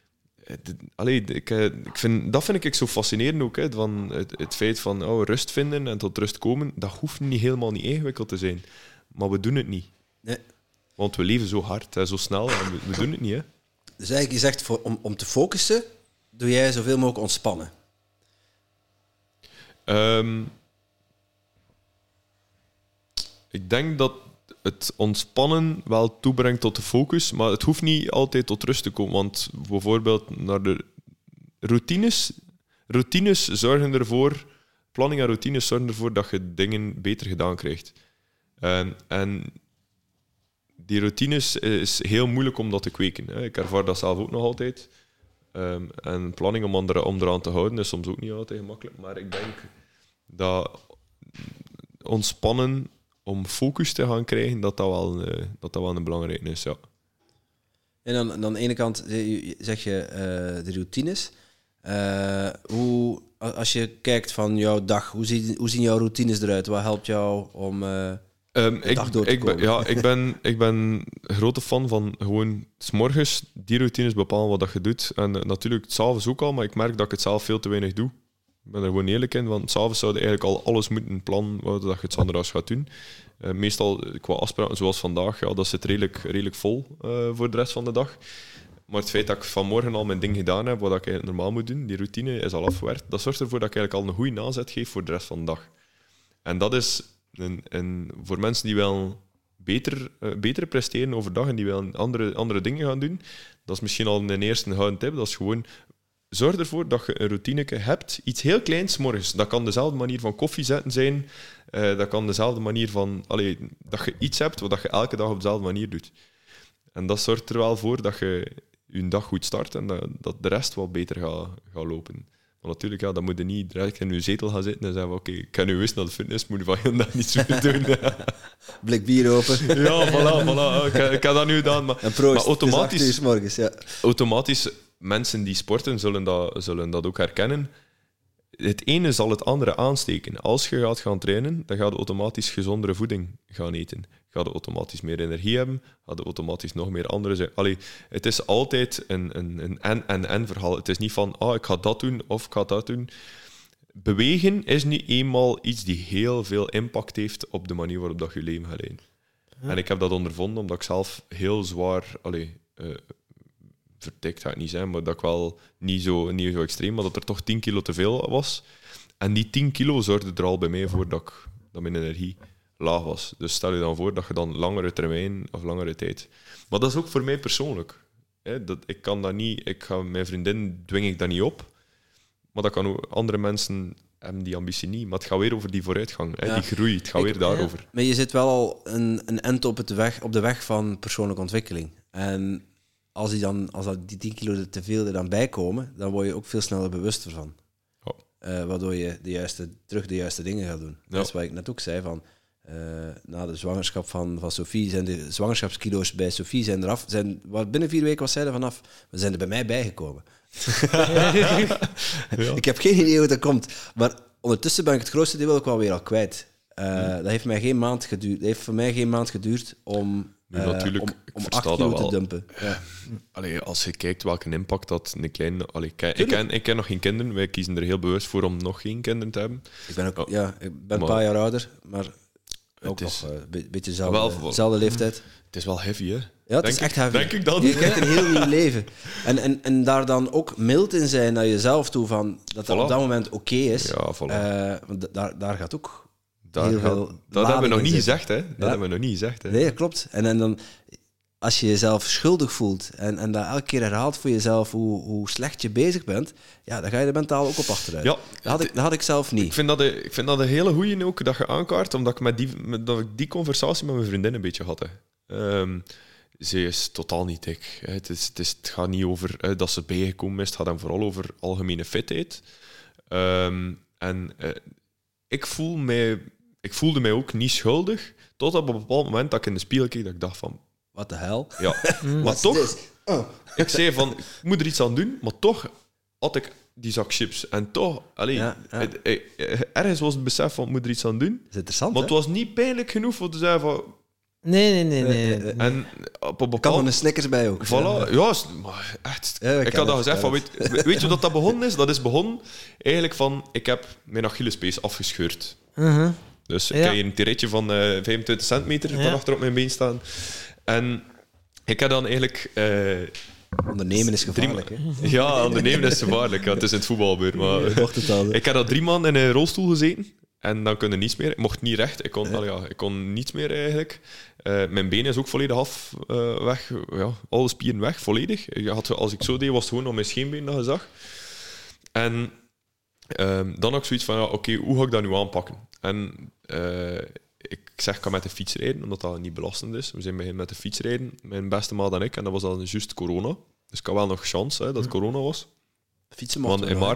Dat vind ik zo fascinerend ook. Hè, van het feit van rust vinden en tot rust komen, dat hoeft helemaal niet ingewikkeld te zijn. Maar we doen het niet. Nee. Want we leven zo hard, zo snel, en we doen het niet. Hè. Dus eigenlijk, je zegt, om te focussen, doe jij zoveel mogelijk ontspannen. Ik denk dat het ontspannen wel toebrengt tot de focus, maar het hoeft niet altijd tot rust te komen. Want bijvoorbeeld naar de routines zorgen ervoor, planning en routines zorgen ervoor dat je dingen beter gedaan krijgt. En die routines is heel moeilijk om dat te kweken. Hè. Ik ervaar dat zelf ook nog altijd. En planning om eraan te houden is soms ook niet altijd gemakkelijk. Maar ik denk dat ontspannen om focus te gaan krijgen, dat wel een belangrijke is, ja. En dan aan de ene kant zeg je de routines. Als je kijkt van jouw dag, hoe zien jouw routines eruit? Wat helpt jou om de dag door te komen? Ik ben een grote fan van gewoon 's morgens die routines bepalen wat dat je doet. En natuurlijk 's avonds ook al, maar ik merk dat ik het zelf veel te weinig doe. Ik ben er gewoon eerlijk in, want 's avonds zou je eigenlijk al alles moeten plannen dat je het zondags gaat doen. Meestal qua afspraken, zoals vandaag, dat zit redelijk vol voor de rest van de dag. Maar het feit dat ik vanmorgen al mijn ding gedaan heb, wat ik eigenlijk normaal moet doen, die routine is al afgewerkt, dat zorgt ervoor dat ik eigenlijk al een goede nazet geef voor de rest van de dag. En dat is voor mensen die wel beter presteren overdag en die wel andere dingen gaan doen, dat is misschien al een eerste gouden tip. Dat is gewoon, zorg ervoor dat je een routineke hebt. Iets heel kleins 's morgens. Dat kan dezelfde manier van koffie zetten zijn. Dat kan dezelfde manier van... dat je iets hebt wat je elke dag op dezelfde manier doet. En dat zorgt er wel voor dat je je dag goed start en dat de rest wat beter gaat lopen. Maar natuurlijk, dan moet je niet direct in je zetel gaan zitten en zeggen oké, ik kan nu eens naar de fitness, moet je van je dag niet meer doen. Blik bier open. Ja, voilà. Ik heb dat nu gedaan. Maar automatisch... Het is 8 uur 's morgens, ja. Automatisch, mensen die sporten zullen dat ook herkennen. Het ene zal het andere aansteken. Als je gaat gaan trainen, dan ga je automatisch gezondere voeding gaan eten. Ga je automatisch meer energie hebben, ga je automatisch nog meer andere zijn. Het is altijd een en verhaal. Het is niet van, ik ga dat doen of ik ga dat doen. Bewegen is nu eenmaal iets die heel veel impact heeft op de manier waarop dat je leven gaat leiden. Ja. En ik heb dat ondervonden omdat ik zelf heel zwaar... vertikt ga ik niet zijn, maar dat ik wel niet zo extreem, maar dat er toch 10 kilo te veel was. En die 10 kilo zorgde er al bij mij voor dat mijn energie laag was. Dus stel je dan voor dat je dan langere termijn of langere tijd... Maar dat is ook voor mij persoonlijk. Ik kan dat niet... Mijn vriendin dwing ik dat niet op. Maar dat kan ook andere mensen hebben die ambitie niet. Maar het gaat weer over die vooruitgang, die groei. Het gaat weer daarover. Ja. Maar je zit wel al een end op de weg van persoonlijke ontwikkeling. En als die 10 kilo te veel er dan bij komen, dan word je ook veel sneller bewust ervan. Ja. Waardoor je de juiste dingen gaat doen. Ja. Dat is wat ik net ook zei, van na de zwangerschap van Sophie zijn de zwangerschapskilo's bij Sophie zijn eraf. Binnen 4 weken was zij er vanaf. We zijn er bij mij bijgekomen. Ja. Ik heb geen idee hoe dat komt. Maar ondertussen ben ik het grootste deel ook wel weer al kwijt. Dat heeft mij geen maand geduurd. Dat heeft voor mij geen maand geduurd om 8 kilo te dumpen. Ja. Als je kijkt welke impact dat een kleine... Ik ken nog geen kinderen. Wij kiezen er heel bewust voor om nog geen kinderen te hebben. Ik ben een paar jaar ouder, maar ook nog een beetje dezelfde leeftijd. Het is wel heavy, hè? Ja, het is echt heavy. Denk ik dan. Je krijgt een heel nieuw leven. En daar dan ook mild in zijn naar jezelf toe, van dat dat op dat moment oké is. Ja, voilà. Want daar gaat ook... Dat hebben we nog niet gezegd, hè? Dat hebben we nog niet gezegd, hè? Nee, dat klopt. En dan, als je jezelf schuldig voelt en dat elke keer herhaalt voor jezelf hoe slecht je bezig bent, ja, dan ga je er mentaal ook op achteruit. Ja, Dat had ik zelf niet. Ik vind dat een hele goeie ook, dat je aankaart, omdat ik dat ik die conversatie met mijn vriendin een beetje had. Ze is totaal niet dik. Het gaat niet over dat ze bijgekomen is, het gaat dan vooral over algemene fitheid. Ik voelde mij ook niet schuldig, tot op een bepaald moment dat ik in de spiegel keek, dat ik dacht van... Wat de hel? Ja, maar toch... Ik zei van, ik moet er iets aan doen, maar toch had ik die zak chips. En toch, ergens was het besef van, ik moet er iets aan doen. Dat is interessant, Maar het was niet pijnlijk genoeg voor te zeggen van... Nee. En op een Er kan bepaald... er een Snickers bij ook. Voilà, ja, maar echt. Ja, ik had dat gezegd van, weet je wat dat begonnen is? Dat is begonnen eigenlijk van, ik heb mijn Achillespees afgescheurd. Dus ik heb hier een tiretje van 25 centimeter van achter op mijn been staan. En ik heb dan eigenlijk... Ondernemen is gevaarlijk, hè? Ja, ondernemen is gevaarlijk. Ja, het is in het voetbalbeur. Maar ik heb dat 3 maanden in een rolstoel gezeten. En dan kon er niets meer. Ik mocht niet recht. Ik kon niets meer eigenlijk. Mijn been is ook volledig weg. Ja, alle spieren weg, volledig. Als ik zo deed, was het gewoon op mijn scheenbeen dat je zag. En dan had ik zoiets van, oké, hoe ga ik dat nu aanpakken? En ik zeg, ik kan met de fiets rijden, omdat dat niet belastend is. We zijn beginnen met de fiets rijden, mijn beste maat en ik. En dat was dan juist corona. Dus ik had wel nog chance dat het corona was. Fietsen want in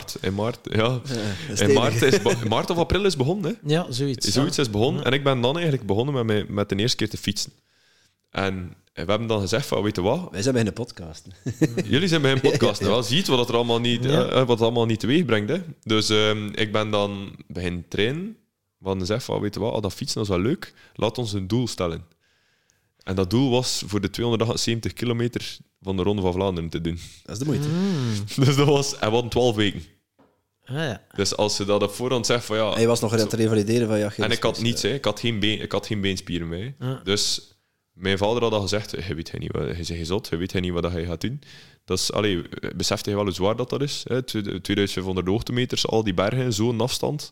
maart of april is begonnen. Hè. Ja, zoiets. Zoiets is begonnen. En ik ben dan eigenlijk begonnen met de eerste keer te fietsen. En we hebben dan gezegd van, weet je wat? Wij zijn bij een podcast. Jullie zijn bij een podcast. Wel, ziet wat er allemaal niet, wat het allemaal niet teweeg brengt. Hè. Dus ik ben dan beginnen trainen. Van gezegd van, weet je wat, dat fietsen is wel leuk. Laat ons een doel stellen. En dat doel was voor de 278 kilometer van de Ronde van Vlaanderen te doen. Dat is de moeite. Dus dat was... En we hadden 12 weken. Ja. Dus als ze dat op voorhand zegt van ja... En je was nog aan het revalideren van je Achilles. En ik had niets, hè. Ik had geen beenspieren mee. Ja. Dus mijn vader had al gezegd, je weet niet wat je zegt, zot, je weet niet wat je gaat doen. Dat is, besefte je wel hoe zwaar dat is. Hè? 2500 hoogtemeters, al die bergen, zo'n afstand.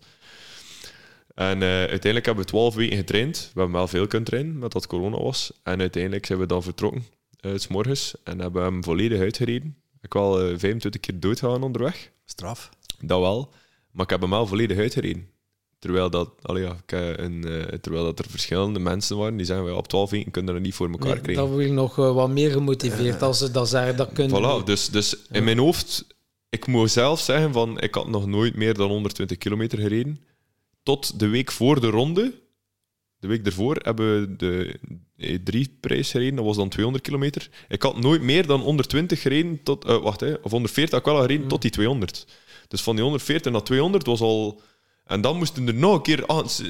En uiteindelijk hebben we 12 weken getraind. We hebben wel veel kunnen trainen, met dat corona was. En uiteindelijk zijn we dan vertrokken, 's morgens, en hebben we hem volledig uitgereden. Ik heb wel 25 keer doodgegaan onderweg. Straf. Dat wel. Maar ik heb hem wel volledig uitgereden. Terwijl dat er verschillende mensen waren die zeggen, op 12 weken kunnen we dat niet voor elkaar krijgen. Dat wil ik nog wat meer gemotiveerd als ze dat zeggen. Dat kunnen voilà, dus in mijn hoofd, ik moet zelf zeggen van, ik had nog nooit meer dan 120 kilometer gereden. Tot de week voor de ronde. De week ervoor hebben we de E3-prijs gereden, dat was dan 200 kilometer. Ik had nooit meer dan 120 gereden tot... of 140 had ik wel gereden tot die 200. Dus van die 140 naar 200 was al... En dan moesten er nog een keer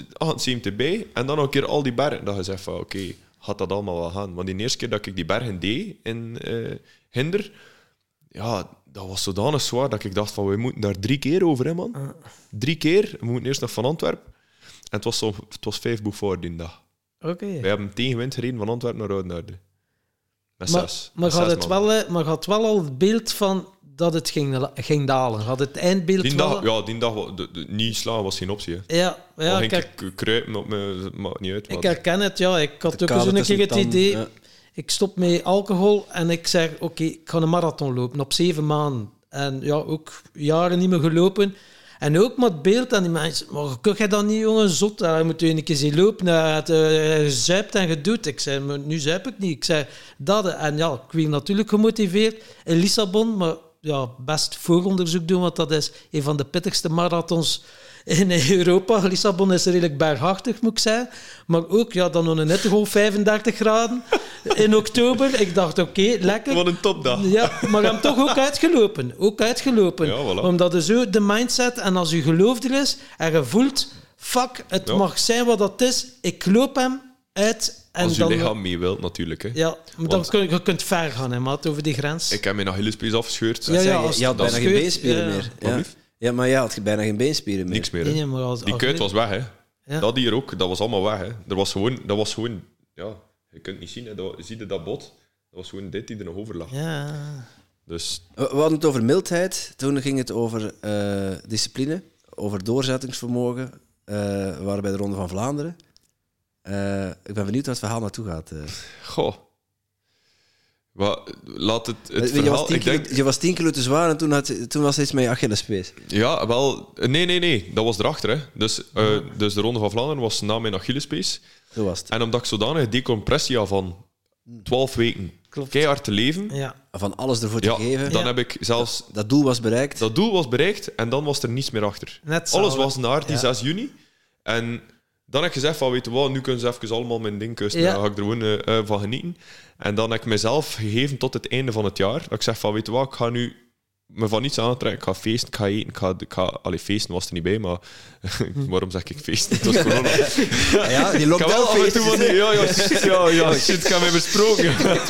78 bij. En dan nog een keer al die bergen. Dat je zegt van, oké, gaat dat allemaal wel gaan? Maar die eerste keer dat ik die bergen deed in Hinder... Ja, dat was zodanig zwaar dat ik dacht van, we moeten daar 3 keer over, hè, man. 3 keer. We moeten eerst nog van Antwerpen. En het was 5 boek voor die dag. Okay. We hebben tegenwind gereden van Antwerpen naar Oudenaarde. Met 6. Maar gaat wel al het beeld van dat het ging dalen? Had het eindbeeld die dag niet slaan was geen optie. Hè. Ja, ik kruipen op me, maakt niet uit. Ik herken het, ja. Ik had ook eens een keer het idee... Ja. Ik stop met alcohol en ik zeg, oké, ik ga een marathon lopen op 7 maanden. En ja, ook jaren niet meer gelopen. En ook met het beeld aan die mensen, maar kun je dat niet, jongen, zot? Je moet een keer zien lopen, je zuipt en je doet. Ik zei, maar nu zuip ik niet. Ik zei, dat. En ja, ik werd natuurlijk gemotiveerd in Lissabon, maar ja, best vooronderzoek doen, want dat is een van de pittigste marathons in Europa. Lissabon is redelijk bergachtig, moet ik zeggen. Maar ook, ja, dan nog net gewoon 35 graden in oktober. Ik dacht, oké, lekker. Wat een topdag. Ja, maar ik heb toch ook uitgelopen. Ja, voilà. Omdat je zo de mindset, en als je geloof er is, en je voelt, fuck, het mag zijn wat dat is, ik loop hem uit. En als je dan, lichaam mee wilt, natuurlijk. Hè. Ja, maar dan je kunt ver gaan, hè, maat, over die grens. Ik heb mijn Achillespees afgescheurd. Ja, je had bijna geen beenspieren meer. Ja. Ja, maar je had bijna geen beenspieren meer. Niks meer. Hè. Nee, maar die kuit was weg. Hè. Ja. Dat hier ook, dat was allemaal weg. Hè. Dat was gewoon... Ja, je kunt niet zien, hè. Zie je dat bot? Dat was gewoon dit die er nog over lag. Ja. Dus... We hadden het over mildheid. Toen ging het over discipline, over doorzettingsvermogen. We waren bij de Ronde van Vlaanderen. Ik ben benieuwd waar het verhaal naartoe gaat. Goh. Laat het Je verhaal... je was 10 kilo te zwaar en toen was het iets met je Achillespees. Ja, wel... Nee. Dat was erachter. Hè. Dus de Ronde van Vlaanderen was na mijn Achillespees. Zo was het. En omdat ik zodanig decompressie had van 12 weken keihard te leven... Ja. Van alles ervoor te geven. Dan heb ik zelfs... Dat doel was bereikt. Dat doel was bereikt en dan was er niets meer achter. Alles was naar die 6 juni. En dan heb ik gezegd van, weet je wat, nu kunnen ze even allemaal mijn ding kussen. Daar ga ik er gewoon van genieten. En dan heb ik mezelf gegeven tot het einde van het jaar. Dat ik zeg van, weet je wat, ik ga nu me van niets aantrekken. Ik ga feesten, ik ga eten. Feesten was er niet bij, maar waarom zeg ik feesten? Het was corona. Ja, die lockdown-feesten. Shit, ik heb mij besproken.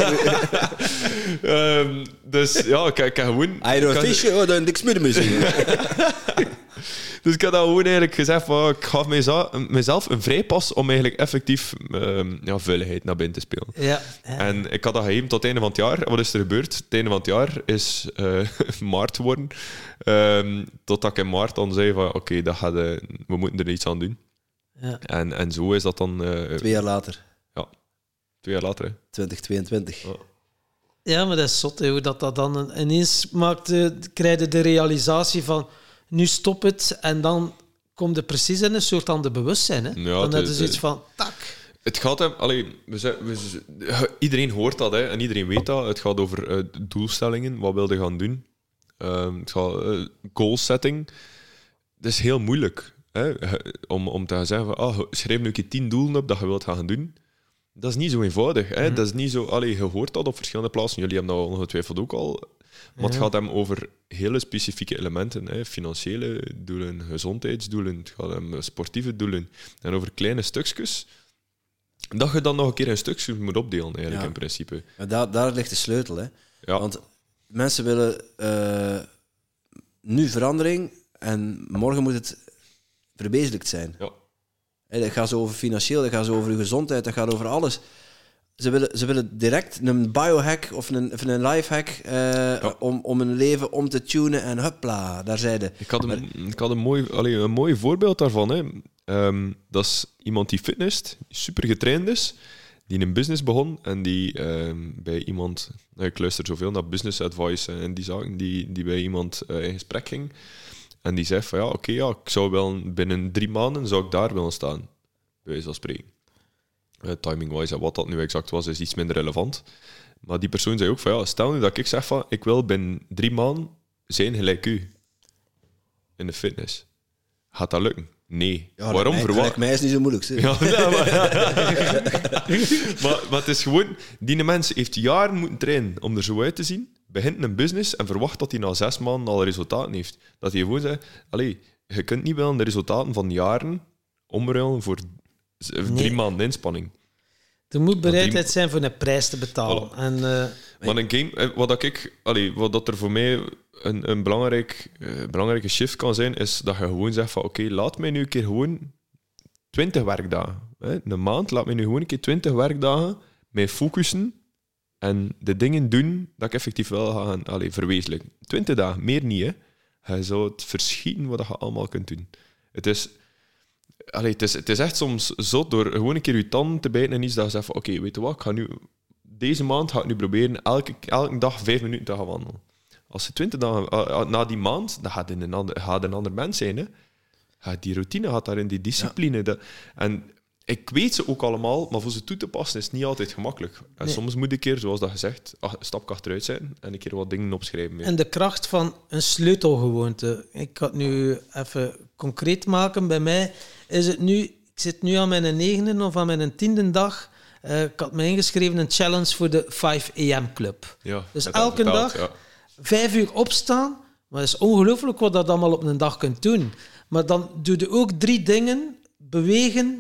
Dus ja, ik heb gewoon... Hij doet een feestje, dan niks meer mee. Dus ik had dat gewoon eigenlijk gezegd van, ik gaf mezelf een vrijpas om eigenlijk effectief veiligheid naar binnen te spelen. Ja. En ik had dat gegeven tot het einde van het jaar. Wat is er gebeurd? Het einde van het jaar is maart geworden. Totdat ik in maart dan zei van, oké, we moeten er iets aan doen. Ja. En zo is dat dan... 2 jaar later. Ja, 2 jaar later. Hè. 2022. Ja. Ja, maar dat is zot, hè, hoe dat dan ineens maakte, krijg je de realisatie van nu stop het en dan komt er precies in een soort aan de bewustzijn. Hè? Ja, dan is zoiets van, tak. Het gaat hem... Iedereen hoort dat, hè, en iedereen weet dat. Het gaat over doelstellingen, wat wil je gaan doen. Het gaat goal setting. Het is heel moeilijk hè, om te gaan zeggen van, schrijf nu een keer 10 doelen op dat je wilt gaan doen. Dat is niet zo eenvoudig. Hè. Dat is niet zo... je hoort dat op verschillende plaatsen. Jullie hebben dat ongetwijfeld ook al. Maar het gaat hem over hele specifieke elementen. Hè. Financiële doelen, gezondheidsdoelen, het gaat hem sportieve doelen. En over kleine stukjes, dat je dan nog een keer in stukjes moet opdelen, eigenlijk, in principe. Maar daar ligt de sleutel. Hè. Ja. Want mensen willen nu verandering en morgen moet het verwezenlijkt zijn. Ja. Dat gaat zo over financieel, dat gaat zo over je gezondheid, dat gaat over alles. Ze willen direct een biohack of een lifehack om een leven om te tunen en hupla, daar zeiden. Ik had een mooi voorbeeld daarvan. Hè. Dat is iemand die fitness, super getraind is, die een business begon en die bij iemand... ik luister zoveel naar business advice en die zaken, die bij iemand in gesprek ging. En die zei van ik zou wel binnen 3 maanden zou ik daar willen staan, bij wijze van spreken. Timing-wise en wat dat nu exact was, is iets minder relevant. Maar die persoon zei ook van stel nu dat ik zeg van ik wil binnen 3 maanden zijn gelijk u in de fitness. Gaat dat lukken? Nee. Ja, waarom? Gelijk mij is niet zo moeilijk. Zeg. Maar het is gewoon... Die mens heeft jaren moeten trainen om er zo uit te zien, begint een business en verwacht dat hij na 6 maanden al resultaten heeft. Dat hij gewoon zegt, je kunt niet wel de resultaten van jaren omruilen voor 3 maanden inspanning. Er moet bereidheid zijn voor een prijs te betalen. Voilà. En, maar een game... Wat dat er voor mij een belangrijke shift kan zijn, is dat je gewoon zegt van laat mij nu een keer gewoon 20 werkdagen. Hè, een maand, laat mij nu gewoon een keer 20 werkdagen mij focussen en de dingen doen dat ik effectief wel ga gaan verwezenlijken. 20 dagen, meer niet. Hè. Je zou het verschieten wat je allemaal kunt doen. Het is echt soms zo door gewoon een keer je tanden te bijten en iets dat je zegt van weet je wat, deze maand ga ik nu proberen elke dag 5 minuten te gaan wandelen. Als je 20 dagen na die maand, dan gaat een ander mens zijn. Hè. Die routine gaat daarin, die discipline. Ja. En ik weet ze ook allemaal, maar voor ze toe te passen is het niet altijd gemakkelijk. En soms moet ik keer, zoals dat gezegd, een stap achteruit zijn en een keer wat dingen opschrijven. En de kracht van een sleutelgewoonte. Ik ga het nu even concreet maken. Bij mij is het nu... Ik zit nu aan mijn 9e of aan mijn 10e dag. Ik had me ingeschreven een challenge voor de 5 AM Club. Ja, dus elke dag 5 uur opstaan. Maar het is ongelooflijk wat dat allemaal op een dag kunt doen. Maar dan doe je ook 3 dingen. Bewegen,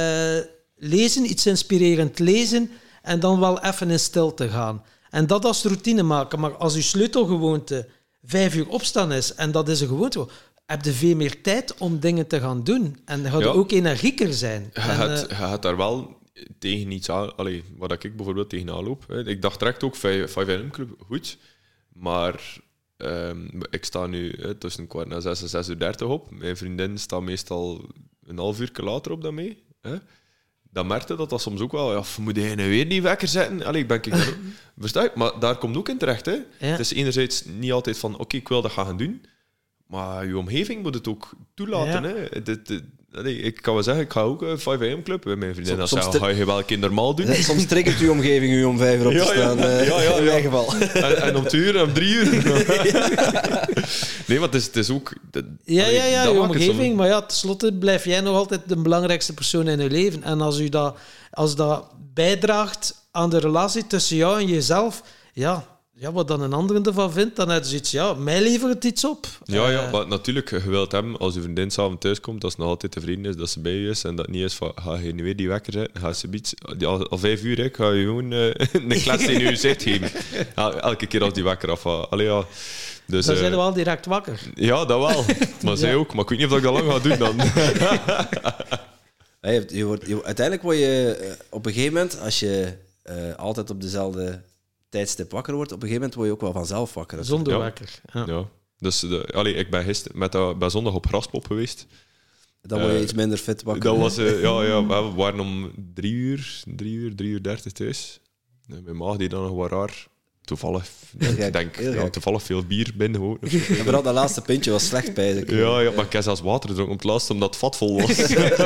lezen, iets inspirerend lezen en dan wel even in stilte gaan. En dat als routine maken. Maar als je sleutelgewoonte 5 uur opstaan is en dat is een gewoonte, heb je veel meer tijd om dingen te gaan doen. En dan ga je ook energieker zijn. Je gaat daar wel tegen iets aan... wat ik bijvoorbeeld tegenaan loop. Ik dacht direct ook 5 AM Club, goed. Maar ik sta nu tussen 5:15 en 6:30 op. Mijn vriendin staat meestal een half uur later op dan mee. dan merkte dat soms ook wel... Ja, moet je nou weer die wekker zetten? Allee, versta je? Maar daar komt ook in terecht. Hè? Ja. Het is enerzijds niet altijd van... Oké, ik wil dat gaan doen. Maar je omgeving moet het ook toelaten. Ja. Hè? Ik kan wel zeggen, ik ga ook een 5 AM club bij mijn vriendin. Dat Soms zeggen, ga je wel een keer normaal doen? Soms triggert uw omgeving u om 5 uur op te staan. In mijn geval. En om 2 uur en om 3 uur. Nee, maar het is ook... Ja, dat je maakt het omgeving. zo- Maar ja, tenslotte blijf jij nog altijd de belangrijkste persoon in je leven. En als dat bijdraagt aan de relatie tussen jou en jezelf, ja, wat dan een ander ervan vindt, dan heb je zoiets, ja, mij levert het iets op. Ja, maar natuurlijk, je wilt hebben, als je vriendin samen thuis komt, dat ze nog altijd tevreden is, dat ze bij je is en dat niet is van, ga je nu weer die wekker zetten? Ga ze iets, al 5 uur, ik ga je gewoon een klets in je gezicht geven. Ja, elke keer als die wekker afvalt. Allee, ja. Dus, Dan zijn we wel direct wakker. Ja, dat wel. Maar zij ook. Maar ik weet niet of ik dat lang ga doen dan. Uiteindelijk word je op een gegeven moment, als je altijd op dezelfde tijdstip wakker wordt, op een gegeven moment word je ook wel vanzelf wakker. Zonder Ja. wekker. Ja. Ja. Dus ik ben gisteren bij zondag op Graspop geweest. Dan word je iets minder fit wakker. Dat was, we waren om 3 uur 30 thuis. Mijn maag deed dan nog wat raar. Toevallig, Heel gek. toevallig veel bier binnen. En vooral dat laatste puntje was slecht bij zich. Ja, maar ik heb zelfs water gedronken op het laatst, omdat het vat vol was.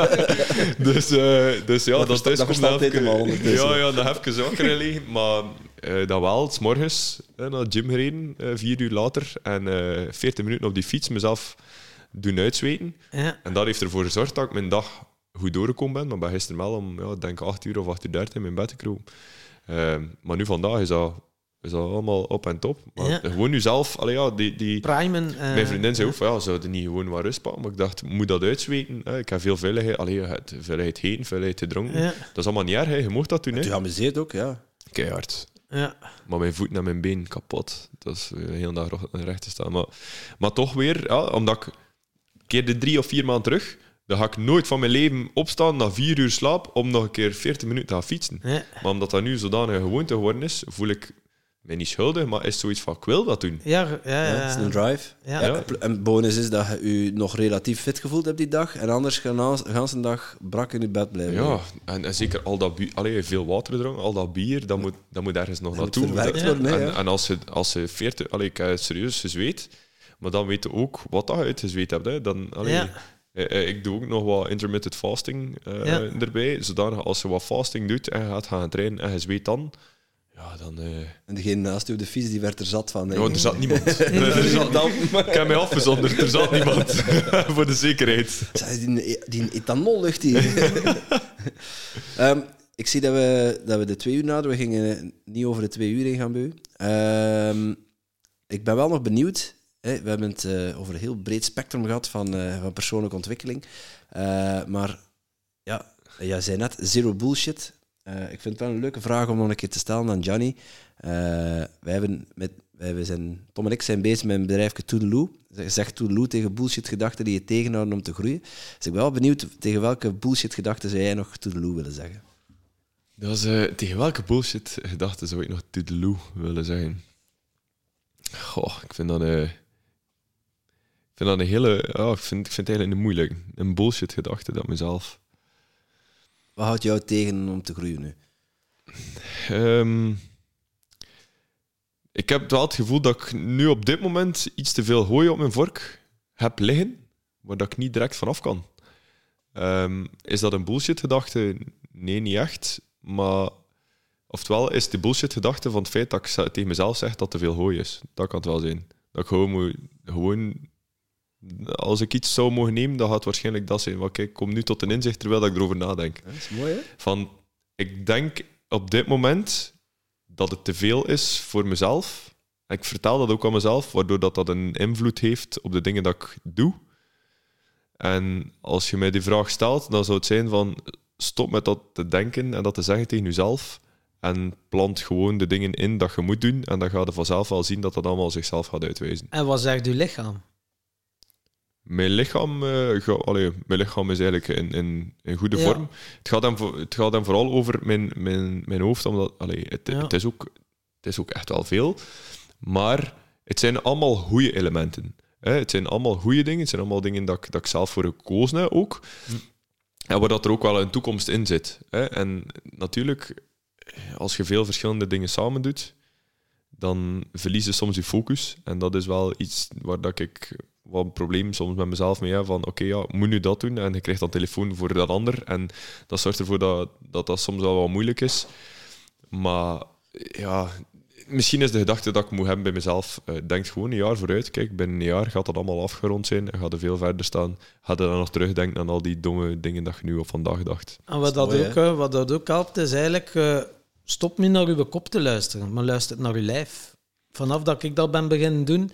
dus ja, dat thuis komt verstaat dit helemaal ondertussen. Ja, dan even wakker liggen. Maar dat wel, 's morgens naar de gym gereden, 4 uur later. En 40 minuten op die fiets mezelf doen uitzweten. Ja. En dat heeft ervoor gezorgd dat ik mijn dag goed doorgekomen ben. Maar ben gisteren wel om, denk 8 uur of 8 uur 30 in mijn bed gekropen. Maar nu vandaag is dat allemaal op en top. Maar gewoon nu zelf... Allee, ja, Primen. mijn vriendin zei ook van, zouden niet gewoon wat rust pakken? Maar ik dacht, moet dat uitzweten? Ik heb veel veiligheid. Veiligheid eten, veiligheid te dronken. Ja. Dat is allemaal niet erg, hè. Je mocht dat doen. Je Hè. amuseert ook, ja. Keihard. Ja. Maar mijn voeten en mijn been kapot. Dat is de hele dag recht te staan. Maar toch weer, ja, omdat ik keer de 3 of 4 maanden terug, dan ga ik nooit van mijn leven opstaan na 4 uur slaap om nog een keer 40 minuten te gaan fietsen. Ja. Maar omdat dat nu zodanig een gewoonte geworden is, voel ik mij niet schuldig, maar is zoiets van, ik wil dat doen. Ja. Het is een drive. Ja. Ja. En bonus is dat je je nog relatief fit gevoeld hebt die dag. En anders gaan ze een dag brak in je bed blijven. Ja, en zeker al dat bier, veel water drinken, al dat bier, dat moet ergens nog Dat moet naartoe. verwerkt worden, hè, ja. En als je 40, ik heb serieus gezweet, maar dan weet je ook wat dat je uitgezweet hebt. Hè. Dan, ik doe ook nog wat intermittent fasting erbij, zodanig als je wat fasting doet en je gaat gaan trainen en je zweet dan, ja, dan... En degene naast u op de fiets, die werd er zat van. Ja, er zat niemand. Ik heb mij afgezonderd, er zat niemand. Voor de zekerheid. Die ethanollucht hier. Ik zie dat we de 2 uur naderen. We gingen niet over de 2 uur heen gaan bij u. Ik ben wel nog benieuwd. We hebben het over een heel breed spectrum gehad van persoonlijke ontwikkeling. Maar ja, jij zei net, zero bullshit. Ik vind het wel een leuke vraag om nog een keer te stellen aan Gianni. Tom en ik zijn bezig met een bedrijf Toodaloo. Zeg Toodaloo tegen bullshit-gedachten die je tegenhouden om te groeien. Dus ik ben wel benieuwd tegen welke bullshit-gedachten zou jij nog Toodaloo willen zeggen? Dat is, tegen welke bullshit-gedachten zou ik nog Toodaloo willen zeggen? Goh, ik vind dat een hele... Ja, ik vind het eigenlijk een moeilijke. Een bullshit-gedachte dat mezelf... Wat houdt jou tegen om te groeien nu? Ik heb wel het gevoel dat ik nu op dit moment iets te veel hooi op mijn vork heb liggen, waar dat ik niet direct vanaf kan. Is dat een bullshit-gedachte? Nee, niet echt. Maar oftewel is de bullshit-gedachte van het feit dat ik tegen mezelf zeg dat te veel hooi is. Dat kan het wel zijn. Dat ik gewoon als ik iets zou mogen nemen, dan gaat het waarschijnlijk dat zijn. Want ik kom nu tot een inzicht terwijl ik erover nadenk. Dat is mooi, hè? Ik denk op dit moment dat het te veel is voor mezelf. En ik vertel dat ook aan mezelf, waardoor dat een invloed heeft op de dingen dat ik doe. En als je mij die vraag stelt, dan zou het zijn van stop met dat te denken en dat te zeggen tegen jezelf. En plant gewoon de dingen in dat je moet doen. En dan ga je vanzelf wel zien dat dat allemaal zichzelf gaat uitwijzen. En wat zegt uw lichaam? Mijn lichaam is eigenlijk in goede vorm. Het gaat dan vooral over mijn hoofd, omdat het is ook echt wel veel. Maar het zijn allemaal goede elementen. Het zijn allemaal goede dingen. Het zijn allemaal dingen dat ik zelf voor gekozen heb ook. En waar dat er ook wel een toekomst in zit. Hè. En natuurlijk, als je veel verschillende dingen samen doet, dan verlies je soms je focus. En dat is wel iets waar dat ik wat een probleem soms met mezelf mee heb. Van oké, ja, moet nu dat doen? En je krijgt dan telefoon voor dat ander. En dat zorgt ervoor dat soms wel wat moeilijk is. Maar ja, misschien is de gedachte dat ik moet hebben bij mezelf, denk gewoon een jaar vooruit. Kijk, binnen een jaar gaat dat allemaal afgerond zijn en gaat er veel verder staan. Ga je dan nog terugdenken aan al die domme dingen dat je nu op vandaag dacht. En wat dat ook helpt, is eigenlijk stop niet naar uw kop te luisteren, maar luister naar uw lijf. Vanaf dat ik dat ben beginnen doen,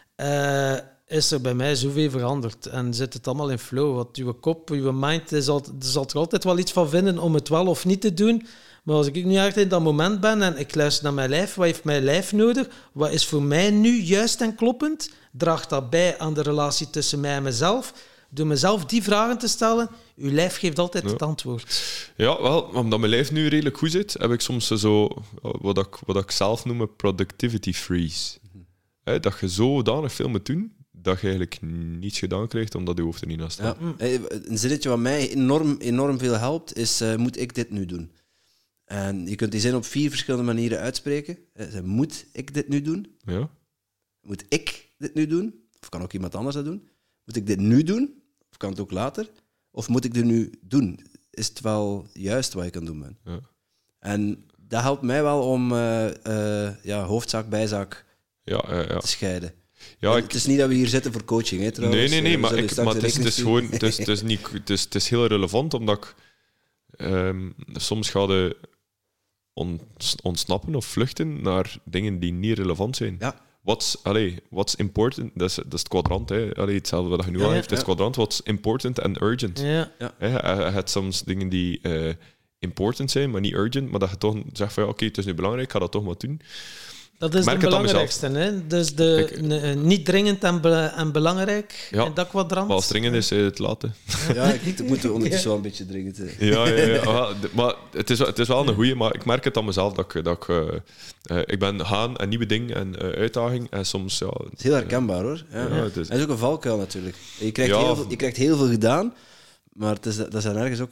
is er bij mij zoveel veranderd. En zit het allemaal in flow. Want uw kop, uw mind, er zal er altijd wel iets van vinden om het wel of niet te doen. Maar als ik nu echt in dat moment ben en ik luister naar mijn lijf, wat heeft mijn lijf nodig? Wat is voor mij nu juist en kloppend? Draagt dat bij aan de relatie tussen mij en mezelf? Door mezelf die vragen te stellen, uw lijf geeft altijd het antwoord. Ja, wel, omdat mijn lijf nu redelijk goed zit, heb ik soms zo wat ik zelf noem een productivity freeze. Dat je zodanig veel moet doen, dat je eigenlijk niets gedaan krijgt, omdat je hoofd er niet naast staat. Ja. Een zinnetje wat mij enorm veel helpt, is moet ik dit nu doen? En je kunt die zin op 4 verschillende manieren uitspreken. Moet ik dit nu doen? Ja. Moet ik dit nu doen? Of kan ook iemand anders dat doen? Moet ik dit nu doen? Of kan het ook later? Of moet ik dit nu doen? Is het wel juist wat je kan doen, man? Ja. En dat helpt mij wel om hoofdzaak, bijzaak te scheiden. Ja, het is niet dat we hier zitten voor coaching, hè, trouwens. Nee, maar het is gewoon... Het is heel relevant, omdat ik... soms ga je ontsnappen of vluchten naar dingen die niet relevant zijn. Ja. What's important? Dat is het kwadrant. Hè. Hetzelfde wat je nu al heeft. Het is kwadrant. What's important and urgent. Ja. Je hebt soms dingen die important zijn, maar niet urgent. Maar dat je toch zegt van oké, het is nu belangrijk, ik ga dat toch maar doen. Dat is het belangrijkste. Hè? Dus niet dringend en belangrijk in dat kwadrant. Maar als dringend is, het laten. Ja, ik moet ondertussen wel een beetje dringend. Ja. Maar het is wel een goeie, maar ik merk het aan mezelf dat ik ben gaan en nieuwe dingen en uitdaging. En soms, ja... Het is heel herkenbaar, hoor. Ja. Het is ook een valkuil, natuurlijk. Je krijgt heel veel gedaan, maar dat is dan ergens ook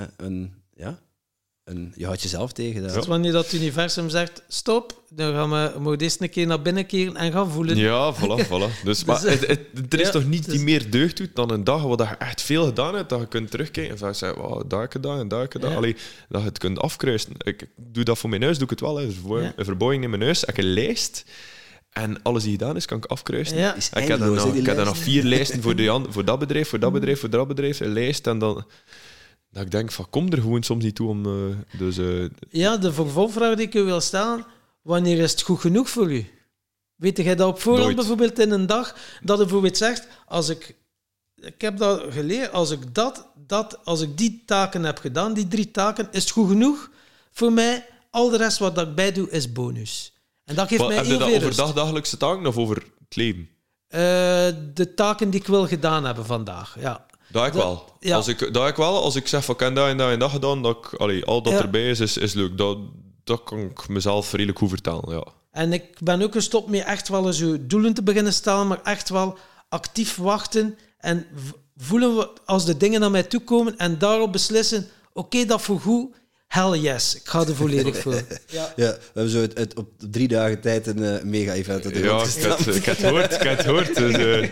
je houdt jezelf tegen. Dus wanneer dat universum zegt, stop, dan moet je eens een keer naar binnen keren en gaan voelen. Ja, voilà. Dus, maar er is toch niets die meer deugd doet dan een dag waar je echt veel gedaan hebt, dat je kunt terugkijken en zeggen, wow, daar heb ik gedaan en daar heb ik gedaan. Allee, dat je het kunt afkruisen. Ik doe dat voor mijn huis, doe ik het wel. Hè. Een verbouwing in mijn huis, ik heb een lijst. En alles die gedaan is, kan ik afkruisen. Ja. Ik heb dan nog 4 lijsten voor dat bedrijf, voor dat bedrijf, voor dat bedrijf, een lijst en dan... Dat ik denk, van, kom er gewoon soms niet toe om... Ja, de vervolgvraag die ik u wil stellen, wanneer is het goed genoeg voor u? Weet jij dat op voorhand bijvoorbeeld in een dag, dat je bijvoorbeeld zegt, ik heb dat geleerd, als ik die taken heb gedaan, die 3 taken, is het goed genoeg voor mij. Al de rest wat dat ik bij doe, is bonus. En dat geeft mij heel veel rust. Heb je dat over dagelijkse taken of over het leven? De taken die ik wil gedaan hebben vandaag, ja. Dat ik wel. Ja. Als ik zeg van ik heb dat en dat gedaan, al dat erbij is leuk. Dat kan ik mezelf redelijk goed vertellen. Ja. En ik ben ook gestopt met echt wel zo doelen te beginnen stellen, maar echt wel actief wachten en voelen we als de dingen naar mij toe komen en daarop beslissen, oké, dat voor goed. Hell yes, ik ga er volledig voor. Ja, we hebben zo op 3 dagen tijd een mega-event. Ja, ik heb het gehoord. Dus,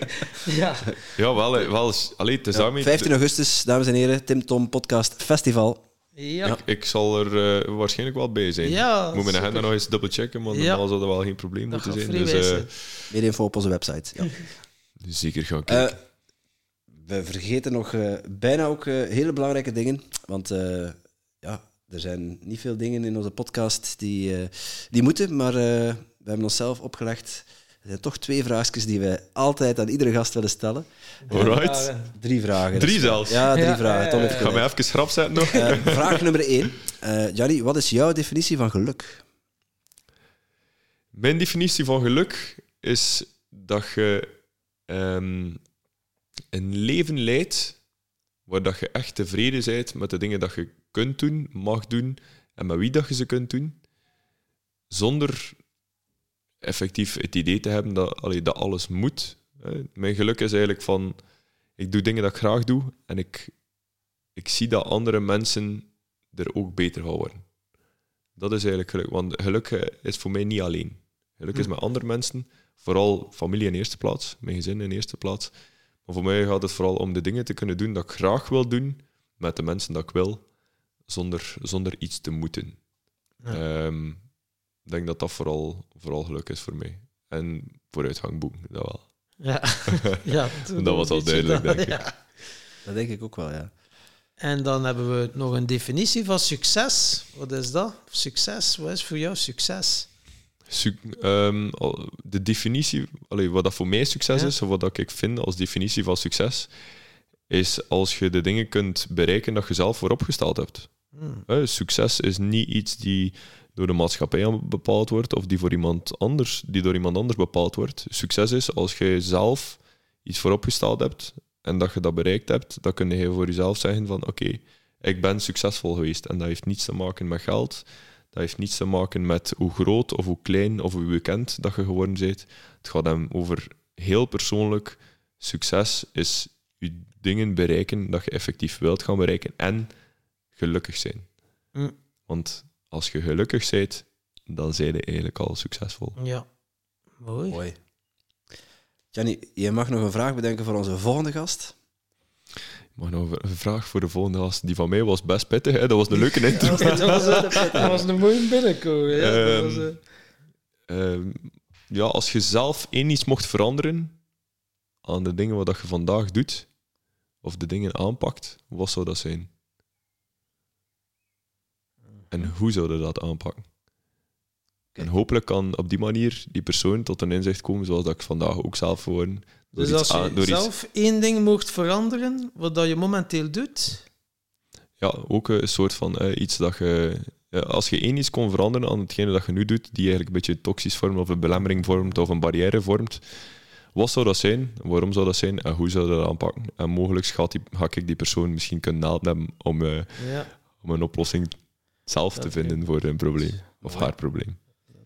wel. Het is daarmee... 15 augustus, dames en heren, Tim Tom Podcast Festival. Ja. Ik zal er waarschijnlijk wel bij zijn. Ja, ik moet mijn agenda nog eens dubbelchecken, maar normaal zal dat wel geen probleem moeten zijn. Dus, meer info op onze website. Ja. Zeker gaan kijken. We vergeten nog bijna ook hele belangrijke dingen, want... er zijn niet veel dingen in onze podcast die moeten, maar we hebben onszelf opgelegd. Er zijn toch 2 vraagjes die wij altijd aan iedere gast willen stellen. Alright. 3 vragen. 3 zelfs? Ja, 3 vragen. Tom, ik ga mij even schrap zetten nog. Vraag nummer 1. Gianni, wat is jouw definitie van geluk? Mijn definitie van geluk is dat je een leven leidt waar dat je echt tevreden bent met de dingen dat je kunt doen, mag doen en met wie dat je ze kunt doen, zonder effectief het idee te hebben dat alles moet. Mijn geluk is eigenlijk van, ik doe dingen dat ik graag doe en ik ik zie dat andere mensen er ook beter gaan worden. Dat is eigenlijk geluk. Want geluk is voor mij niet alleen. Geluk is met andere mensen. Vooral familie in eerste plaats. Mijn gezin in eerste plaats. Maar voor mij gaat het vooral om de dingen te kunnen doen dat ik graag wil doen. Met de mensen dat ik wil. Zonder iets te moeten. Ja. Ik denk dat dat vooral geluk is voor mij. En vooruitgang boeken, dat wel. Ja, ja dat was al duidelijk, denk ik. Ja. Dat denk ik ook wel, ja. En dan hebben we nog een definitie van succes. Wat is dat? Succes, wat is voor jou succes? De definitie, wat dat voor mij succes is, of wat dat ik vind als definitie van succes, is als je de dingen kunt bereiken dat je zelf vooropgesteld hebt. Succes is niet iets die door de maatschappij bepaald wordt of die door iemand anders bepaald wordt. Succes is als je zelf iets vooropgesteld hebt en dat je dat bereikt hebt, dan kun je voor jezelf zeggen van oké, ik ben succesvol geweest. En dat heeft niets te maken met geld, dat heeft niets te maken met hoe groot of hoe klein of hoe bekend dat je geworden bent. Het gaat hem over heel persoonlijk. Succes is je dingen bereiken dat je effectief wilt gaan bereiken en gelukkig zijn. Want als je gelukkig bent, dan ben je eigenlijk al succesvol. Ja, mooi. Gianni, je mag nog een vraag bedenken voor onze volgende gast. Ik mag nog een vraag voor de volgende gast. Die van mij was best pittig, hè? Dat was een leuke intro. Dat was een mooie binnenkomen. Ja, als je zelf iets mocht veranderen aan de dingen wat je vandaag doet, of de dingen aanpakt, wat zou dat zijn? En hoe zouden dat aanpakken? En hopelijk kan op die manier die persoon tot een inzicht komen zoals dat ik vandaag ook zelf geworden. Dus als je zelf één ding mocht veranderen, wat dat je momenteel doet? Ja, ook een soort van iets dat je... als je iets kon veranderen aan hetgene dat je nu doet, die eigenlijk een beetje toxisch vormt, of een belemmering vormt, of een barrière vormt, wat zou dat zijn? Waarom zou dat zijn? En hoe zou dat aanpakken? En mogelijk ga ik die persoon misschien kunnen helpen om een oplossing zelf te vinden voor een probleem. Of haar probleem.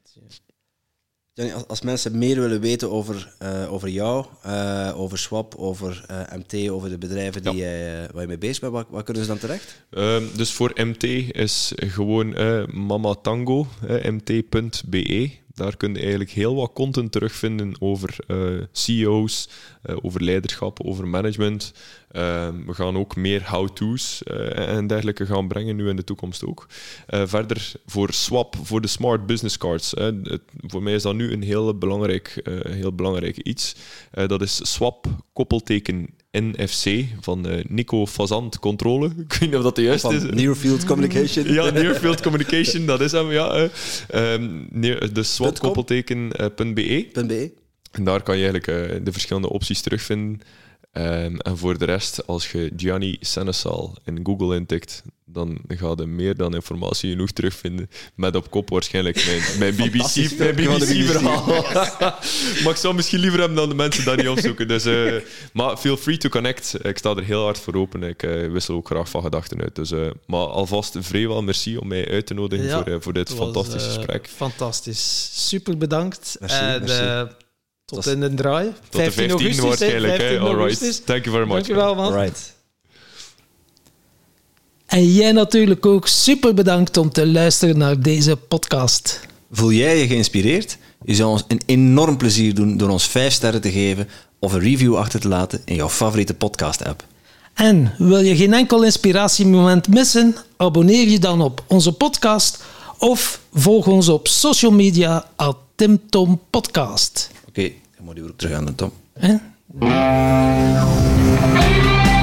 Als mensen meer willen weten over jou, over Swap, over MT, over de bedrijven waar je mee bezig bent, waar kunnen ze dan terecht? Dus voor MT is gewoon Mama Tango, mt.be. Daar kun je eigenlijk heel wat content terugvinden over CEO's, over leiderschap, over management. We gaan ook meer how-to's en dergelijke gaan brengen, nu in de toekomst ook. Verder voor Swap, voor de Smart Business Cards. Voor mij is dat nu een heel belangrijk iets. Dat is Swap, koppelteken NFC, van Nico Fazant Controle. Ik weet niet of dat de juiste is. Near Field Communication. Ja, Near Field Communication, dat is hem, ja. De Swap, koppelteken .be. En daar kan je eigenlijk de verschillende opties terugvinden. En voor de rest, als je Gianni Seneschal in Google intikt, dan ga je meer dan informatie genoeg terugvinden. Met op kop waarschijnlijk mijn BBC-verhaal. Maar ik zou misschien liever hebben dan de mensen dat niet opzoeken. Dus, maar feel free to connect. Ik sta er heel hard voor open. Ik wissel ook graag van gedachten uit. Dus, maar alvast vrijwel merci om mij uit te nodigen voor dit fantastische gesprek. Fantastisch. Super bedankt. Merci. Tot in de draai. Tot de 15 waarschijnlijk. Alright. Thank you very much. Dankjewel, man. Alright. En jij natuurlijk ook super bedankt om te luisteren naar deze podcast. Voel jij je geïnspireerd? Je zou ons een enorm plezier doen door ons 5 sterren te geven of een review achter te laten in jouw favoriete podcast-app. En wil je geen enkel inspiratiemoment missen? Abonneer je dan op onze podcast of volg ons op social media @TimTomPodcast. Oké, dan moet je ook terug aan de Tom.